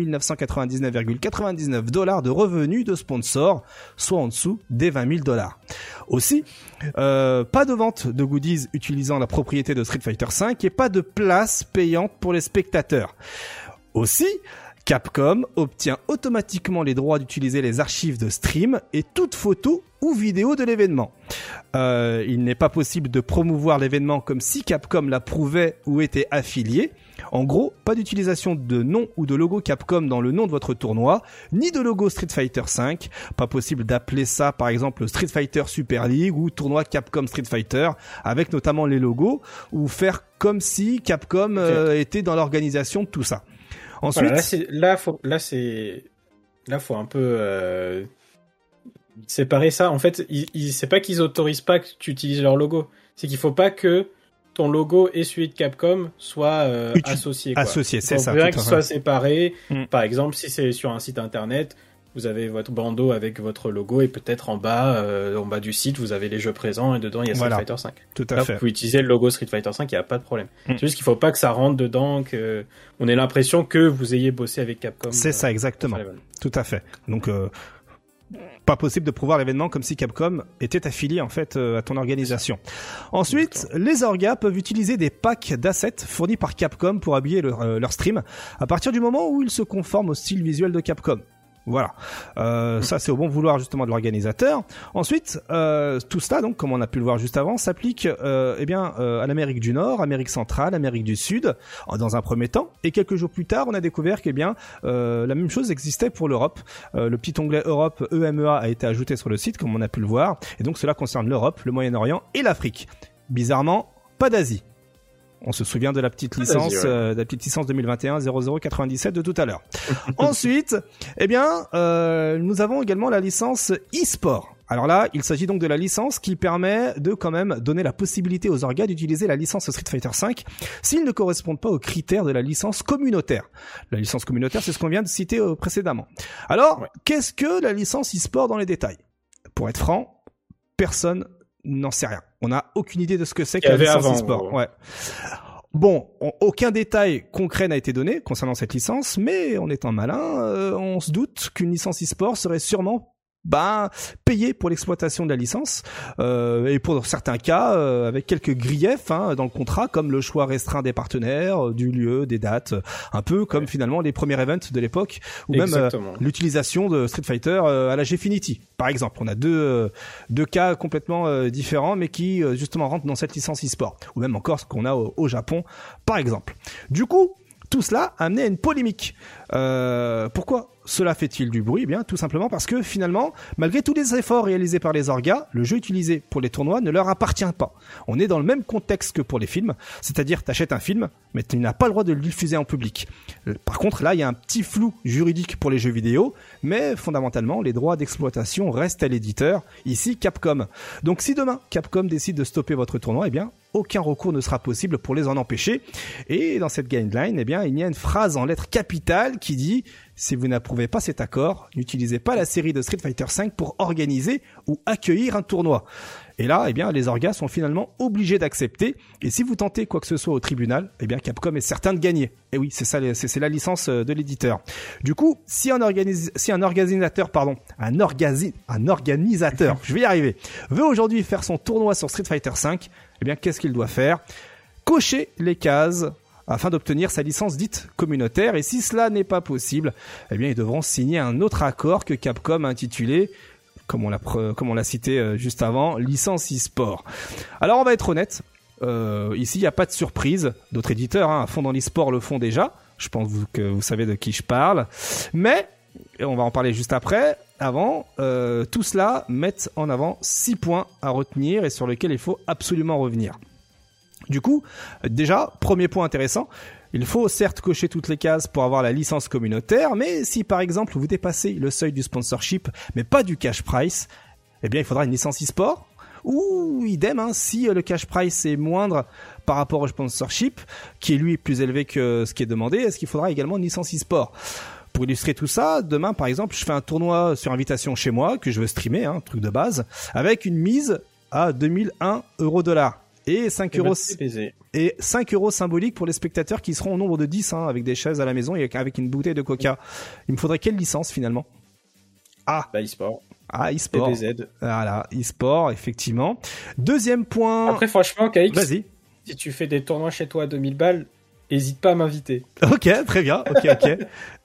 999,99 $ de revenus de sponsor, soit en dessous des 20 000 $. Aussi, pas de vente de goodies utilisant la propriété de Street Fighter V et pas de place payante pour les spectateurs. Aussi, Capcom obtient automatiquement les droits d'utiliser les archives de stream et toute photo ou vidéo de l'événement. Il n'est pas possible de promouvoir l'événement comme si Capcom l'approuvait ou était affilié. En gros, pas d'utilisation de nom ou de logo Capcom dans le nom de votre tournoi, ni de logo Street Fighter V. Pas possible d'appeler ça par exemple Street Fighter Super League ou tournoi Capcom Street Fighter, avec notamment les logos, ou faire comme si Capcom était dans l'organisation de tout ça. Ensuite, voilà, là, faut un peu séparer ça. En fait, c'est pas qu'ils autorisent pas que tu utilises leur logo, c'est qu'il faut pas que ton logo et celui de Capcom soient associés. Associés, c'est ça. Il faut bien qu'ils soient séparés. Par exemple, si c'est sur un site internet, vous avez votre bandeau avec votre logo et peut-être en bas du site, vous avez les jeux présents et dedans il y a Street Fighter V. Tout à fait. Vous pouvez utiliser le logo Street Fighter V, il n'y a pas de problème. C'est juste qu'il ne faut pas que ça rentre dedans, que on ait l'impression que vous ayez bossé avec Capcom. C'est ça, exactement. Tout à fait. Donc, pas possible de promouvoir l'événement comme si Capcom était affilié en fait à ton organisation. Ensuite, les orgas peuvent utiliser des packs d'assets fournis par Capcom pour habiller leur stream à partir du moment où ils se conforment au style visuel de Capcom. Voilà, ça c'est au bon vouloir justement de l'organisateur. Ensuite, tout cela, donc comme on a pu le voir juste avant, s'applique à l'Amérique du Nord, Amérique centrale, Amérique du Sud, dans un premier temps. Et quelques jours plus tard, on a découvert que la même chose existait pour l'Europe. Le petit onglet Europe EMEA a été ajouté sur le site, comme on a pu le voir. Et donc cela concerne l'Europe, le Moyen-Orient et l'Afrique. Bizarrement, pas d'Asie. On se souvient de la petite licence, de la petite licence 2021 0097 de tout à l'heure. Ensuite, nous avons également la licence e-sport. Alors là, il s'agit donc de la licence qui permet de quand même donner la possibilité aux orgas d'utiliser la licence Street Fighter V s'ils ne correspondent pas aux critères de la licence communautaire. La licence communautaire, c'est ce qu'on vient de citer précédemment. Alors, qu'est-ce que la licence e-sport dans les détails ? Pour être franc, personne n'en sait rien. On n'a aucune idée de ce que c'est que la licence e-sport. Ouais. Bon, aucun détail concret n'a été donné concernant cette licence, mais en étant malin, on se doute qu'une licence e-sport serait sûrement payé pour l'exploitation de la licence et pour certains cas avec quelques griefs dans le contrat, comme le choix restreint des partenaires, du lieu, des dates, un peu comme finalement les premiers events de l'époque, ou même l'utilisation de Street Fighter à la Gfinity par exemple. On a deux cas complètement différents, mais qui justement rentrent dans cette licence e-sport, ou même encore ce qu'on a au Japon par exemple. Du coup, tout cela a amené à une polémique. Pourquoi cela fait-il du bruit ? Eh bien, tout simplement parce que finalement, malgré tous les efforts réalisés par les orgas, le jeu utilisé pour les tournois ne leur appartient pas. On est dans le même contexte que pour les films, c'est-à-dire t'achètes un film, mais tu n'as pas le droit de le diffuser en public. Par contre, là, il y a un petit flou juridique pour les jeux vidéo, mais fondamentalement, les droits d'exploitation restent à l'éditeur, ici Capcom. Donc si demain, Capcom décide de stopper votre tournoi, eh bien, aucun recours ne sera possible pour les en empêcher. Et dans cette guideline, il y a une phrase en lettres capitales qui dit: si vous n'approuvez pas cet accord, n'utilisez pas la série de Street Fighter V pour organiser ou accueillir un tournoi. Et là, les orgas sont finalement obligés d'accepter. Et si vous tentez quoi que ce soit au tribunal, Capcom est certain de gagner. Et oui, c'est ça, c'est la licence de l'éditeur. Du coup, si un organisateur, je vais y arriver, veut aujourd'hui faire son tournoi sur Street Fighter V, qu'est-ce qu'il doit faire ? Cocher les cases afin d'obtenir sa licence dite communautaire. Et si cela n'est pas possible, ils devront signer un autre accord que Capcom a intitulé, comme on l'a cité juste avant, licence e-sport. Alors on va être honnête, ici il n'y a pas de surprise. D'autres éditeurs à fond dans l'e-sport le font déjà. Je pense que vous savez de qui je parle. Mais, et on va en parler juste après, avant, tout cela met en avant 6 points à retenir et sur lesquels il faut absolument revenir. Du coup, déjà, premier point intéressant, il faut certes cocher toutes les cases pour avoir la licence communautaire, mais si par exemple vous dépassez le seuil du sponsorship, mais pas du cash price, il faudra une licence e-sport ou idem, hein, si le cash price est moindre par rapport au sponsorship, qui est lui plus élevé que ce qui est demandé, est-ce qu'il faudra également une licence e-sport? Pour illustrer tout ça, demain par exemple, je fais un tournoi sur invitation chez moi que je veux streamer, hein, truc de base, avec une mise à 2001 $. Et 5 euros et 5 euros symboliques pour les spectateurs qui seront au nombre de 10, hein, avec des chaises à la maison et avec une bouteille de coca. Il me faudrait quelle licence finalement? e-sport. e-sport. PDZ. Voilà, e-sport, effectivement. Deuxième point. Après, franchement, KX, vas-y. Si tu fais des tournois chez toi à 2000 balles, hésite pas à m'inviter. Ok, très bien. Ok.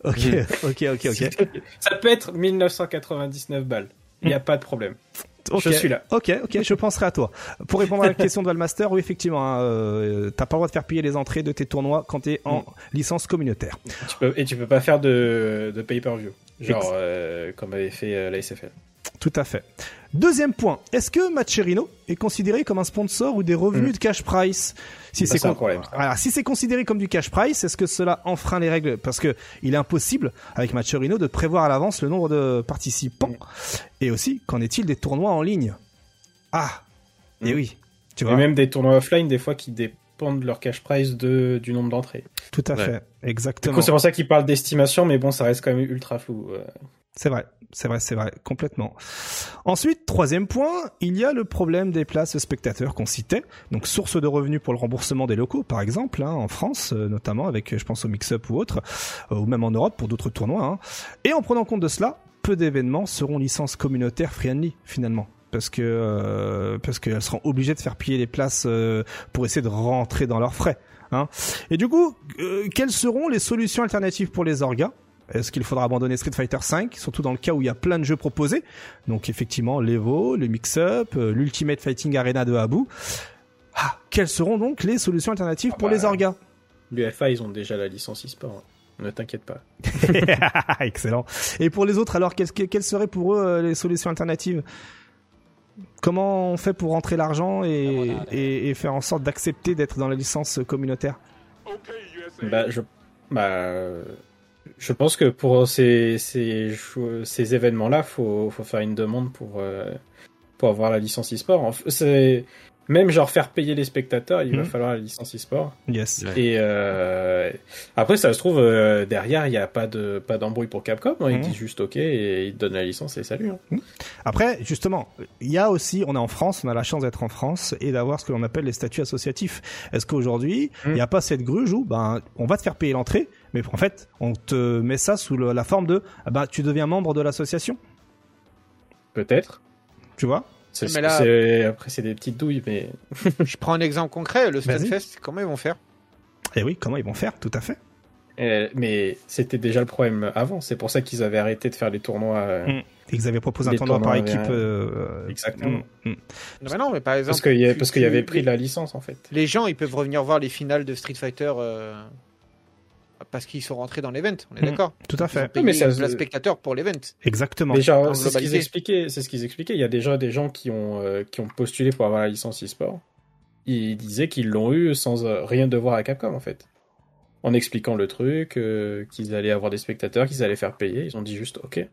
Ça peut être 1999 balles. Il n'y a pas de problème. Okay. Je suis là. Ok, je penserai à toi. Pour répondre à la question de Valmaster, oui, effectivement, hein, t'as pas le droit de faire payer les entrées de tes tournois quand t'es en licence communautaire. Tu peux pas faire de pay-per-view, genre comme avait fait la SFL. Tout à fait. Deuxième point, est-ce que Matcherino est considéré comme un sponsor ou des revenus de cash price? Si c'est un problème. Alors, si c'est considéré comme du cash price, est-ce que cela enfreint les règles? Parce que il est impossible avec Matcherino de prévoir à l'avance le nombre de participants. Et aussi, qu'en est-il des tournois en ligne? Et oui, tu vois. Et même des tournois offline, des fois, qui dépendent de leur cash price du nombre d'entrées. Tout à fait, exactement. Du coup, c'est pour ça qu'ils parlent d'estimation, mais bon, ça reste quand même ultra flou. C'est vrai, complètement. Ensuite, troisième point, il y a le problème des places spectateurs qu'on citait, donc source de revenus pour le remboursement des locaux, par exemple, hein, en France, notamment avec, je pense au Mix-Up ou autre, ou même en Europe pour d'autres tournois. Hein. Et en prenant compte de cela, peu d'événements seront licences communautaires friendly, finalement. Parce qu'elles seront obligées de faire payer les places pour essayer de rentrer dans leurs frais. Hein. Et du coup, quelles seront les solutions alternatives pour les orgas? Est-ce qu'il faudra abandonner Street Fighter V, surtout dans le cas où il y a plein de jeux proposés? Donc effectivement, l'Evo, le Mix-Up, l'Ultimate Fighting Arena de Habu. Quelles seront donc les solutions alternatives pour les orgas? L'UFA, ils ont déjà la licence e-sport. Ne t'inquiète pas. Excellent. Et pour les autres, alors, quelles seraient pour eux les solutions alternatives? Comment on fait pour rentrer l'argent et faire en sorte d'accepter d'être dans la licence communautaire? Je pense que pour ces événements-là, faut faire une demande pour avoir la licence e-sport. C'est même genre faire payer les spectateurs, il va falloir la licence e-sport. Yes. Et après, ça se trouve derrière, il n'y a pas d'embrouille pour Capcom. Hein, ils disent juste OK et ils te donnent la licence et salut. Hein. Après, justement, il y a aussi, on est en France, on a la chance d'être en France et d'avoir ce que l'on appelle les statuts associatifs. Est-ce qu'aujourd'hui, il n'y a pas cette gruge où on va te faire payer l'entrée, mais en fait, on te met ça sous la forme de tu deviens membre de l'association? Peut-être. Tu vois? Après, c'est des petites douilles, mais... Je prends un exemple concret, le Stunfest, comment ils vont faire? Eh oui, comment ils vont faire, tout à fait. Mais c'était déjà le problème avant, c'est pour ça qu'ils avaient arrêté de faire les tournois... Ils avaient proposé un tournoi par équipe... Exactement. Non, mais par exemple... Parce qu'il y avait pris la licence, en fait. Les gens, ils peuvent revenir voir les finales de Street Fighter... parce qu'ils sont rentrés dans l'event, on est d'accord? Tout à fait. Mais c'est un spectateur pour l'event. Exactement. Déjà, c'est ce qu'ils expliquaient. Il y a déjà des gens qui ont postulé pour avoir la licence e-sport. Ils disaient qu'ils l'ont eu sans rien devoir à Capcom, en fait. En expliquant le truc, qu'ils allaient avoir des spectateurs, qu'ils allaient faire payer. Ils ont dit juste OK.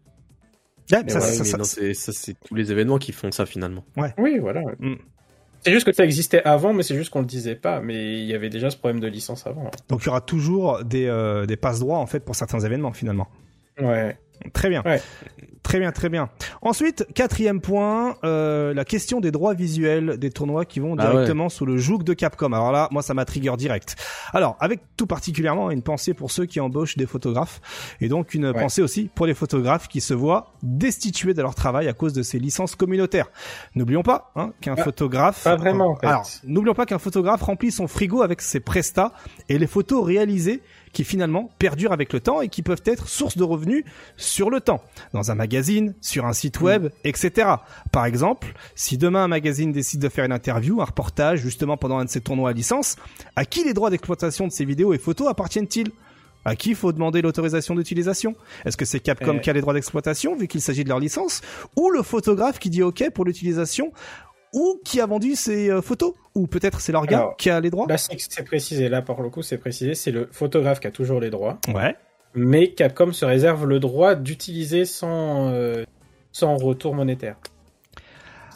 C'est tous les événements qui font ça, finalement. Ouais. Oui, voilà. C'est juste que ça existait avant, mais c'est juste qu'on le disait pas. Mais il y avait déjà ce problème de licence avant. Donc il y aura toujours des passe-droits en fait pour certains événements finalement. Ouais. Très bien. Ouais. Très bien. Ensuite, quatrième point, la question des droits visuels des tournois qui vont directement sous le joug de Capcom. Alors là, moi, ça m'a trigger direct. Alors, avec tout particulièrement une pensée pour ceux qui embauchent des photographes et donc une pensée aussi pour les photographes qui se voient destitués de leur travail à cause de ces licences communautaires. N'oublions pas qu'un photographe... Pas vraiment, en fait. Alors, n'oublions pas qu'un photographe remplit son frigo avec ses prestats et les photos réalisées qui finalement perdurent avec le temps et qui peuvent être source de revenus sur le temps, dans un magazine, sur un site web, etc. Par exemple, si demain un magazine décide de faire une interview, un reportage justement pendant un de ces tournois à licence, à qui les droits d'exploitation de ces vidéos et photos appartiennent-ils ? À qui il faut demander l'autorisation d'utilisation ? Est-ce que c'est Capcom qui a les droits d'exploitation vu qu'il s'agit de leur licence, ou le photographe qui dit OK pour l'utilisation, ou qui a vendu ces photos, ou peut-être c'est l'orga qui a les droits. Là, c'est précisé. Là, pour le coup, c'est précisé. C'est le photographe qui a toujours les droits. Ouais. Mais Capcom se réserve le droit d'utiliser sans retour monétaire.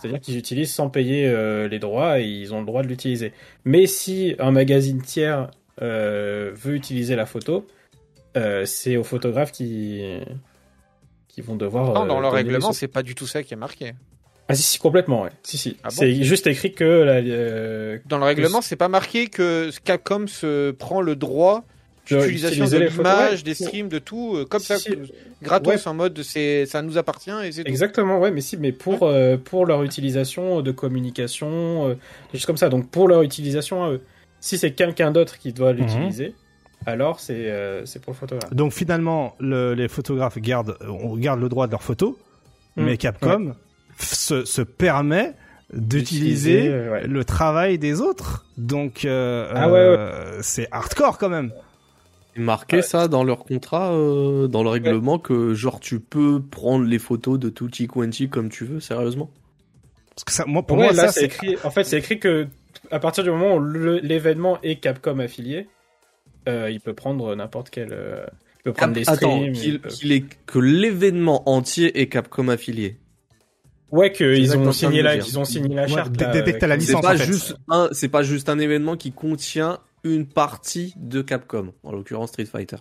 C'est-à-dire qu'ils utilisent sans payer les droits et ils ont le droit de l'utiliser. Mais si un magazine tiers veut utiliser la photo, c'est aux photographes qui vont devoir... Non, dans leur donner règlement, les sous. c'est pas du tout ça qui est marqué. Ah si, complètement, ouais. Si. Ah bon C'est juste écrit que... Dans le règlement, c'est pas marqué que Capcom se prend le droit d'utilisation de d'utiliser les photos, l'image, ouais. des streams, de tout, comme Si, ça, si. gratos, Ouais. en mode ça nous appartient et c'est tout. Exactement, ouais, mais pour leur utilisation de communication, des choses comme ça. Donc pour leur utilisation à eux. Si c'est quelqu'un d'autre qui doit l'utiliser, alors c'est pour le photographe. Donc finalement, les photographes gardent le droit de leurs photos, mais Capcom se permet d'utiliser ouais. le travail des autres. Donc c'est hardcore quand même. C'est marqué ça dans leur contrat, dans le règlement, que genre tu peux prendre les photos de tutti quanti comme tu veux, sérieusement. Parce que ça, moi, Pour moi, là, ça, c'est écrit. En fait, c'est écrit que à partir du moment où l'événement est Capcom affilié, il peut prendre n'importe quel. Il peut prendre des streams. Que l'événement entier est Capcom affilié. Ouais, qu'ils ont signé la la charte. dès que t'as la licence, C'est pas juste un événement qui contient une partie de Capcom, en l'occurrence Street Fighter.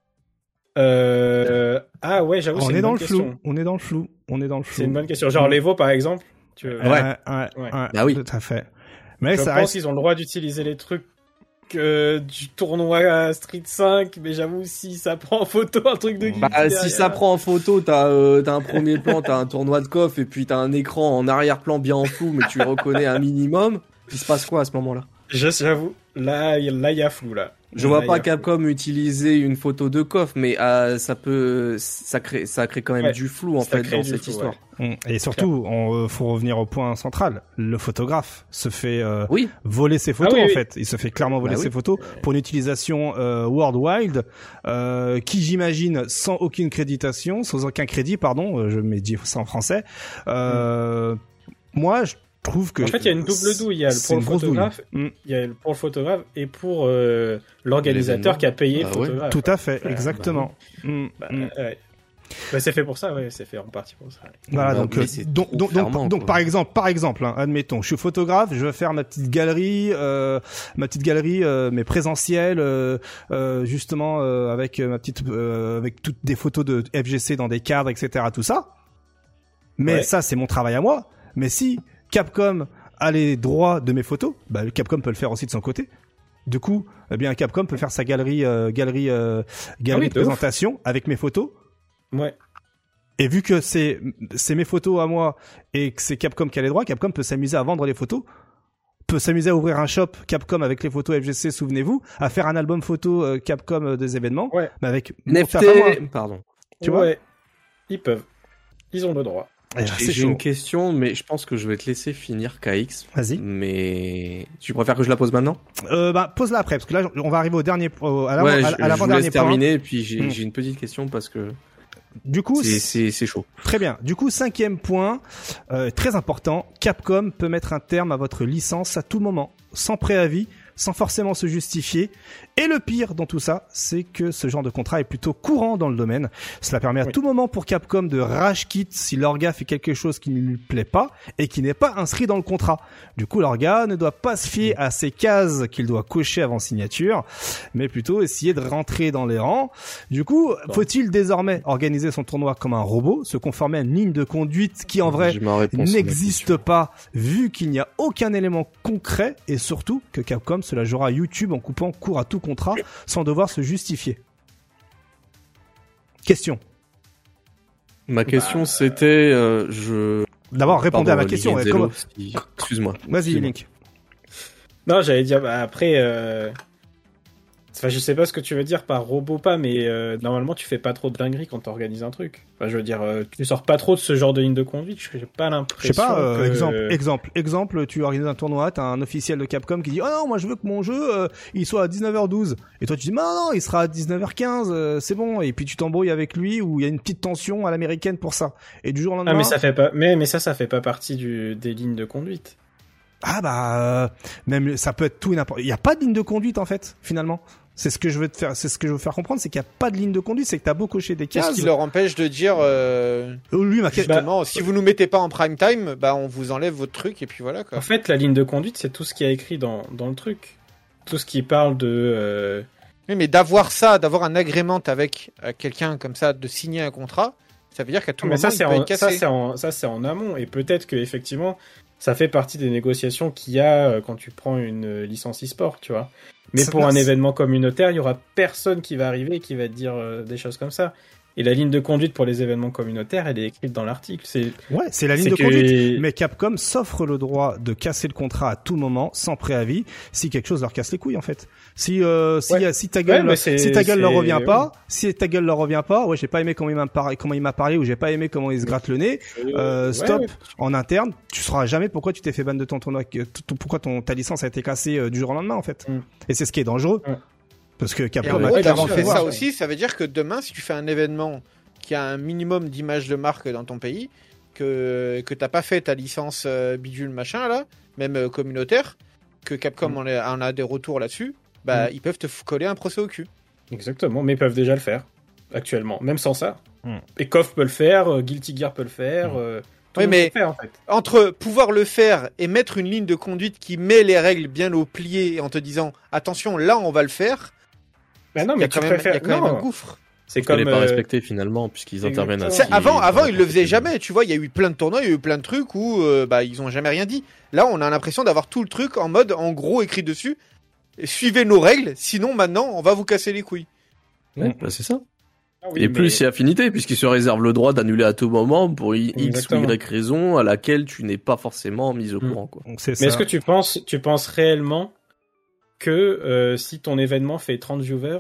Ah ouais, j'avoue, on est dans le flou. On est dans le flou. C'est une bonne question. Genre l'Evo, par exemple. Ouais. Bah oui. Tout à fait. Mais je pense qu'ils ont le droit d'utiliser les trucs du tournoi Street 5, mais j'avoue, si ça prend en photo un truc de geek si ça prend en photo, t'as un premier plan, t'as un tournoi de coff, et puis t'as un écran en arrière-plan bien en flou, mais tu le reconnais un minimum. Il se passe quoi à ce moment-là? J'avoue, là, il y a flou, là. Je vois pas Capcom utiliser une photo de coff, mais ça crée quand même du flou en fait dans cette histoire. Ouais. Et surtout, faut revenir au point central. Le photographe se fait voler ses photos en fait. Il se fait clairement voler ses photos pour une utilisation worldwide, qui j'imagine sans aucune créditation, sans aucun crédit, pardon. Je mets ça en français. Moi, je trouve que en fait il y a une double douille, il y a pour le photographe, pour le photographe et pour l'organisateur qui a payé le photographe. Tout à fait, exactement. C'est fait pour ça, c'est fait en partie pour ça. Voilà, donc par exemple, hein, admettons, je suis photographe, je veux faire ma petite galerie, mais présentielle, justement avec avec toutes des photos de FGC dans des cadres, etc., tout ça. Mais ça, c'est mon travail à moi. Mais si Capcom a les droits de mes photos, Capcom peut le faire aussi de son côté. Du coup, Capcom peut faire sa galerie de présentation avec mes photos. Ouais. Et vu que c'est mes photos à moi et que c'est Capcom qui a les droits, Capcom peut s'amuser à vendre les photos, peut s'amuser à ouvrir un shop Capcom avec les photos FGC, souvenez-vous, à faire un album photo Capcom des événements, mais avec NFT, pardon. Tu vois, ils peuvent, ils ont le droit. J'ai une question, mais je pense que je vais te laisser finir KX. Vas-y. Mais tu préfères que je la pose maintenant? Pose-la après, parce que là, on va arriver au dernier, à l'avant-dernier point. Je laisse terminer, et puis j'ai une petite question parce que du coup, c'est chaud. Très bien. Du coup, 5e point, très important, Capcom peut mettre un terme à votre licence à tout moment, sans préavis, sans forcément se justifier. Et le pire dans tout ça, c'est que ce genre de contrat est plutôt courant dans le domaine. Cela permet à tout moment pour Capcom de rage quit si l'orga fait quelque chose qui ne lui plaît pas et qui n'est pas inscrit dans le contrat. Du coup, l'orga ne doit pas se fier à ces cases qu'il doit cocher avant signature, mais plutôt essayer de rentrer dans les rangs. Du coup, faut-il désormais organiser son tournoi comme un robot, se conformer à une ligne de conduite qui en vrai n'existe pas, vu qu'il n'y a aucun élément concret, et surtout que Capcom se la jouera à YouTube en coupant court à tout contrat sans devoir se justifier. Question. Ma question c'était D'abord répondez à ma question. Excuse-moi. Vas-y Link. Non, j'allais dire après enfin, je sais pas ce que tu veux dire par robot pas, mais normalement tu fais pas trop de dingueries quand t'organises un truc. Enfin, je veux dire, tu sors pas trop de ce genre de ligne de conduite. J'ai pas l'impression. Je sais pas. Que... Exemple. Tu organises un tournoi, t'as un officiel de Capcom qui dit, oh non, moi je veux que mon jeu il soit à 19h12. Et toi tu dis, non, il sera à 19h15. C'est bon. Et puis tu t'embrouilles avec lui où il y a une petite tension à l'américaine pour ça. Et du jour au lendemain. Ah mais ça fait pas. Mais ça fait pas partie des lignes de conduite. Ah même ça peut être tout et n'importe. Il y a pas de ligne de conduite en fait finalement. C'est ce que je veux faire comprendre, c'est qu'il n'y a pas de ligne de conduite, c'est que t'as beau cocher des cases. Qu'est-ce qui leur empêche de dire, justement, si vous nous mettez pas en prime time, bah, on vous enlève votre truc et puis voilà, quoi. En fait, la ligne de conduite, c'est tout ce qui est écrit dans le truc. Tout ce qui parle de... Oui, mais d'avoir un agrément avec quelqu'un comme ça, de signer un contrat, ça veut dire qu'à tout moment, il peut être cassé. Ça, c'est en amont. Et peut-être que effectivement, ça fait partie des négociations qu'il y a quand tu prends une licence e-sport, tu vois. Mais pour un événement communautaire, il y aura personne qui va arriver et qui va te dire des choses comme ça. Et la ligne de conduite pour les événements communautaires, elle est écrite dans l'article. C'est la ligne de conduite. Mais Capcom s'offre le droit de casser le contrat à tout moment, sans préavis, si quelque chose leur casse les couilles, en fait. Si ta gueule leur revient pas, j'ai pas aimé comment il m'a parlé, ou j'ai pas aimé comment il se gratte le nez, stop, en interne, tu sauras jamais pourquoi tu t'es fait ban de ton tournoi, pourquoi ta licence a été cassée du jour au lendemain, en fait. Et c'est ce qui est dangereux. Parce que Capcom a clairement fait ça aussi, ça veut dire que demain, si tu fais un événement qui a un minimum d'image de marque dans ton pays, que t'as pas fait ta licence bidule machin là, même communautaire, que Capcom en a des retours là-dessus, bah ils peuvent te coller un procès au cul. Exactement, mais ils peuvent déjà le faire actuellement, même sans ça. Et KOF peut le faire, Guilty Gear peut le faire. Oui, mais en fait, entre pouvoir le faire et mettre une ligne de conduite qui met les règles bien au plié en te disant attention, là on va le faire. Ben non, mais il y a quand même un gouffre. C'est comme pas respecté finalement puisqu'ils interviennent assez. Avant ils le faisaient jamais, tu vois, il y a eu plein de tournois, il y a eu plein de trucs où ils ont jamais rien dit. Là, on a l'impression d'avoir tout le truc en mode en gros écrit dessus. Suivez nos règles, sinon maintenant on va vous casser les couilles. Ouais, bah c'est ça. Ah oui, et plus c'est affinité puisqu'ils se réservent le droit d'annuler à tout moment pour X ou Y raison à laquelle tu n'es pas forcément mis au courant, quoi. Mais est-ce que tu penses réellement que si ton événement fait 30 viewers,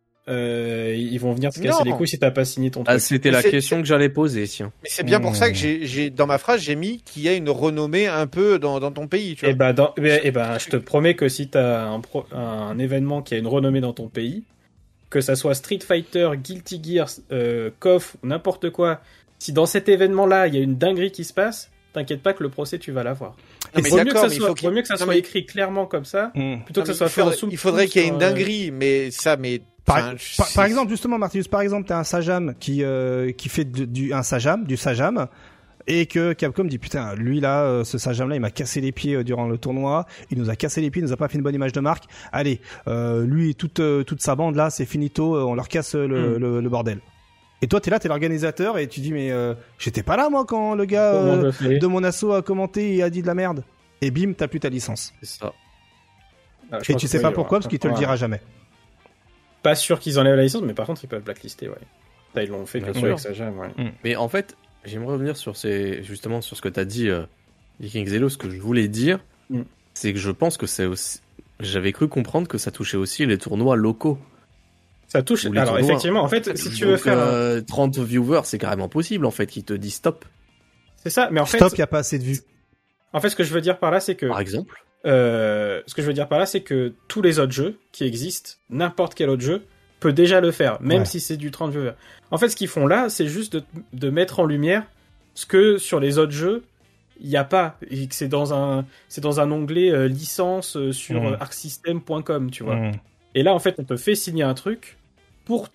ils vont venir te casser les couilles si t'as pas signé ton truc? Ah, c'était la question que j'allais poser, tiens. Mais c'est bien pour ça que j'ai dans ma phrase j'ai mis qu'il y a une renommée un peu dans ton pays, tu vois. Je te promets que si t'as un événement qui a une renommée dans ton pays, que ça soit Street Fighter, Guilty Gear, KOF ou n'importe quoi, si dans cet événement-là il y a une dinguerie qui se passe, t'inquiète pas que le procès tu vas l'avoir. Il vaut mieux que ça soit écrit clairement comme ça, plutôt que ça soit fait en sous. Il faudrait qu'il y ait une dinguerie, mais ça, par exemple, justement, Martinus, par exemple, t'as un Sajam qui fait du Sajam, et que Capcom dit putain, lui là, ce Sajam là, il m'a cassé les pieds durant le tournoi, il nous a cassé les pieds, il nous a pas fait une bonne image de marque. Allez, lui et toute sa bande là, c'est finito, on leur casse le bordel. Et toi, t'es l'organisateur et tu dis mais j'étais pas là moi quand le gars de mon asso a commenté et a dit de la merde. Et bim, t'as plus ta licence. C'est ça. Et tu sais pas pourquoi, parce qu'il te le dira jamais. Pas sûr qu'ils enlèvent la licence, mais par contre ils peuvent blacklister, ouais. Ça, ils l'ont fait bien sûr avec Sajam, ouais. Mais en fait, j'aimerais revenir sur justement sur ce que t'as dit, Viking Zelo. Ce que je voulais dire, c'est que je pense que c'est aussi. J'avais cru comprendre que ça touchait aussi les tournois locaux. Ça touche. Alors effectivement, en fait, si tu veux faire 30 viewers, c'est carrément possible en fait, qui te dit stop. C'est ça, mais en fait stop, il y a pas assez de vues. En fait, ce que je veux dire par là, c'est que par exemple, ce que je veux dire par là, c'est que tous les autres jeux qui existent, n'importe quel autre jeu peut déjà le faire, même si c'est du 30 viewers. En fait, ce qu'ils font là, c'est juste de mettre en lumière ce que sur les autres jeux il y a pas, et que c'est dans un onglet licence sur arcsystem.com, tu vois. Et là, en fait, on te fait signer un truc pour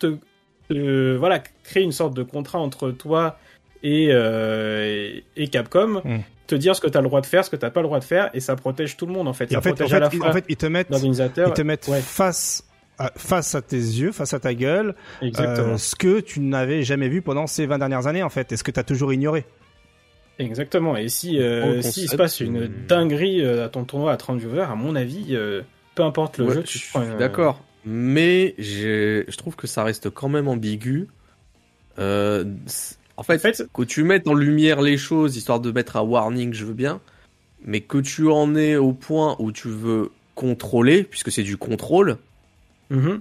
créer une sorte de contrat entre toi et Capcom, te dire ce que t'as le droit de faire, ce que t'as pas le droit de faire, et ça protège tout le monde, en fait. Et ça protège à la fois ils te mettent face à tes yeux, face à ta gueule, ce que tu n'avais jamais vu pendant ces 20 dernières années, en fait, et ce que t'as toujours ignoré. Exactement. Et si il se passe une dinguerie à ton tournoi à 30 viewers, à mon avis, peu importe le jeu, tu te prends d'accord. Mais je trouve que ça reste quand même ambigu. En fait, que tu mettes en lumière les choses, histoire de mettre un warning, je veux bien. Mais que tu en es au point où tu veux contrôler, puisque c'est du contrôle, il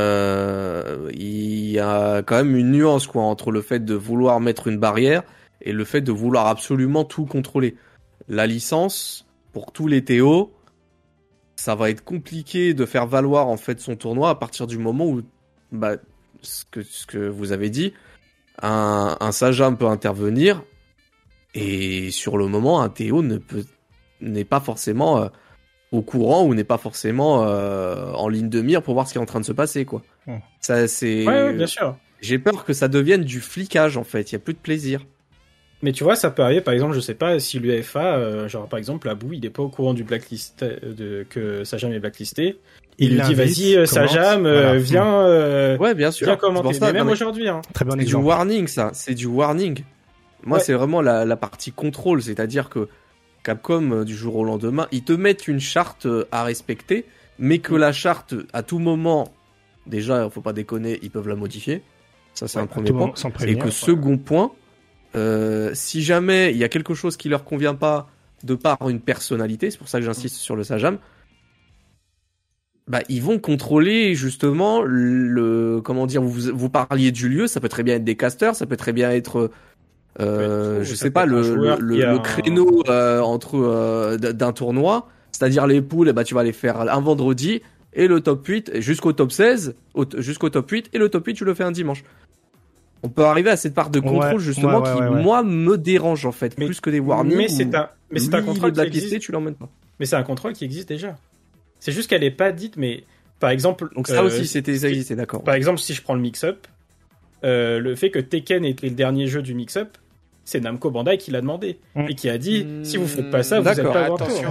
y a quand même une nuance, quoi, entre le fait de vouloir mettre une barrière et le fait de vouloir absolument tout contrôler. La licence, pour tous les Théo, ça va être compliqué de faire valoir en fait son tournoi à partir du moment où, ce que vous avez dit, un Sajam peut intervenir, et sur le moment, un Théo n'est pas forcément au courant ou n'est pas forcément en ligne de mire pour voir ce qui est en train de se passer, quoi. Ça, c'est. Ouais, bien sûr. J'ai peur que ça devienne du flicage, en fait. Il y a plus de plaisir. Mais tu vois, ça peut arriver, par exemple, je sais pas si l'UEFA, genre par exemple, Abou, il est pas au courant du blacklist, que Sajam est blacklisté. Il lui dit, vas-y, Sajam, voilà. viens, Ouais, bien sûr. viens commenter. Ça, Mais même mais aujourd'hui, hein. Très bon c'est du exemple. warning, ça. C'est du warning. Moi, Ouais. c'est vraiment la partie contrôle. C'est-à-dire que Capcom, du jour au lendemain, ils te mettent une charte à respecter, mais que la charte, à tout moment, déjà, faut pas déconner, ils peuvent la modifier. Ça, c'est un premier point. Sans Et prévenir. que second point, si jamais il y a quelque chose qui leur convient pas de par une personnalité, c'est pour ça que j'insiste sur le Sajam, bah ils vont contrôler justement comment dire, vous parliez du lieu, ça peut très bien être des casters, ça peut très bien être je sais pas, le créneau d'un tournoi, c'est-à-dire les poules, bah tu vas les faire un vendredi et le top 8 jusqu'au top 16, jusqu'au top 8 et le top 8 tu le fais un dimanche. On peut arriver à cette part de contrôle justement qui moi me dérange en fait, plus que des warnings. Mais c'est un contrôle qui existe. Tu l'emmènes pas. Mais c'est un contrôle qui existe déjà. C'est juste qu'elle est pas dite, mais par exemple. Donc ça aussi ça existait, d'accord. Par exemple, si je prends le mix-up, le fait que Tekken était le dernier jeu du mix-up, c'est Namco Bandai qui l'a demandé et qui a dit si vous faites pas ça, vous êtes pas attention,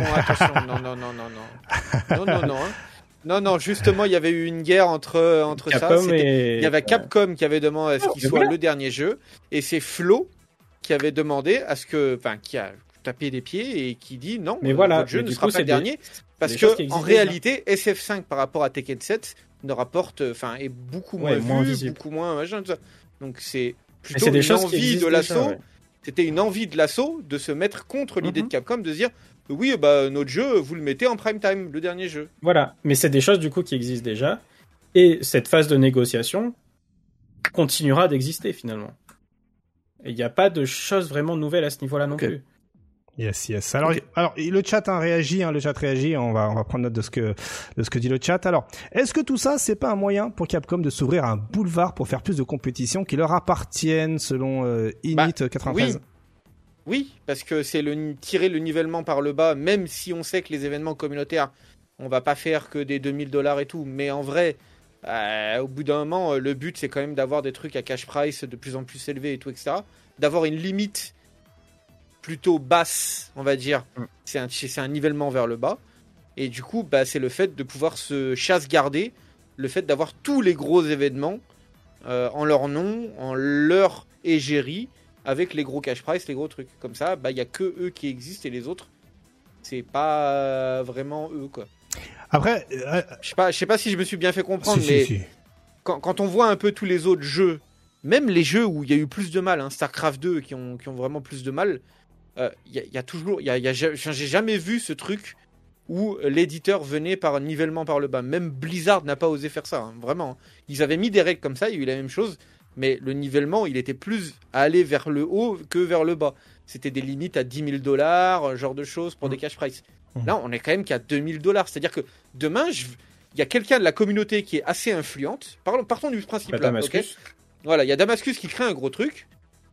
non. Non, justement, il y avait eu une guerre entre Capcom ça. Et... Il y avait Capcom qui avait demandé à ce qu'il soit le dernier jeu, et c'est Flo qui avait demandé à ce que, qui a tapé des pieds et qui dit non, mais voilà, votre jeu ne sera pas le dernier, parce que en réalité, SF5 par rapport à Tekken 7 ne rapporte, est beaucoup moins vu, beaucoup moins machin, tout ça. Donc c'est plutôt une envie de l'assaut. Ouais. C'était une envie de l'assaut de se mettre contre l'idée de Capcom de se dire oui, notre jeu, vous le mettez en prime time, le dernier jeu. Voilà, mais c'est des choses du coup qui existent déjà, et cette phase de négociation continuera d'exister finalement. Et il n'y a pas de choses vraiment nouvelles à ce niveau-là non plus. Yes. Alors, le chat réagit, le chat réagit. On va prendre note de ce que dit le chat. Alors, est-ce que tout ça, c'est pas un moyen pour Capcom de s'ouvrir un boulevard pour faire plus de compétitions qui leur appartiennent, selon Init 93? Oui, parce que c'est tirer le nivellement par le bas, même si on sait que les événements communautaires, on va pas faire que des $2000 et tout, mais en vrai, au bout d'un moment, le but c'est quand même d'avoir des trucs à cash price de plus en plus élevés et tout, etc. D'avoir une limite plutôt basse, on va dire. C'est un nivellement vers le bas. Et du coup, c'est le fait de pouvoir se chasse-garder, le fait d'avoir tous les gros événements en leur nom, en leur égérie, avec les gros cash price, les gros trucs. Comme ça, il y a que eux qui existent et les autres, c'est pas vraiment eux, quoi. Après, je sais pas si je me suis bien fait comprendre, mais quand on voit un peu tous les autres jeux, même les jeux où il y a eu plus de mal, StarCraft 2 qui ont vraiment plus de mal, j'ai jamais vu ce truc où l'éditeur venait par nivellement par le bas. Même Blizzard n'a pas osé faire ça, vraiment. Ils avaient mis des règles comme ça, il y a eu la même chose. Mais le nivellement, il était plus à aller vers le haut que vers le bas. C'était des limites à $10,000, genre de choses pour des cash price. Là, on est quand même qu'à $2,000. C'est-à-dire que demain, il y a quelqu'un de la communauté qui est assez influente. Partons du principe là. Okay, voilà, il y a Damascus qui crée un gros truc.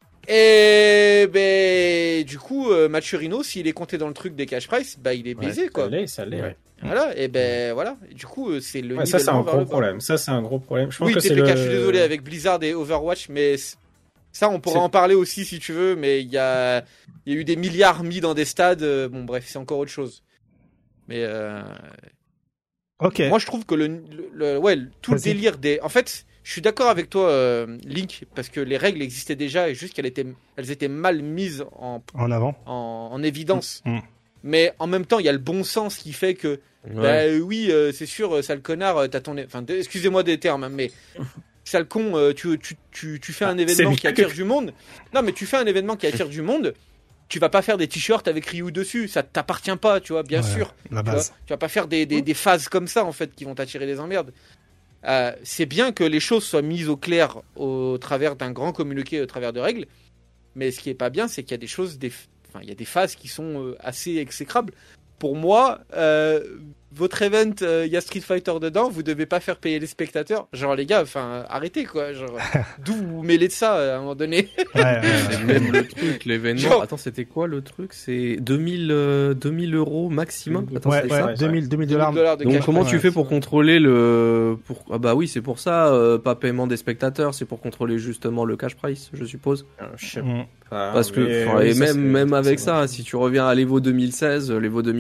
Et du coup, Maturino, s'il est compté dans le truc des cash price, il est baisé, quoi. Ça l'est, ouais. Voilà, voilà. Et du coup, c'est le ça, c'est un gros problème. Ça, c'est un gros problème. Je pense que TPK, je suis désolé avec Blizzard et Overwatch, mais ça, on pourra en parler aussi si tu veux, mais il y a eu des milliards mis dans des stades. Bon, bref, c'est encore autre chose. Mais moi, je trouve que tout le délire des. En fait, je suis d'accord avec toi, Link, parce que les règles existaient déjà et juste qu'elles étaient mal mises en avant, en évidence. Mais en même temps, il y a le bon sens qui fait que, c'est sûr, sale connard, t'as ton, excusez-moi des termes, mais sale con, tu fais un événement qui attire du monde. Non, mais tu fais un événement qui attire du monde. Tu vas pas faire des t-shirts avec Ryu dessus, ça t'appartient pas, tu vois, bien sûr. La base. Tu vas pas faire des phases comme ça en fait qui vont t'attirer des emmerdes. C'est bien que les choses soient mises au clair au travers d'un grand communiqué, au travers de règles. Mais ce qui est pas bien, c'est qu'il y a des choses, il y a des phases qui sont assez exécrables. Pour moi, votre event, il y a Street Fighter dedans, vous devez pas faire payer les spectateurs. Genre les gars, enfin arrêtez quoi. Genre d'où vous mêlez de ça à un moment donné. C'est même le truc, l'événement. Genre- Attends, c'était quoi le truc? C'est 2000 euros maximum. Attends, Ouais, c'est ça. 2000 $2000 $2000. de Donc cash comment prize. tu fais pour contrôler Ah bah oui, c'est pour ça, pas paiement des spectateurs, c'est pour contrôler justement le cash price, je suppose. Je sais Mm. pas. Parce que mais enfin, oui, et ça, même avec c'est ça, bon. si tu reviens à l'Evo 2016,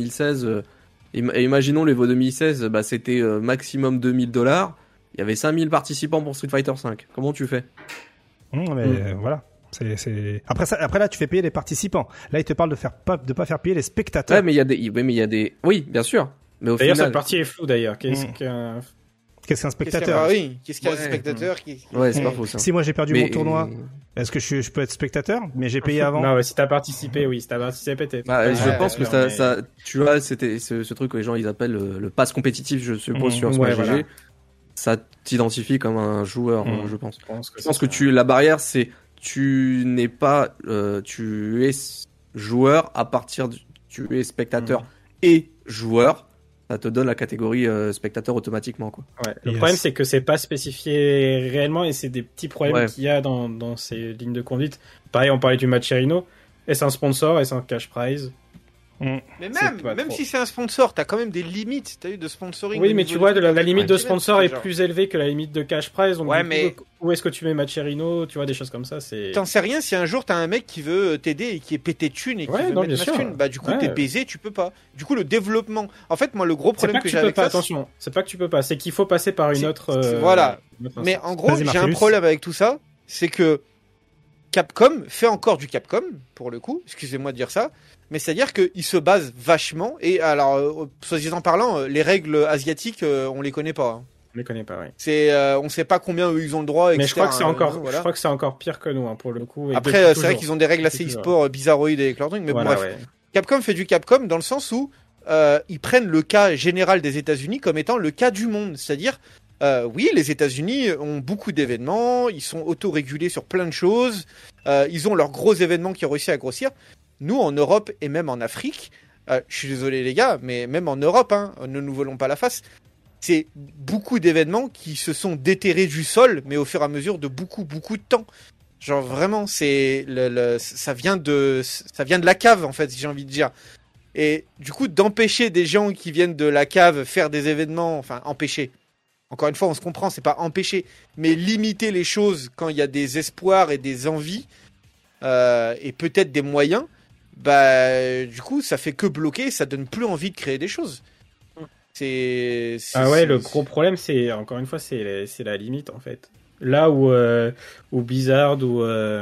imaginons l'Evo 2016, bah c'était maximum $2000. Il y avait 5000 participants pour Street Fighter 5. Comment tu fais? Mais voilà. Après là, tu fais payer les participants. Là, il te parle de pas faire payer les spectateurs. Ouais, mais il y a des oui, bien sûr. Mais au D'ailleurs, final, cette partie est floue d'ailleurs. Qu'est-ce Mm. qu'un. Qu'est-ce qu'un Qu'est-ce qu'il y a spectateur? oui, qu'est-ce qu'il y a Ouais. de spectateurs ouais, c'est Mm. pas faux ça. Si moi j'ai perdu Mais- mon tournoi, est-ce que je peux être spectateur? Mais j'ai payé avant. Non, ouais, si t'as participé, oui. Si t'as participé, peut-être. Bah, je Ouais, pense que non, mais- ça, tu vois, c'était ce truc que les gens ils appellent le pass compétitif, je suppose, sur Smash ouais, GG. voilà. Ça t'identifie comme un joueur, je pense. Je pense que, Je pense que la barrière, c'est tu n'es pas, tu es joueur à partir tu es spectateur et joueur. Ça te donne la catégorie spectateur automatiquement, quoi. Ouais. Le Yes. problème, c'est que c'est pas spécifié réellement et c'est des petits problèmes Ouais. qu'il y a dans ces lignes de conduite. Pareil, on parlait du Matcherino. Est-ce un sponsor? Est-ce un cash prize? Mais C'est même, pas même trop. si c'est un sponsor, t'as quand même des limites, t'as eu de sponsoring. Oui, au mais niveau tu vois, des la trucs. limite de Ouais, sponsor est genre. plus élevée que la limite de cash prize. Donc Ouais, du coup, mais- où est-ce que tu mets Matcherino? Tu vois, des choses comme ça, c'est. T'en sais rien si un jour t'as un mec qui veut t'aider et qui est pété de thunes et qui Ouais, veut non, mettre bien ma sûr. thune. Bah du coup Ouais. t'es baisé, tu peux pas. Du coup le développement. En fait moi le gros C'est problème pas que que tu j'ai peux avec pas, ça, attention. C'est pas que tu peux pas, c'est qu'il faut passer par une C'est- autre. voilà. une autre mais instance. en gros Vas-y, j'ai un Marcellus. problème avec tout ça, c'est que Capcom fait encore du Capcom pour le coup. Excusez-moi de dire ça, mais c'est-à-dire qu'il se base vachement et alors soi-disant parlant, les règles asiatiques on les connaît pas. Hein. Je les connais pas, oui. C'est on sait pas combien eux, ils ont le droit. Mais etc., je crois que c'est hein, encore, voilà. je crois que c'est encore pire que nous, hein, pour le coup. et Après depuis c'est vrai toujours. qu'ils ont des règles assez Depuis toujours. e-sport bizarroïdes avec leur truc, mais bon, Voilà, bref. ouais. Capcom fait du Capcom dans le sens où ils prennent le cas général des États-Unis comme étant le cas du monde. C'est-à-dire, oui, les États-Unis ont beaucoup d'événements, ils sont autorégulés sur plein de choses, ils ont leurs gros événements qui ont réussi à grossir. Nous, en Europe et même en Afrique, je suis désolé les gars, mais même en Europe, hein, ne nous volons pas la face, c'est beaucoup d'événements qui se sont déterrés du sol, mais au fur et à mesure de beaucoup de temps. Genre vraiment, c'est ça vient de la cave en fait, si j'ai envie de dire. Et du coup, d'empêcher des gens qui viennent de la cave faire des événements, enfin empêcher. Encore une fois, on se comprend, c'est pas empêcher, mais limiter les choses quand il y a des espoirs et des envies et peut-être des moyens. Bah, du coup, ça fait que bloquer, ça donne plus envie de créer des choses. Ah ouais, le gros problème, c'est encore une fois, c'est la limite en fait. Là où Blizzard ou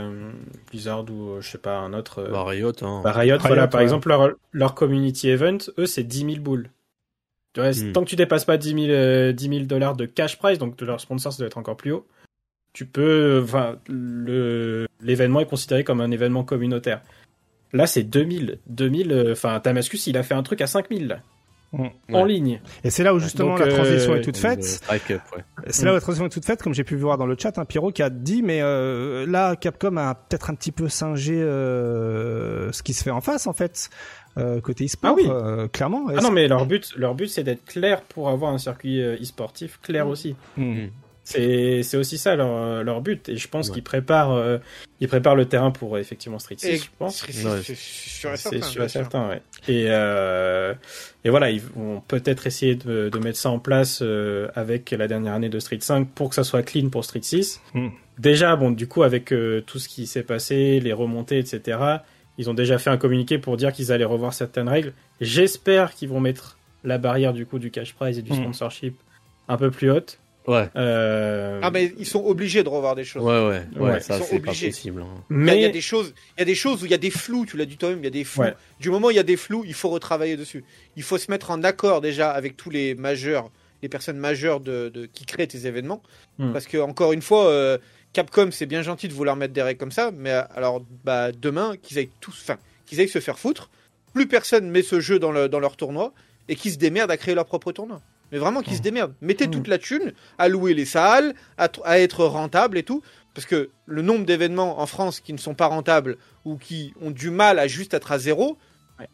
je sais pas un autre. Bah, Riot, hein. Bah, Riot, voilà, par ouais. exemple leur community event, eux c'est 10 000 boules. Tu vois, tant que tu dépasses pas $10 000 de cash prize, donc de leur sponsor ça doit être encore plus haut. Tu peux, enfin, l'événement est considéré comme un événement communautaire. Là c'est 2000, enfin Damascus il a fait un truc à 5000 là. En ligne. Et c'est là où justement Donc, la transition est toute Le faite. Strike Up, ouais. C'est là où la transition est toute faite, comme j'ai pu voir dans le chat, hein, Pierrot qui a dit, mais là, Capcom a peut-être un petit peu singé ce qui se fait en face, en fait, côté e-sport, Ah oui. clairement. Ah non, mais leur but c'est d'être clair pour avoir un circuit e-sportif clair aussi. Hmm. C'est aussi ça leur but. Et je pense qu'ils préparent le terrain pour effectivement Street 6, je pense. C'est Ouais. sûr et C'est certain. sûr bien et sûr. certain, ouais. Et voilà, ils vont peut-être essayer de mettre ça en place avec la dernière année de Street 5 pour que ça soit clean pour Street 6. Mm. Déjà, bon, du coup, avec tout ce qui s'est passé, les remontées, etc., ils ont déjà fait un communiqué pour dire qu'ils allaient revoir certaines règles. J'espère qu'ils vont mettre la barrière du coup du cash prize et du sponsorship un peu plus haute. Ouais. Ah mais ils sont obligés de revoir des choses. Ouais, ça ils sont c'est pas obligés. possible. Hein. Il y Mais a des choses où il y a des flous, tu l'as dit toi-même, il y a des flous. Ouais. Du moment où il y a des flous, il faut retravailler dessus. Il faut se mettre en accord déjà avec tous les majeurs, les personnes majeures qui créent tes événements. Parce que encore une fois, Capcom c'est bien gentil de vouloir mettre des règles comme ça, mais alors bah demain qu'ils aillent se faire foutre. Plus personne met ce jeu dans leur tournoi et qu'ils se démerdent à créer leur propre tournoi. Mais vraiment qu'ils se démerdent. Mettez toute la thune à louer les salles, à être rentable et tout. Parce que le nombre d'événements en France qui ne sont pas rentables ou qui ont du mal à juste être à zéro,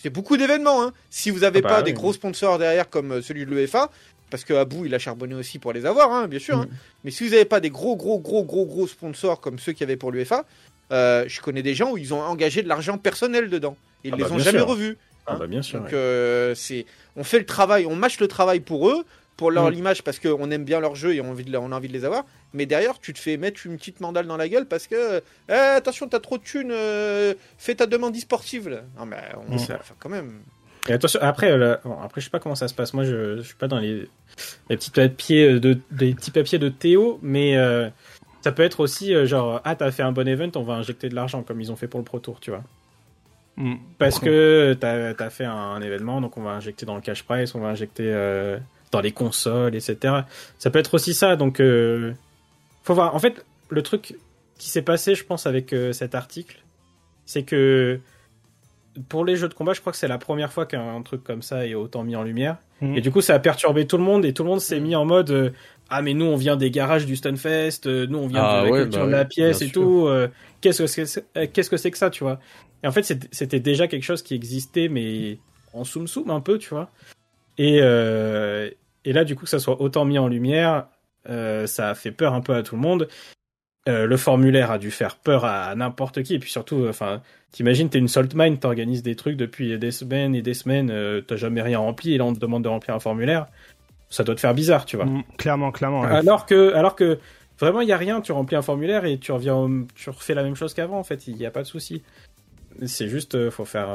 C'est beaucoup d'événements. Hein. Si vous n'avez pas des gros sponsors derrière comme celui de l'UEFA, parce que Abou il a charbonné aussi pour les avoir, hein, bien sûr. Hein. Mais si vous n'avez pas des gros sponsors comme ceux qu'il y avait pour l'UEFA, je connais des gens où ils ont engagé de l'argent personnel dedans. Et ils les ont jamais revus. Hein. Bien sûr. Donc on fait le travail, on mâche le travail pour eux, pour leur image, parce qu'on aime bien leur jeu et on a envie de les avoir. Mais derrière, tu te fais mettre une petite mandale dans la gueule parce que attention, t'as trop de thunes, fais ta demande e-sportive. Là. Non mais quand même. Et attention, après, je sais pas comment ça se passe. Moi, je suis pas dans les petits papiers de Théo, mais ça peut être aussi genre t'as fait un bon event, on va injecter de l'argent comme ils ont fait pour le Pro Tour, tu vois. Parce que t'as fait un événement, donc on va injecter dans le cash prize, on va injecter dans les consoles, etc. Ça peut être aussi ça, donc faut voir. En fait, le truc qui s'est passé, je pense, avec cet article, c'est que pour les jeux de combat, je crois que c'est la première fois qu'un truc comme ça est autant mis en lumière. Et du coup, ça a perturbé tout le monde, et tout le monde s'est mis en mode mais nous, on vient des garages du Stunfest, nous, on vient de la culture de la pièce et tout. Qu'est-ce que c'est que ça, tu vois? Et en fait, c'était déjà quelque chose qui existait, mais en soum-soum un peu, tu vois. Et là, du coup, que ça soit autant mis en lumière, ça a fait peur un peu à tout le monde. Le formulaire a dû faire peur à n'importe qui. Et puis surtout, t'imagines, t'es une salt mine, t'organises des trucs depuis des semaines et des semaines, t'as jamais rien rempli, et là, on te demande de remplir un formulaire. Ça doit te faire bizarre, tu vois. Clairement. Ouais. Alors que vraiment, il y a rien. Tu remplis un formulaire et tu refais la même chose qu'avant, en fait. Il n'y a pas de souci. C'est juste, faut faire...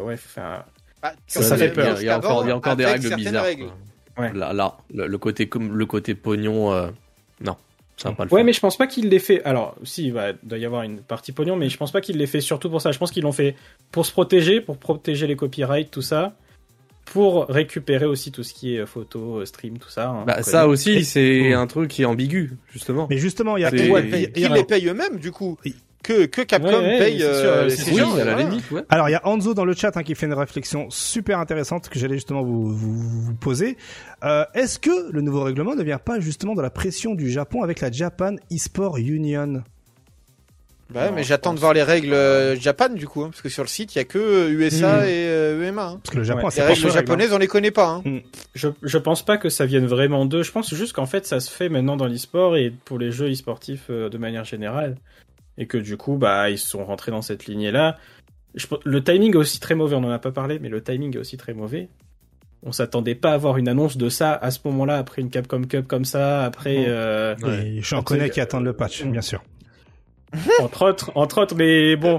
ça fait peur. Il y a encore des règles bizarres. Ouais. Là, le côté pognon, non, ça va pas le faire. Ouais, mais je pense pas qu'il l'ait fait. Alors, si, il doit y avoir une partie pognon, mais je pense pas qu'il l'ait fait surtout pour ça. Je pense qu'ils l'ont fait pour se protéger, pour protéger les copyrights, tout ça, pour récupérer aussi tout ce qui est photo, stream, tout ça. Hein, ça aussi, c'est un truc qui est ambigu, justement. Mais justement, il y a qui les paye eux-mêmes, du coup. Que Capcom paye ces gens. À la limite, ouais. Alors, il y a Anzo dans le chat qui fait une réflexion super intéressante que j'allais justement vous poser. Est-ce que le nouveau règlement ne vient pas justement de la pression du Japon avec la Japan eSport Union? Mais j'attends de voir les règles Japan, du coup, hein, parce que sur le site, il y a que USA et EMA. Hein. Parce que le Japon, les règles japonaises, on les connaît pas. Hein. Je pense pas que ça vienne vraiment d'eux. Je pense juste qu'en fait, ça se fait maintenant dans l'e-sport et pour les jeux e-sportifs de manière générale. Et que du coup, ils sont rentrés dans cette lignée-là. Le timing est aussi très mauvais, on en a pas parlé, mais le timing est aussi très mauvais. On s'attendait pas à avoir une annonce de ça à ce moment-là, après une Capcom Cup comme ça, après... j'en connais qui attendent le patch, bien sûr. Entre autres, mais bon,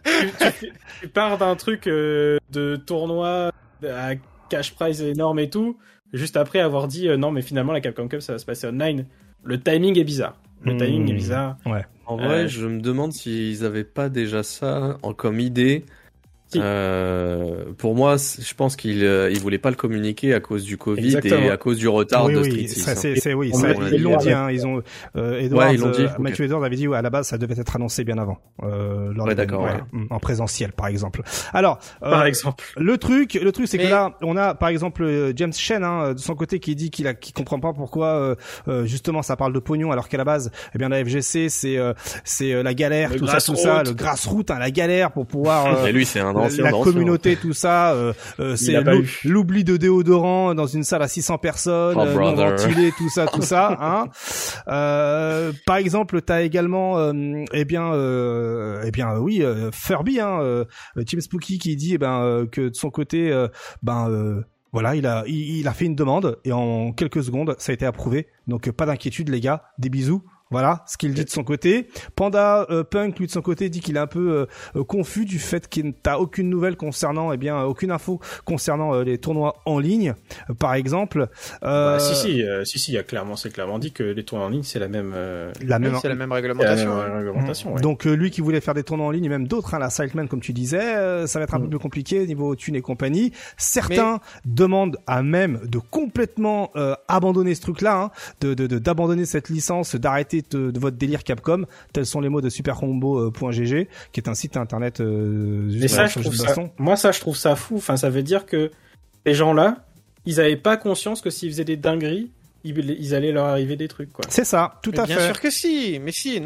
tu pars d'un truc de tournoi à cash prize énorme et tout, juste après avoir dit non, mais finalement la Capcom Cup ça va se passer online. Le timing est bizarre. Ouais. En vrai, je me demande s'ils avaient pas déjà ça comme idée. Si. Pour moi, je pense qu'ils voulaient pas le communiquer à cause du Covid. Exactement. Et à cause du retard de Street 6. Ils l'ont dit, hein, ils ont, Mathieu Edwards avait dit, à la base, ça devait être annoncé bien avant, en présentiel, par exemple. Alors, le truc, c'est que là, on a, par exemple, James Chen, de son côté, qui dit qu'il comprend pas pourquoi, justement, ça parle de pognon, alors qu'à la base, la FGC, c'est la galère, tout ça, le grassroots, la galère pour pouvoir, et lui, c'est un la communauté, tout ça, c'est l'oubli de déodorant dans une salle à 600 personnes, non ventilé, tout ça, hein. Par exemple, t'as également, Furby, Team Spooky qui dit, que de son côté, voilà, il a fait une demande et en quelques secondes, ça a été approuvé. Donc pas d'inquiétude, les gars, des bisous. Voilà ce qu'il dit de son côté. Panda Punk, lui de son côté, dit qu'il est un peu confus du fait qu'il n'a aucune nouvelle concernant, aucune info concernant les tournois en ligne, par exemple. Si, il y a c'est clairement dit que les tournois en ligne c'est la même réglementation. Ouais. Donc lui qui voulait faire des tournois en ligne, et même d'autres, la Siltman comme tu disais, ça va être un peu plus compliqué niveau thunes et compagnie. Certains demandent à même de complètement abandonner ce truc-là, d'abandonner cette licence, d'arrêter de votre délire Capcom. Tels sont les mots de supercombo.gg, qui est un site internet. Mais ça, je trouve ça fou. Enfin, ça veut dire que ces gens-là, ils avaient pas conscience que s'ils faisaient des dingueries, ils allaient leur arriver des trucs, quoi. C'est ça, tout à fait. Bien sûr que si. Mais si.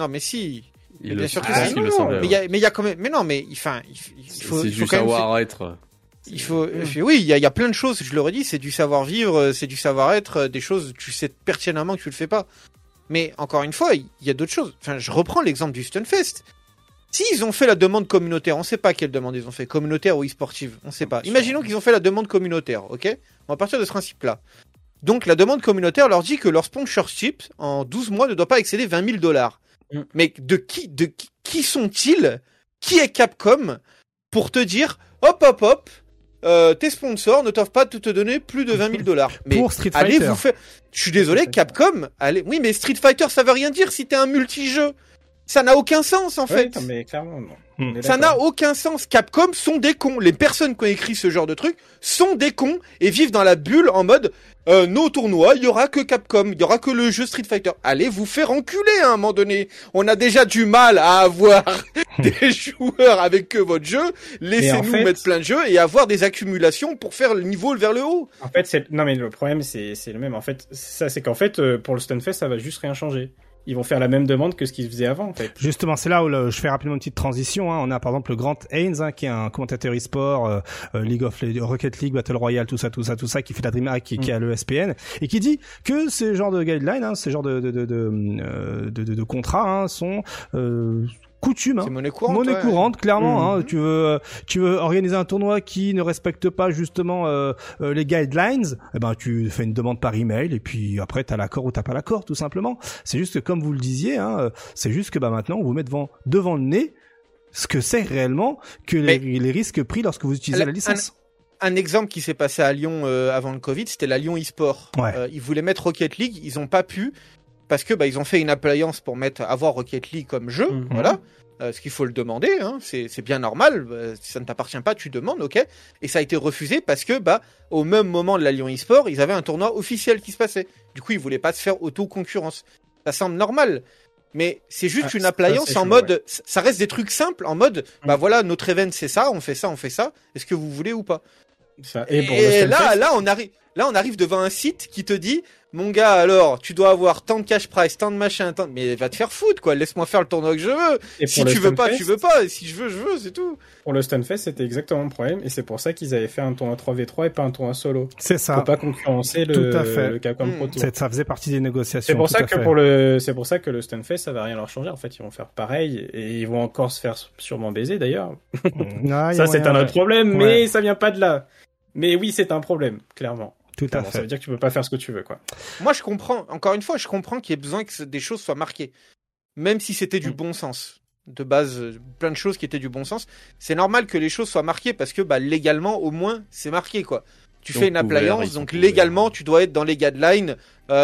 Bien sûr que si. Mais il y a quand même. Mais non, mais il faut juste quand même savoir être. Oui, il y a plein de choses. Je le redis, c'est du savoir-vivre, c'est du savoir-être, des choses. Tu sais pertinemment que tu le fais pas. Mais encore une fois, il y a d'autres choses. Enfin, je reprends l'exemple du Stunfest. S'ils ont fait la demande communautaire, on sait pas quelle demande ils ont fait, communautaire ou e-sportive, on sait pas. Imaginons qu'ils ont fait la demande communautaire, ok ? On va partir de ce principe-là. Donc la demande communautaire leur dit que leur sponsorship en 12 mois ne doit pas excéder $20,000. Mais de qui sont-ils ? Qui est Capcom pour te dire hop, tes sponsors ne doivent pas te donner plus de $20,000. Mais pour Street allez Fighter. vous faire. Je suis désolé, Capcom. Allez. Oui, mais Street Fighter, ça veut rien dire si t'es un multijeu. Ça n'a aucun sens en fait. Non, mais clairement, non. Ça n'a aucun sens. Capcom sont des cons. Les personnes qui ont écrit ce genre de truc sont des cons et vivent dans la bulle en mode nos tournois, il y aura que Capcom, il y aura que le jeu Street Fighter. Allez vous faire enculer à un moment donné. On a déjà du mal à avoir des joueurs avec que votre jeu. Laissez-nous mettre plein de jeux et avoir des accumulations pour faire le niveau vers le haut. En fait, non mais le problème c'est le même. En fait, c'est qu'en fait pour le Stunfest ça va juste rien changer. Ils vont faire la même demande que ce qu'ils faisaient avant, en fait. Justement, c'est là où je fais rapidement une petite transition. On a par exemple le Grant Haynes, qui est un commentateur e-sport, Rocket League, Battle Royale, tout ça, qui fait la DreamHack, qui est à l'ESPN, et qui dit que ces genres de guidelines, ces genres de contrats, sont coutume, c'est monnaie courante, monnaie courante, clairement. Mmh. Tu veux organiser un tournoi qui ne respecte pas justement les guidelines, eh ben tu fais une demande par email et puis après t'as l'accord ou t'as pas l'accord, tout simplement. C'est juste que comme vous le disiez, c'est juste que maintenant on vous met devant le nez ce que c'est réellement que les risques pris lorsque vous utilisez la licence. Un exemple qui s'est passé à Lyon avant le Covid, c'était la Lyon eSport. Ouais. Ils voulaient mettre Rocket League, ils ont pas pu. Parce que ils ont fait une appliance pour avoir Rocket League comme jeu, voilà. Ce qu'il faut le demander, c'est bien normal. Si ça ne t'appartient pas, tu demandes, ok. Et ça a été refusé parce que au même moment de la Lyon eSport, ils avaient un tournoi officiel qui se passait. Du coup, ils voulaient pas se faire auto-concurrence. Ça semble normal, mais c'est juste une appliance en mode. Ça reste des trucs simples en mode. Voilà, notre event c'est ça, on fait ça. Est-ce que vous voulez ou pas? Ça, et là, on arrive devant un site qui te dit. Mon gars, alors, tu dois avoir tant de cash price, tant de machin, mais va te faire foutre, quoi. Laisse-moi faire le tournoi que je veux. Si tu veux pas, tu veux pas. Et si je veux, c'est tout. Pour le Stunfest, c'était exactement le problème. Et c'est pour ça qu'ils avaient fait un tournoi 3v3 et pas un tournoi solo. C'est ça. Pour pas concurrencer le Capcom Pro Tour. Ça faisait partie des négociations. C'est pour ça que le Stunfest, ça va rien leur changer. En fait, ils vont faire pareil. Et ils vont encore se faire sûrement baiser, d'ailleurs. Ça, c'est un autre problème, mais ça vient pas de là. Mais oui, c'est un problème, clairement. Tout à fait. Ça veut dire que tu peux pas faire ce que tu veux, quoi. Moi, je comprends. Encore une fois, je comprends qu'il y ait besoin que des choses soient marquées. Même si c'était du bon sens. De base, plein de choses qui étaient du bon sens. C'est normal que les choses soient marquées parce que, légalement, au moins, c'est marqué, quoi. Tu fais une appliance, donc légalement, tu dois être dans les guidelines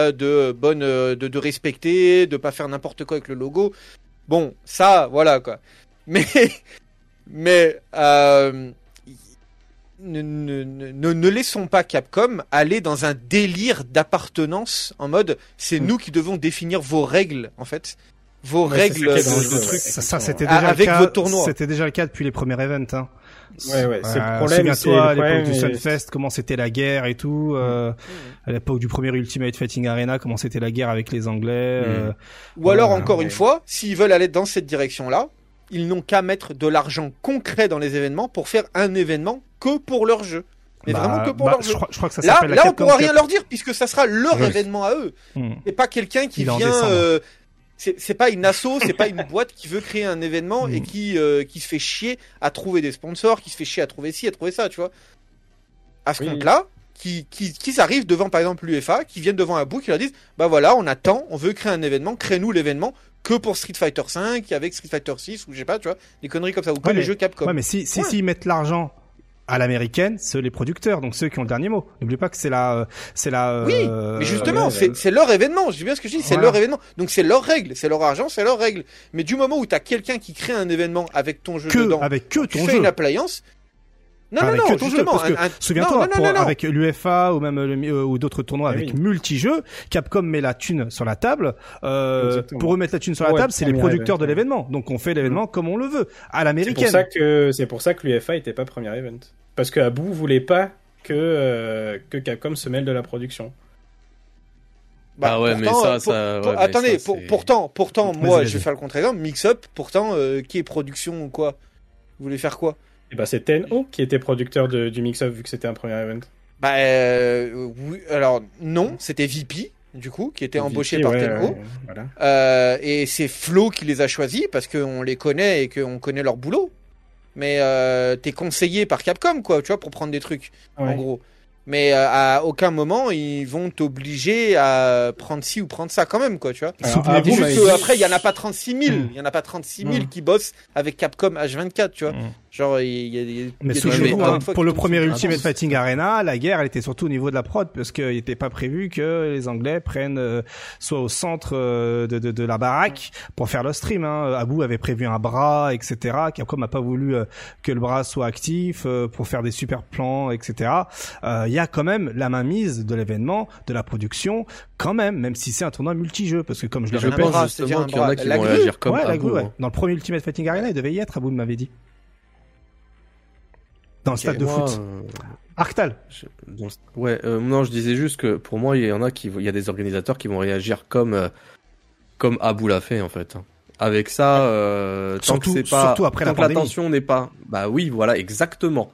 de respecter, de pas faire n'importe quoi avec le logo. Bon, ça, voilà, quoi. Mais ne laissons pas Capcom aller dans un délire d'appartenance en mode c'est nous qui devons définir vos règles en fait, vos règles de trucs. Ça c'était déjà avec le cas. Votre tournoi. C'était déjà le cas depuis les premiers events. Ouais, c'est le problème. Souviens-toi à l'époque du Sunfest, comment c'était la guerre et tout. À l'époque du premier Ultimate Fighting Arena, comment c'était la guerre avec les Anglais. Ou alors encore une fois, s'ils veulent aller dans cette direction-là, ils n'ont qu'à mettre de l'argent concret dans les événements pour faire un événement que pour leur jeu. Mais vraiment que pour leur jeu. Je crois que ça s'appelle là on pourra rien leur dire puisque ça sera leur événement à eux. C'est pas quelqu'un qui vient... c'est pas une asso, c'est pas une boîte qui veut créer un événement et qui se fait chier à trouver des sponsors, qui se fait chier à trouver ci, à trouver ça, tu vois. À ce compte-là, qui arrivent devant par exemple l'UEFA, qui viennent devant un bout, qui leur disent voilà, on attend, on veut créer un événement, crée-nous l'événement que pour Street Fighter 5 avec Street Fighter 6 ou je sais pas, tu vois, des conneries comme ça, ou que les jeux Capcom. Ouais, mais s'ils mettent l'argent à l'américaine, c'est les producteurs, donc ceux qui ont le dernier mot. N'oublie pas que c'est la. Oui, mais justement, c'est leur événement. Je dis bien ce que je dis, c'est leur événement. Donc c'est leur règle, c'est leur argent, c'est leur règle. Mais du moment où t'as quelqu'un qui crée un événement avec ton jeu dedans, avec que ton tu jeu, fais une appliance. Non, justement. Souviens-toi, avec l'UEFA ou même ou d'autres tournois avec multijeux, Capcom met la thune sur la table. Pour eux mettre la thune sur la table, c'est les producteurs de l'événement. Donc on fait l'événement comme on le veut, à l'américaine. C'est pour ça que l'UEFA était pas premier event. Parce que Abu voulait pas que Capcom se mêle de la production. Pourtant, moi, je vais faire le contre-exemple. Mix-up, pourtant, qui est production ou quoi? Vous voulez faire quoi? Et bah c'est Tenho qui était producteur du mix-up vu que c'était un premier event. Bah oui, alors non, c'était VP du coup qui était embauché par Tenho. Voilà. Et c'est Flo qui les a choisis parce qu'on les connaît et qu'on connaît leur boulot. Mais t'es conseillé par Capcom quoi, tu vois, pour prendre des trucs en gros. Mais à aucun moment ils vont t'obliger à prendre ci ou prendre ça quand même quoi, tu vois. Souvenez-vous, Juste après il y en a pas 36 000, il y en a pas 36 000 qui bossent avec Capcom H24, tu vois. Genre il y a mais souvenez-vous, pour le premier Ultimate Fighting Arena, la guerre elle était surtout au niveau de la prod parce qu'il n'était pas prévu que les Anglais prennent soit au centre de la baraque pour faire le stream. Abu avait prévu un bras, etc. Capcom a pas voulu que le bras soit actif pour faire des super plans, etc. Il y a quand même la mainmise de l'événement, de la production, quand même si c'est un tournoi multijeu, parce que comme je le répète, justement qu'il y en a qui vont réagir comme Abu. Dans le premier Ultimate Fighting Arena, il devait y être, Abu m'avait dit. Dans le stade de foot. Arctal. Non, je disais juste que pour moi, il y a des organisateurs qui vont réagir comme Abu l'a fait en fait. Avec ça, surtout après la pandémie. L'attention n'est pas. Bah oui, voilà, exactement.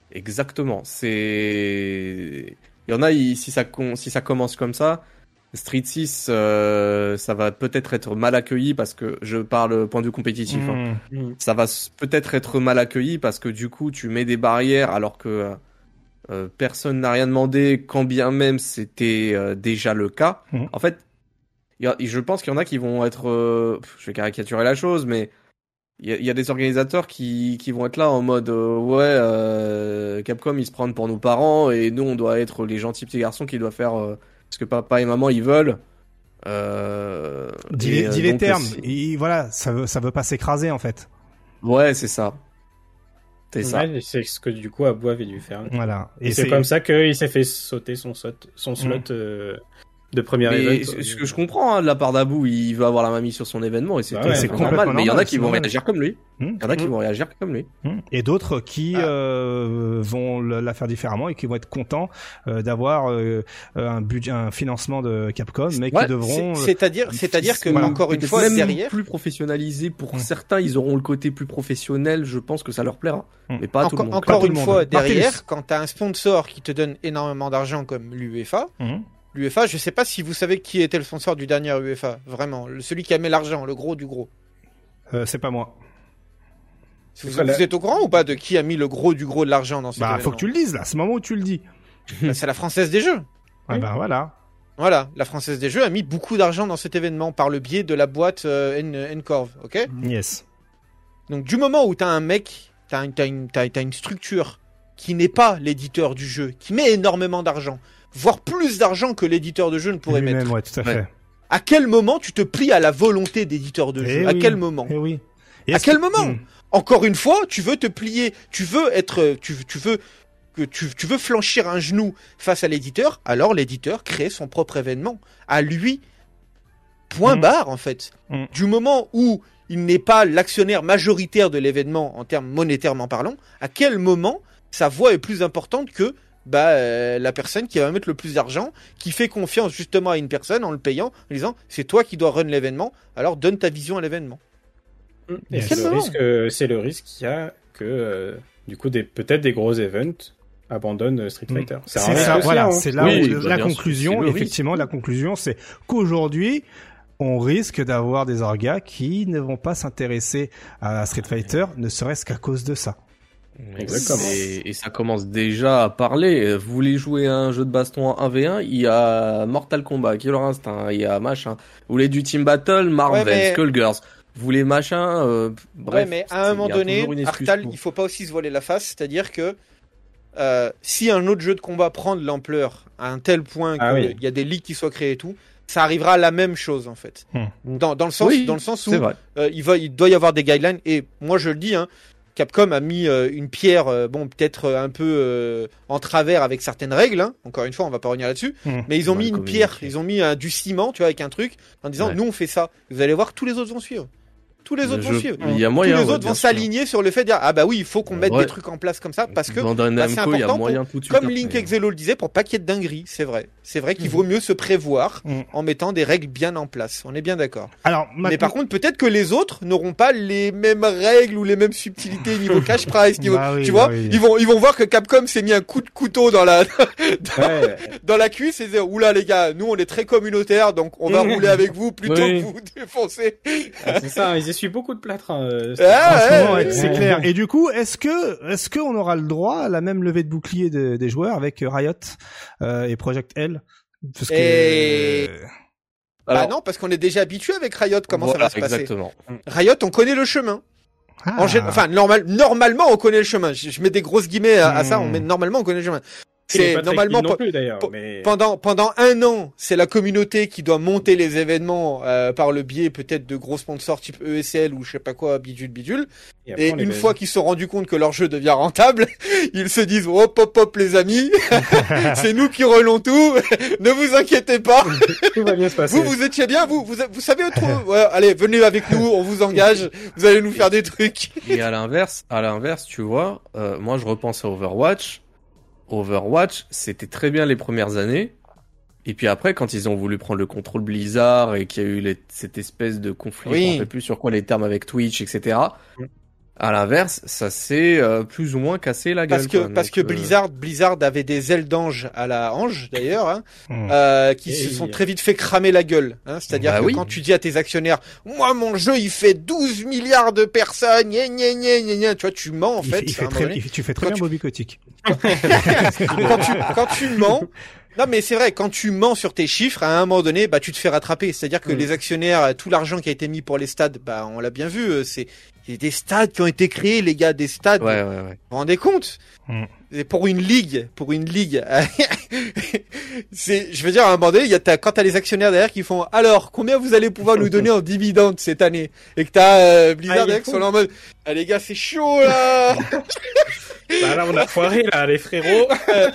Il y en a, si ça commence comme ça, Street 6, ça va peut-être être mal accueilli parce que je parle point de vue compétitif. Ça va peut-être être mal accueilli parce que du coup, tu mets des barrières alors que personne n'a rien demandé, quand bien même c'était déjà le cas. En fait, je pense qu'il y en a qui vont être, je vais caricaturer la chose, mais il y a des organisateurs qui vont être là en mode Capcom ils se prennent pour nos parents et nous on doit être les gentils petits garçons qui doivent faire ce que papa et maman ils veulent. Dis les termes. Voilà, ça veut pas s'écraser en fait. Ouais, c'est ça. C'est ça. C'est ce que du coup Abu avait dû faire. Voilà. Et c'est comme ça qu'il s'est fait sauter son slot de première event. Ce que je comprends de la part d'Abu, il veut avoir la main mise sur son événement et c'est normal. Mais il y en a qui vont réagir comme lui. Et d'autres qui vont la faire différemment et qui vont être contents d'avoir un financement de Capcom, mais qui devront. C'est-à-dire que encore une fois même derrière, plus professionnalisé pour certains, ils auront le côté plus professionnel. Je pense que ça leur plaira, mais pas à tout le monde. Encore une fois derrière, quand t'as un sponsor qui te donne énormément d'argent comme l'UEFA. L'UEFA, je sais pas si vous savez qui était le sponsor du dernier UEFA, vraiment, celui qui a mis l'argent, le gros du gros. C'est pas moi. Vous êtes au courant ou pas de qui a mis le gros du gros de l'argent dans cet événement ? Faut que tu le dises là, c'est le moment où tu le dis. C'est la Française des Jeux. Voilà. Voilà, la Française des Jeux a mis beaucoup d'argent dans cet événement par le biais de la boîte Ncorv, ok ? Yes. Donc du moment où t'as un mec, t'as une structure qui n'est pas l'éditeur du jeu, qui met énormément d'argent, voire plus d'argent que l'éditeur de jeu ne pourrait mettre. Ouais, tout à fait. À quel moment tu te plies à la volonté d'éditeur de jeu ? À quel moment ? À quel moment ? Encore une fois, tu veux te plier, tu veux flanchir un genou face à l'éditeur, alors l'éditeur crée son propre événement. À lui, point barre en fait. Du moment où il n'est pas l'actionnaire majoritaire de l'événement en termes monétairement parlant, à quel moment sa voix est plus importante que la personne qui va mettre le plus d'argent, qui fait confiance justement à une personne en le payant, en disant c'est toi qui dois run l'événement, alors donne ta vision à l'événement. Et c'est le risque qu'il y a que du coup peut-être des gros events abandonnent Street Fighter. C'est ça, voilà, c'est là où la conclusion, effectivement, la conclusion c'est qu'aujourd'hui on risque d'avoir des orgas qui ne vont pas s'intéresser à Street Fighter, ne serait-ce qu'à cause de ça. Exactement. Et ça commence déjà à parler. Vous voulez jouer à un jeu de baston en 1v1, il y a Mortal Kombat, Killer Instinct, il y a machin. Vous voulez du Team Battle, Marvel, Skullgirls. Vous voulez machin, bref. Ouais, mais à un moment donné, Arctal, il faut pas aussi se voiler la face. C'est-à-dire que si un autre jeu de combat prend de l'ampleur à un tel point qu'il y a des ligues qui soient créées et tout, ça arrivera à la même chose en fait. Dans le sens où il doit y avoir des guidelines. Et moi je le dis, Capcom a mis une pierre, peut-être un peu en travers avec certaines règles. Encore une fois, on va pas revenir là-dessus. Mais ils ont mis une pierre, ils ont mis du ciment, tu vois, avec un truc, en disant nous on fait ça. Vous allez voir, tous les autres vont suivre. Tous les autres vont suivre. Il y a moyen. Tous les autres vont s'aligner sur le fait de dire ah bah oui, il faut qu'on mette des trucs en place comme ça parce que c'est important. Comme Link Exelo le disait, pour pas qu'il y ait de dinguerie, c'est vrai. C'est vrai qu'il vaut mieux se prévoir en mettant des règles bien en place. On est bien d'accord. Alors, mais par contre, peut-être que les autres n'auront pas les mêmes règles ou les mêmes subtilités niveau cash price, niveau. Tu vois, ils vont voir que Capcom s'est mis un coup de couteau dans la dans la cuisse et dire oula les gars, nous on est très communautaires, donc on va rouler avec vous plutôt que vous défoncer. C'est ça, ils essuient beaucoup de plâtre. C'est clair. Et du coup, est-ce que on aura le droit à la même levée de bouclier des joueurs avec Riot et Project L? Parce Alors, non, parce qu'on est déjà habitué avec Riot comment ça va se passer. Exactement. Riot, on connaît le chemin. Enfin, normalement, on connaît le chemin. Je mets des grosses guillemets à ça. Normalement, on connaît le chemin. C'est normalement non plus, d'ailleurs, mais... pendant un an, c'est la communauté qui doit monter les événements par le biais peut-être de gros sponsors type ESL ou je sais pas quoi, bidule. Et une fois qu'ils se sont rendus compte que leur jeu devient rentable, ils se disent hop les amis, c'est nous qui relons tout, ne vous inquiétez pas, tout va bien se passer. Vous étiez bien, vous savez allez, venez avec nous, on vous engage, vous allez nous faire des trucs. Et à l'inverse, tu vois, moi je repense à Overwatch, c'était très bien les premières années. Et puis après, quand ils ont voulu prendre le contrôle Blizzard et qu'il y a eu cette espèce de conflit, je ne sais plus sur quoi les termes avec Twitch, etc. À l'inverse, ça s'est plus ou moins cassé la gueule. Parce que Blizzard avait des ailes d'ange à la hanche d'ailleurs, qui se sont très vite fait cramer la gueule. C'est-à-dire que quand tu dis à tes actionnaires, moi mon jeu il fait 12 milliards de personnes, tu vois, tu mens en fait. Tu fais très bien Bobby Kotick. Quand tu mens. Non mais c'est vrai, quand tu mens sur tes chiffres, à un moment donné, bah tu te fais rattraper. C'est-à-dire que les actionnaires, tout l'argent qui a été mis pour les stades, bah on l'a bien vu, c'est des stades qui ont été créés, les gars, des stades. Ouais. Vous vous rendez compte? Et pour une ligue, je veux dire, à un moment donné, quand t'as les actionnaires derrière qui font, alors, combien vous allez pouvoir nous donner en dividendes cette année? Et que t'as Blizzard derrière qui sont là en mode, ah les gars, c'est chaud, là! Bah là, on a foiré, là, les frérots.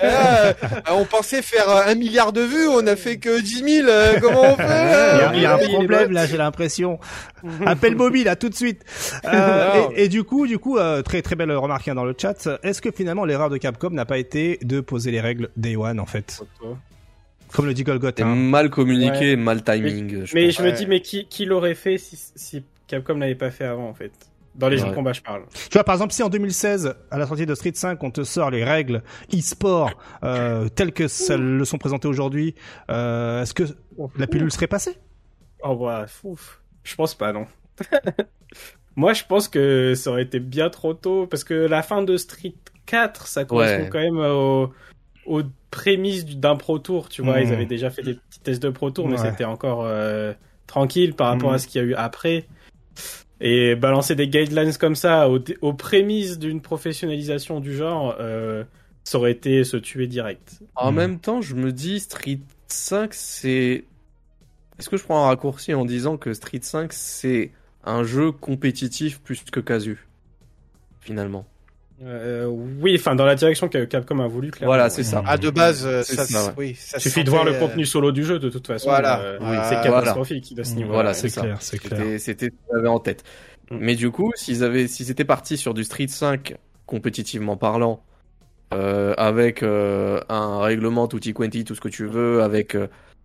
On pensait faire 1 milliard de vues, on a fait que 10 000, comment on fait? Il y a un problème, là, j'ai l'impression. Appelle Bobby, là, tout de suite. Et du coup, très, très belle remarque, dans le chat. Est-ce que finalement, l'erreur de Capcom n'a pas été de poser les règles Day One, en fait? Comme le dit Golgoth. Mal communiqué, mal timing. Mais je me dis, mais qui l'aurait fait si Capcom l'avait pas fait avant, en fait? Dans les jeux de combat, je parle. Tu vois, par exemple, si en 2016, à la sortie de Street 5, on te sort les règles e-sport telles que celles le sont présentées aujourd'hui, est-ce que la pilule serait passée? Oh bah, ouf. Je pense pas, non. Moi, je pense que ça aurait été bien trop tôt, parce que la fin de Street 4, ça correspond quand même aux prémices d'un Pro Tour, tu vois. Ils avaient déjà fait des petits tests de Pro Tour, mais c'était encore tranquille par rapport à ce qu'il y a eu après. Et balancer des guidelines comme ça aux prémices d'une professionnalisation du genre, ça aurait été se tuer direct. En même temps, je me dis Street 5, c'est... Est-ce que je prends un raccourci en disant que Street 5, c'est un jeu compétitif plus que casu, finalement? Oui, enfin dans la direction que Capcom a voulu, clairement. Voilà, c'est ça. De base, ça suffit de voir le contenu solo du jeu de toute façon. C'est catastrophique de ce niveau. Voilà, c'est clair. C'était ce que j'avais en tête. Mais du coup, s'ils étaient partis sur du Street 5 compétitivement parlant, avec un règlement tutti quanti, tout ce que tu veux, avec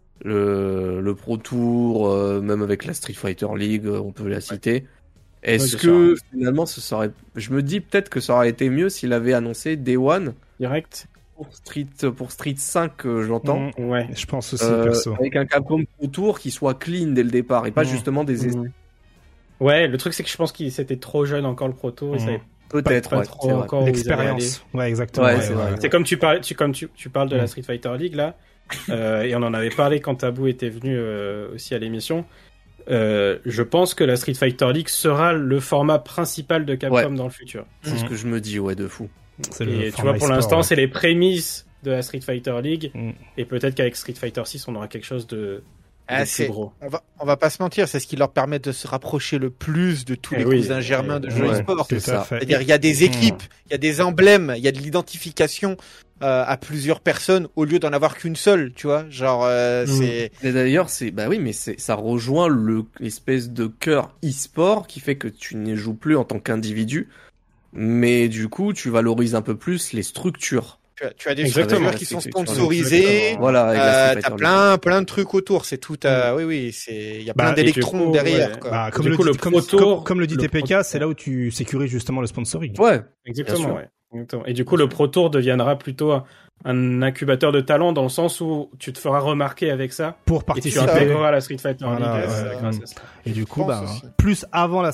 le Pro Tour, même avec la Street Fighter League, on peut la citer. Est-ce que finalement je me dis peut-être que ça aurait été mieux s'il avait annoncé Day One direct pour Street 5, j'entends. Ouais, je pense aussi perso. Avec un Capcom Pro Tour qui soit clean dès le départ et pas justement des essais. Ouais, le truc c'est que je pense qu'il c'était trop jeune encore le Pro Tour, peut-être pas trop encore l'expérience. Ouais, exactement. C'est comme tu parles de la Street Fighter League là, et on en avait parlé quand Tabou était venu aussi à l'émission. Je pense que la Street Fighter League sera le format principal de Capcom dans le futur. C'est ce que je me dis, de fou. Et tu vois, pour l'instant, c'est les prémices de la Street Fighter League, et peut-être qu'avec Street Fighter 6, on aura quelque chose de On va pas se mentir, c'est ce qui leur permet de se rapprocher le plus de tous les cousins germains de jeux e-sport. C'est-à-dire, il y a des équipes, il y a des emblèmes, il y a de l'identification à plusieurs personnes au lieu d'en avoir qu'une seule, tu vois. Genre, c'est. Et d'ailleurs, ça rejoint l'espèce de cœur e-sport qui fait que tu ne joues plus en tant qu'individu, mais du coup, tu valorises un peu plus les structures. Tu as des structures qui sont sponsorisées. Voilà, t'as plein de trucs autour. C'est tout. Il y a plein d'électrons derrière. Comme le dit TPK, c'est là où tu sécurises justement le sponsoring. Ouais, exactement. Et du coup, le Pro Tour deviendra plutôt un incubateur de talent dans le sens où tu te feras remarquer avec ça pour participer et tu intégreras la Street Fighter League grâce à ça. Et du coup, plus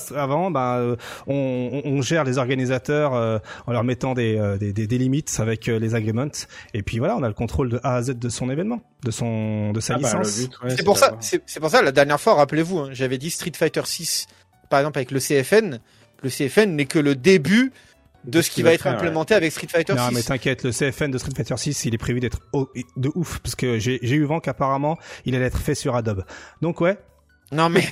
on gère les organisateurs en leur mettant des limites avec les agreements. Et puis voilà, on a le contrôle de A à Z de son événement, de sa licence. C'est pour ça, la dernière fois, rappelez-vous, j'avais dit Street Fighter 6, par exemple avec le CFN. Le CFN n'est que le début de ce qui va être implémenté avec Street Fighter 6. Non, mais t'inquiète, le CFN de Street Fighter 6, il est prévu d'être de ouf, parce que j'ai eu vent qu'apparemment, il allait être fait sur Adobe. Donc ouais. Non mais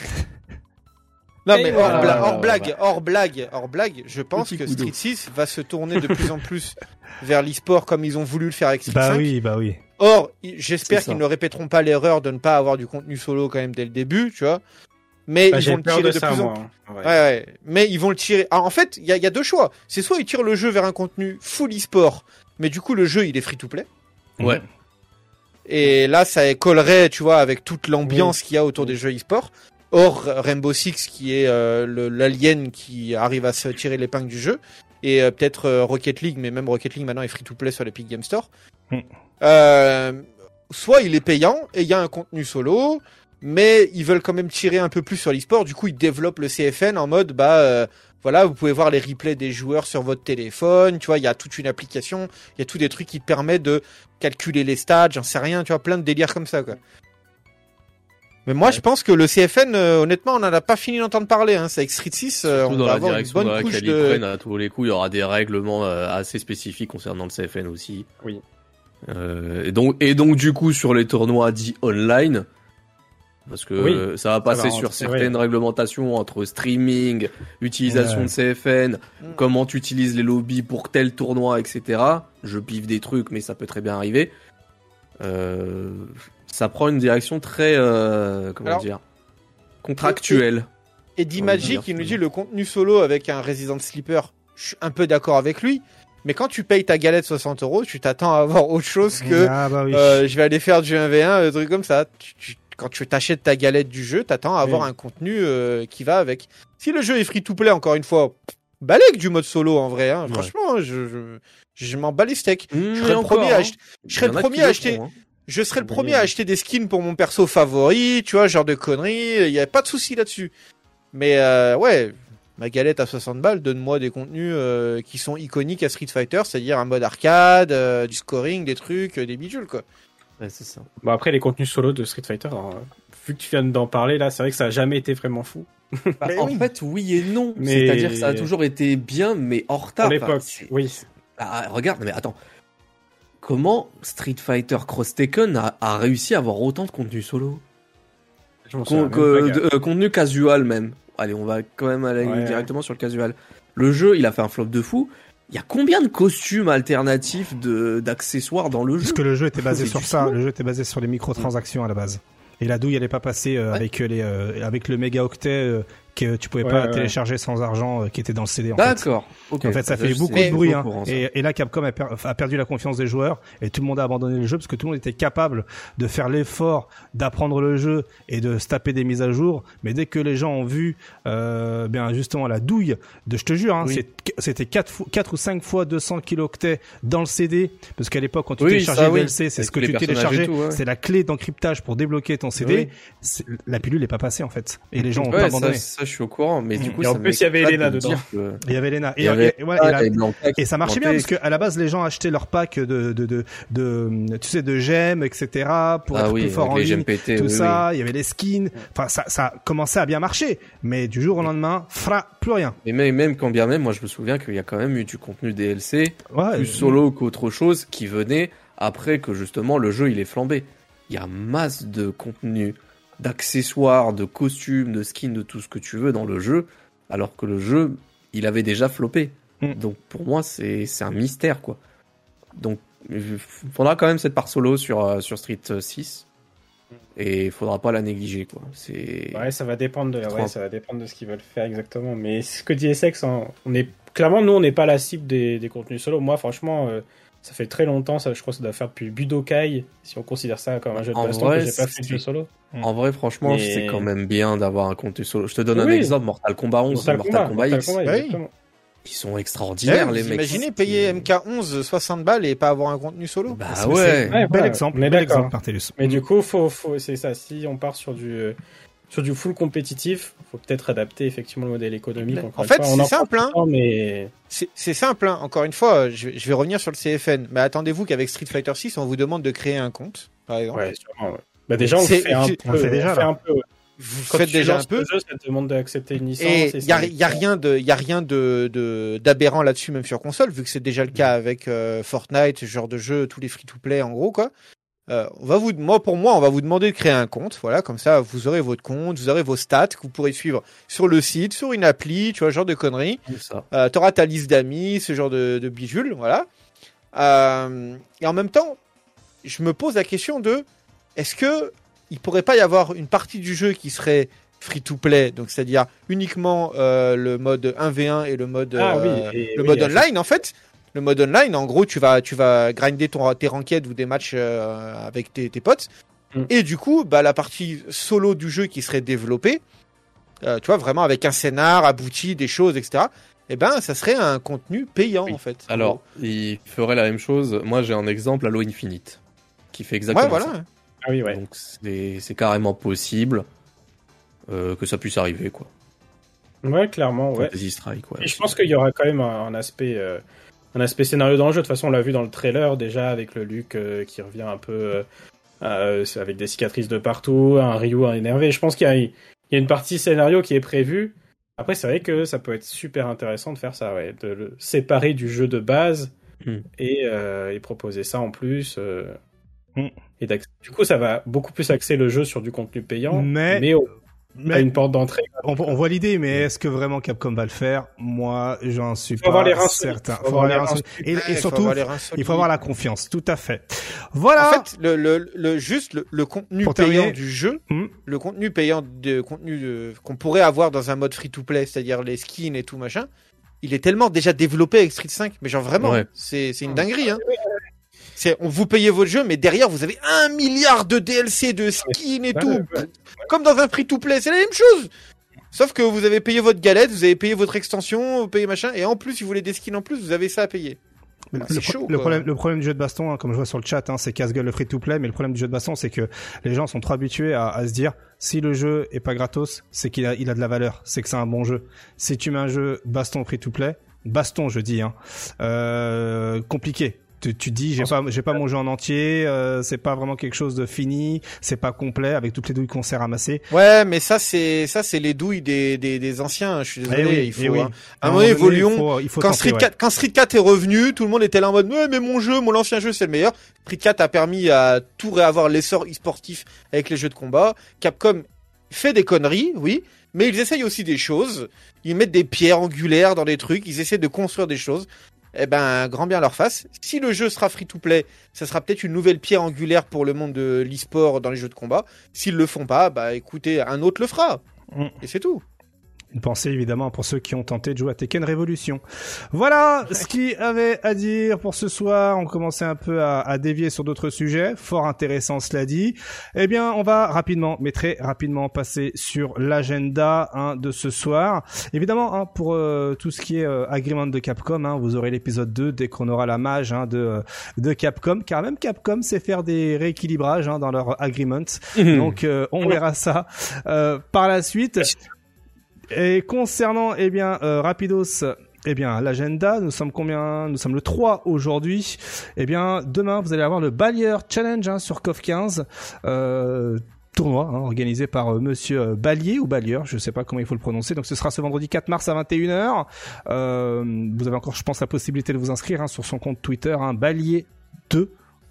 hors blague, je pense que Street 6 va se tourner de plus en plus vers l'e-sport comme ils ont voulu le faire avec Street 5. Bah oui. Or, j'espère qu'ils ne répéteront pas l'erreur de ne pas avoir du contenu solo quand même dès le début, tu vois. Mais ils vont le tirer de plus en plus. Ouais. Mais ils vont le tirer. Alors, en fait, il y a deux choix. C'est soit ils tirent le jeu vers un contenu full e-sport, mais du coup le jeu il est free to play. Ouais. Et là, ça collerait, tu vois, avec toute l'ambiance qu'il y a autour des jeux e-sport. Or, Rainbow Six qui est l'alien qui arrive à se tirer l'épingle du jeu, et peut-être Rocket League, mais même Rocket League maintenant est free to play sur l'Epic Game Store. Soit il est payant et il y a un contenu solo. Mais ils veulent quand même tirer un peu plus sur l'e-sport. Du coup, ils développent le CFN en mode, vous pouvez voir les replays des joueurs sur votre téléphone. Tu vois, il y a toute une application, il y a tous des trucs qui te permettent de calculer les stats, j'en sais rien. Tu vois, plein de délires comme ça, quoi. Mais moi, je pense que le CFN, honnêtement, on n'en a pas fini d'entendre parler. C'est avec Street 6, on va avoir une bonne couche de. À tous les coups, il y aura des règlements assez spécifiques concernant le CFN aussi. Oui. Et donc, du coup, sur les tournois dits online. Parce que ça va passer sur certaines réglementations entre streaming, utilisation de CFN, comment tu utilises les lobbies pour tel tournoi, etc. Je piffe des trucs, mais ça peut très bien arriver. Ça prend une direction très, contractuelle. Et D-Magic, qui nous dit le contenu solo avec un Resident Sleeper, je suis un peu d'accord avec lui. Mais quand tu payes ta galette 60€, tu t'attends à avoir autre chose que je vais aller faire du 1v1, un truc comme ça. Quand tu t'achètes ta galette du jeu, t'attends à avoir un contenu qui va avec. Si le jeu est free to play, encore une fois, balèque du mode solo en vrai. Franchement, je m'en bats les steaks. Je serais le premier à acheter des skins pour mon perso favori, tu vois, genre de conneries. Il y a pas de souci là-dessus. Mais ma galette à 60 balles, donne-moi des contenus qui sont iconiques à Street Fighter, c'est-à-dire un mode arcade, du scoring, des trucs, des bidules, quoi. Ouais, c'est ça. Bon, après, les contenus solo de Street Fighter, vu que tu viens d'en parler, là, c'est vrai que ça a jamais été vraiment fou. En fait, oui et non. Mais... C'est-à-dire que ça a toujours été bien, mais en retard. À l'époque, oui. Regarde, mais attends. Comment Street Fighter Cross Tekken a réussi à avoir autant de contenu solo? Contenu casual même. Allez, on va quand même aller directement sur le casual. Le jeu, il a fait un flop de fou. Il y a combien de costumes alternatifs d'accessoires dans le jeu? Parce que le jeu était basé sur ça. Le jeu était basé sur les microtransactions à la base. Et la douille allait pas passer avec le mégaoctet que tu pouvais pas télécharger sans argent qui était dans le CD. D'accord. En fait, ça fait beaucoup de bruit. Et là, Capcom a perdu la confiance des joueurs et tout le monde a abandonné le jeu parce que tout le monde était capable de faire l'effort d'apprendre le jeu et de se taper des mises à jour. Mais dès que les gens ont vu, justement la douille je te jure, c'était 4 ou 5 fois 200 kilooctets dans le CD parce qu'à l'époque quand tu téléchargeais le DLC, c'est ce que tu téléchargeais, c'est la clé d'encryptage pour débloquer ton CD. La pilule est pas passée en fait et les gens ont abandonné. Ça, je suis au courant, mais du coup, et en plus, il y avait Elena dedans. Il y avait Elena. Et ça marchait bien parce que à la base, les gens achetaient leur pack de gemmes, etc. pour être plus fort en ligne. Tout ça, il y avait les skins. Enfin, ça commençait à bien marcher. Mais du jour au lendemain, plus rien. Et même quand bien même, moi, je me souviens qu'il y a quand même eu du contenu DLC, plus solo qu'autre chose, qui venait après que justement le jeu il est flambé. Il y a masse de contenu d'accessoires, de costumes, de skins, de tout ce que tu veux dans le jeu, alors que le jeu, il avait déjà floppé. Donc pour moi, c'est un mystère, quoi. Donc il faudra quand même cette part solo sur Street 6. Et il faudra pas la négliger, quoi. Ouais, ça va dépendre de ce qu'ils veulent faire exactement. Mais ce que dit SX, on est clairement, nous, on n'est pas la cible des contenus solo. Moi, franchement, ça fait très longtemps. Je crois que ça doit faire depuis Budokai, si on considère ça comme un jeu de baston, que j'ai pas fait de jeu solo. En vrai, franchement, c'est quand même bien d'avoir un contenu solo. Je te donne un exemple, Mortal Kombat 11, Mortal Kombat X. Ils sont extraordinaires, les mecs. Imaginez payer MK11 60 balles et pas avoir un contenu solo. Bah ouais. Bel exemple, Martellus. Mais du coup, c'est ça. Si on part sur du full compétitif, faut peut-être adapter effectivement le modèle économique. En fait, c'est simple, hein. Mais c'est simple, hein. Encore une fois, je vais revenir sur le CFN. Mais attendez-vous qu'avec Street Fighter 6, on vous demande de créer un compte, par exemple. Ouais, sûrement. Ouais. Bah déjà, on le fait un peu. Vous faites déjà un peu. Le jeu, ça te demande d'accepter une licence. Et il y a rien d'aberrant là-dessus, même sur console, vu que c'est déjà le cas avec Fortnite, ce genre de jeu, tous les free-to-play, en gros, quoi. On va vous demander de créer un compte, voilà, comme ça, vous aurez votre compte, vous aurez vos stats que vous pourrez suivre sur le site, sur une appli, tu vois, ce genre de conneries. T'auras ta liste d'amis, ce genre de bijules, voilà. Et en même temps, je me pose la question de, est-ce que il pourrait pas y avoir une partie du jeu qui serait free-to-play, donc c'est-à-dire uniquement le mode 1v1 et le mode mode online, en fait. Le mode online, en gros, tu vas grinder tes ranked ou des matchs avec tes potes. Et du coup, la partie solo du jeu qui serait développée, tu vois, vraiment avec un scénar abouti, des choses, etc. Ça serait un contenu payant, en fait. Alors, il ferait la même chose. Moi, j'ai un exemple, Halo Infinite, qui fait exactement ça. Ah oui, ouais. Donc, c'est carrément possible que ça puisse arriver, quoi. Ouais, clairement, ouais. Fantasy Strike, ouais. Et je pense qu'il y aura quand même un aspect scénario dans le jeu. De toute façon, on l'a vu dans le trailer déjà avec le Luke qui revient un peu avec des cicatrices de partout, un Ryu énervé. Je pense qu'il y a une partie scénario qui est prévue. Après, c'est vrai que ça peut être super intéressant de faire ça, ouais, de le séparer du jeu de base et proposer ça en plus. Et du coup, ça va beaucoup plus axer le jeu sur du contenu payant, mais à une porte d'entrée. On voit l'idée, mais est-ce que vraiment Capcom va le faire? Moi, j'en suis pas certain. Faut avoir les reins et surtout, il faut avoir la confiance. Tout à fait. Voilà. En fait, le contenu payant du jeu, le contenu payant qu'on pourrait avoir dans un mode free-to-play, c'est-à-dire les skins et tout machin, il est tellement déjà développé avec Street 5, mais genre vraiment, c'est une dinguerie, hein. Vous payez votre jeu, mais derrière, vous avez 1 milliard de DLC, de skins et tout. Comme dans un free-to-play, c'est la même chose. Sauf que vous avez payé votre galette, vous avez payé votre extension, vous payez machin, et en plus, si vous voulez des skins en plus, vous avez ça à payer. C'est chaud. Le problème du jeu de baston, hein, comme je vois sur le chat, c'est casse-gueule le free-to-play, mais le problème du jeu de baston, c'est que les gens sont trop habitués à se dire, si le jeu est pas gratos, c'est qu'il a de la valeur, c'est que c'est un bon jeu. Si tu mets un jeu baston free-to-play, baston, je dis, compliqué. Tu dis j'ai pas mon jeu en entier, c'est pas vraiment quelque chose de fini, c'est pas complet avec toutes les douilles qu'on s'est ramassées. Ouais, mais ça c'est les douilles des anciens, je suis désolé, il faut à un moment évoluons. Quand Street 4 est revenu, tout le monde était là en mode ouais, mais mon ancien jeu c'est le meilleur. Street 4 a permis à tout réavoir l'essor e-sportif avec les jeux de combat. Capcom fait des conneries, oui, mais ils essayent aussi des choses. Ils mettent des pierres angulaires dans des trucs, ils essaient de construire des choses. Grand bien leur face. Si le jeu sera free-to-play, ça sera peut-être une nouvelle pierre angulaire pour le monde de l'e-sport dans les jeux de combat. S'ils le font pas, écoutez, un autre le fera. Et c'est tout. Une pensée évidemment pour ceux qui ont tenté de jouer à Tekken Revolution. Voilà ce qu'il y avait à dire pour ce soir. On commençait un peu à dévier sur d'autres sujets. Fort intéressant cela dit. Eh bien, on va rapidement, mais très rapidement passer sur l'agenda de ce soir. Évidemment, pour tout ce qui est agreement de Capcom, vous aurez l'épisode 2 dès qu'on aura la mage de Capcom. Car même Capcom sait faire des rééquilibrages dans leur agreement. Donc, on verra ça par la suite. Et concernant, rapidos, l'agenda, nous sommes le 3 aujourd'hui. Demain, vous allez avoir le Ballier Challenge, sur KOF 15. Tournoi, organisé par monsieur Ballier ou Ballier, je sais pas comment il faut le prononcer. Donc, ce sera ce vendredi 4 mars à 21h. Vous avez encore, je pense, la possibilité de vous inscrire, sur son compte Twitter, Ballier 2. Voilà,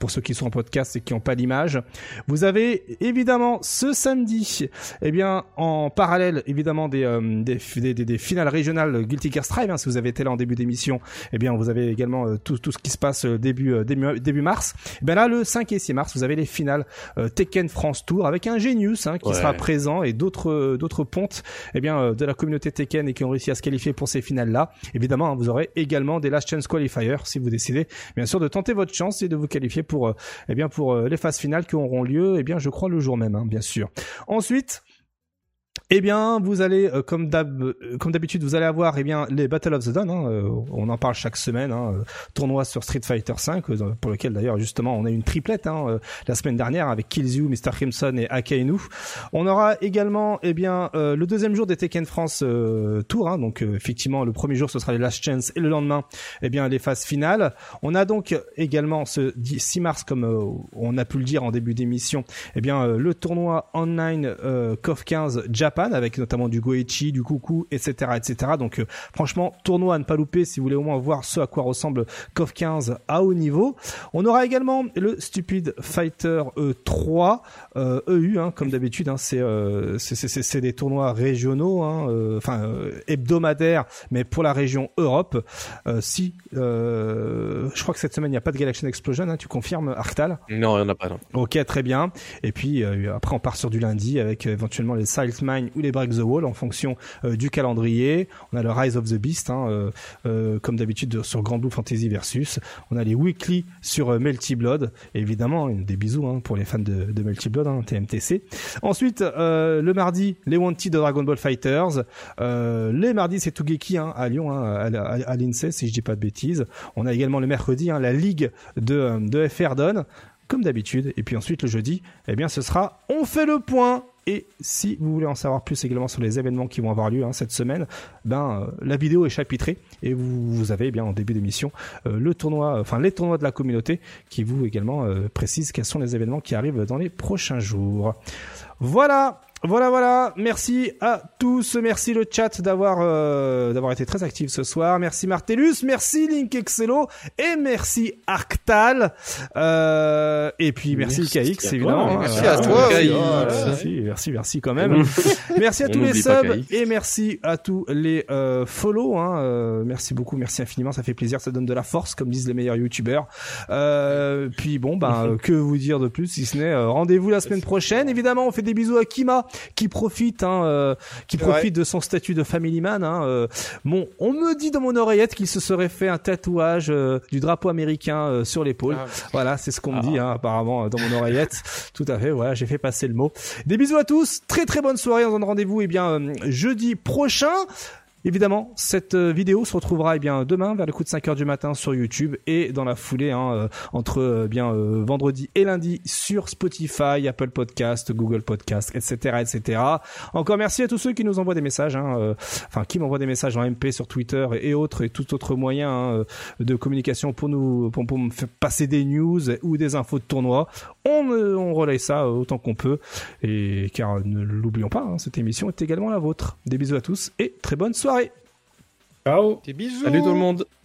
pour ceux qui sont en podcast et qui n'ont pas l'image. Vous avez évidemment ce samedi, eh bien en parallèle évidemment des finales régionales Guilty Gear Strive. Hein, si vous avez été là en début d'émission, eh bien vous avez également tout ce qui se passe début mars. Eh bien là, le 5 et 6 mars, vous avez les finales Tekken France Tour avec un Genius qui sera présent et d'autres pontes eh bien de la communauté Tekken et qui ont réussi à se qualifier pour ces finales-là. Évidemment, hein, vous aurez également des Last Chance Qualifiers si vous décidez bien sûr de tenter votre chance et de vous qualifier pour les phases finales qui auront lieu eh bien je crois le jour même, hein, bien sûr. Ensuite, eh bien, vous allez, comme d'habitude, vous allez avoir, eh bien, les Battle of the Dawn, hein, on en parle chaque semaine, hein, tournoi sur Street Fighter V, pour lequel d'ailleurs, justement, on a une triplette, hein, la semaine dernière avec Killzoo, Mr. Crimson et Akainu. On aura également, eh bien, le deuxième jour des Tekken France Tour, hein, donc, effectivement, le premier jour, ce sera les Last Chance et le lendemain, eh bien, les phases finales. On a donc également ce 6 mars, comme on a pu le dire en début d'émission, eh bien, le tournoi online KOF 15 Japan, avec notamment du Goichi, du Coucou, etc., etc. Donc franchement, tournoi à ne pas louper si vous voulez au moins voir ce à quoi ressemble KOF 15 à haut niveau. On aura également le Stupid Fighter 3 EU, hein, comme d'habitude, hein, c'est des tournois régionaux, hein, hebdomadaires, mais pour la région Europe. Je crois que cette semaine il n'y a pas de Galaxian Explosion, hein, tu confirmes, Arctal? Non, il n'y en a pas. Non. Ok, très bien. Et puis après on part sur du lundi avec éventuellement les Silent Mine ou les Break the Wall en fonction du calendrier. On a le Rise of the Beast, hein, comme d'habitude sur Grand Blue Fantasy Versus. On a les weekly sur Melty Blood. Et évidemment, des bisous, hein, pour les fans de Melty Blood, hein, TMTC. Ensuite, le mardi, les Wanted de Dragon Ball Fighters. Les mardis, c'est Tougeki, hein, à Lyon, hein, à l'INSEE, si je dis pas de bêtises. On a également le mercredi, hein, la Ligue de FR Dawn, comme d'habitude. Et puis ensuite, le jeudi, eh bien, ce sera On fait le point. Et si vous voulez en savoir plus également sur les événements qui vont avoir lieu, hein, cette semaine, la vidéo est chapitrée et vous avez, eh bien, en début d'émission, les tournois de la communauté qui vous également précisent quels sont les événements qui arrivent dans les prochains jours. Voilà. Merci à tous, merci le chat d'avoir été très actif ce soir. Merci Martellus, merci Link Excello et merci Arctal. Et puis merci KX évidemment. Merci à toi. Merci quand même. Merci à tous les subs et merci à tous les follow. Hein. Merci beaucoup, merci infiniment, ça fait plaisir, ça donne de la force comme disent les meilleurs youtubeurs. Puis bon, que vous dire de plus si ce n'est rendez-vous la semaine prochaine. Évidemment, on fait des bisous à Kima qui profite de son statut de family man. Hein. On me dit dans mon oreillette qu'il se serait fait un tatouage du drapeau américain sur l'épaule. Voilà, c'est ce qu'on me dit, hein, apparemment dans mon oreillette. Tout à fait. Voilà, j'ai fait passer le mot. Des bisous à tous. Très très bonne soirée. On se donne rendez-vous jeudi prochain. Évidemment, cette vidéo se retrouvera demain vers le coup de 5h du matin sur YouTube et dans la foulée, hein, entre vendredi et lundi sur Spotify, Apple Podcast, Google Podcast, etc. Encore merci à tous ceux qui nous envoient des messages, hein, qui m'envoient des messages en MP sur Twitter et autres et tout autre moyen, hein, de communication pour me faire passer des news ou des infos de tournoi. On relaye ça autant qu'on peut et car ne l'oublions pas, hein, cette émission est également la vôtre. Des bisous à tous et très bonne soirée. Ciao. Des bisous. Salut tout le monde.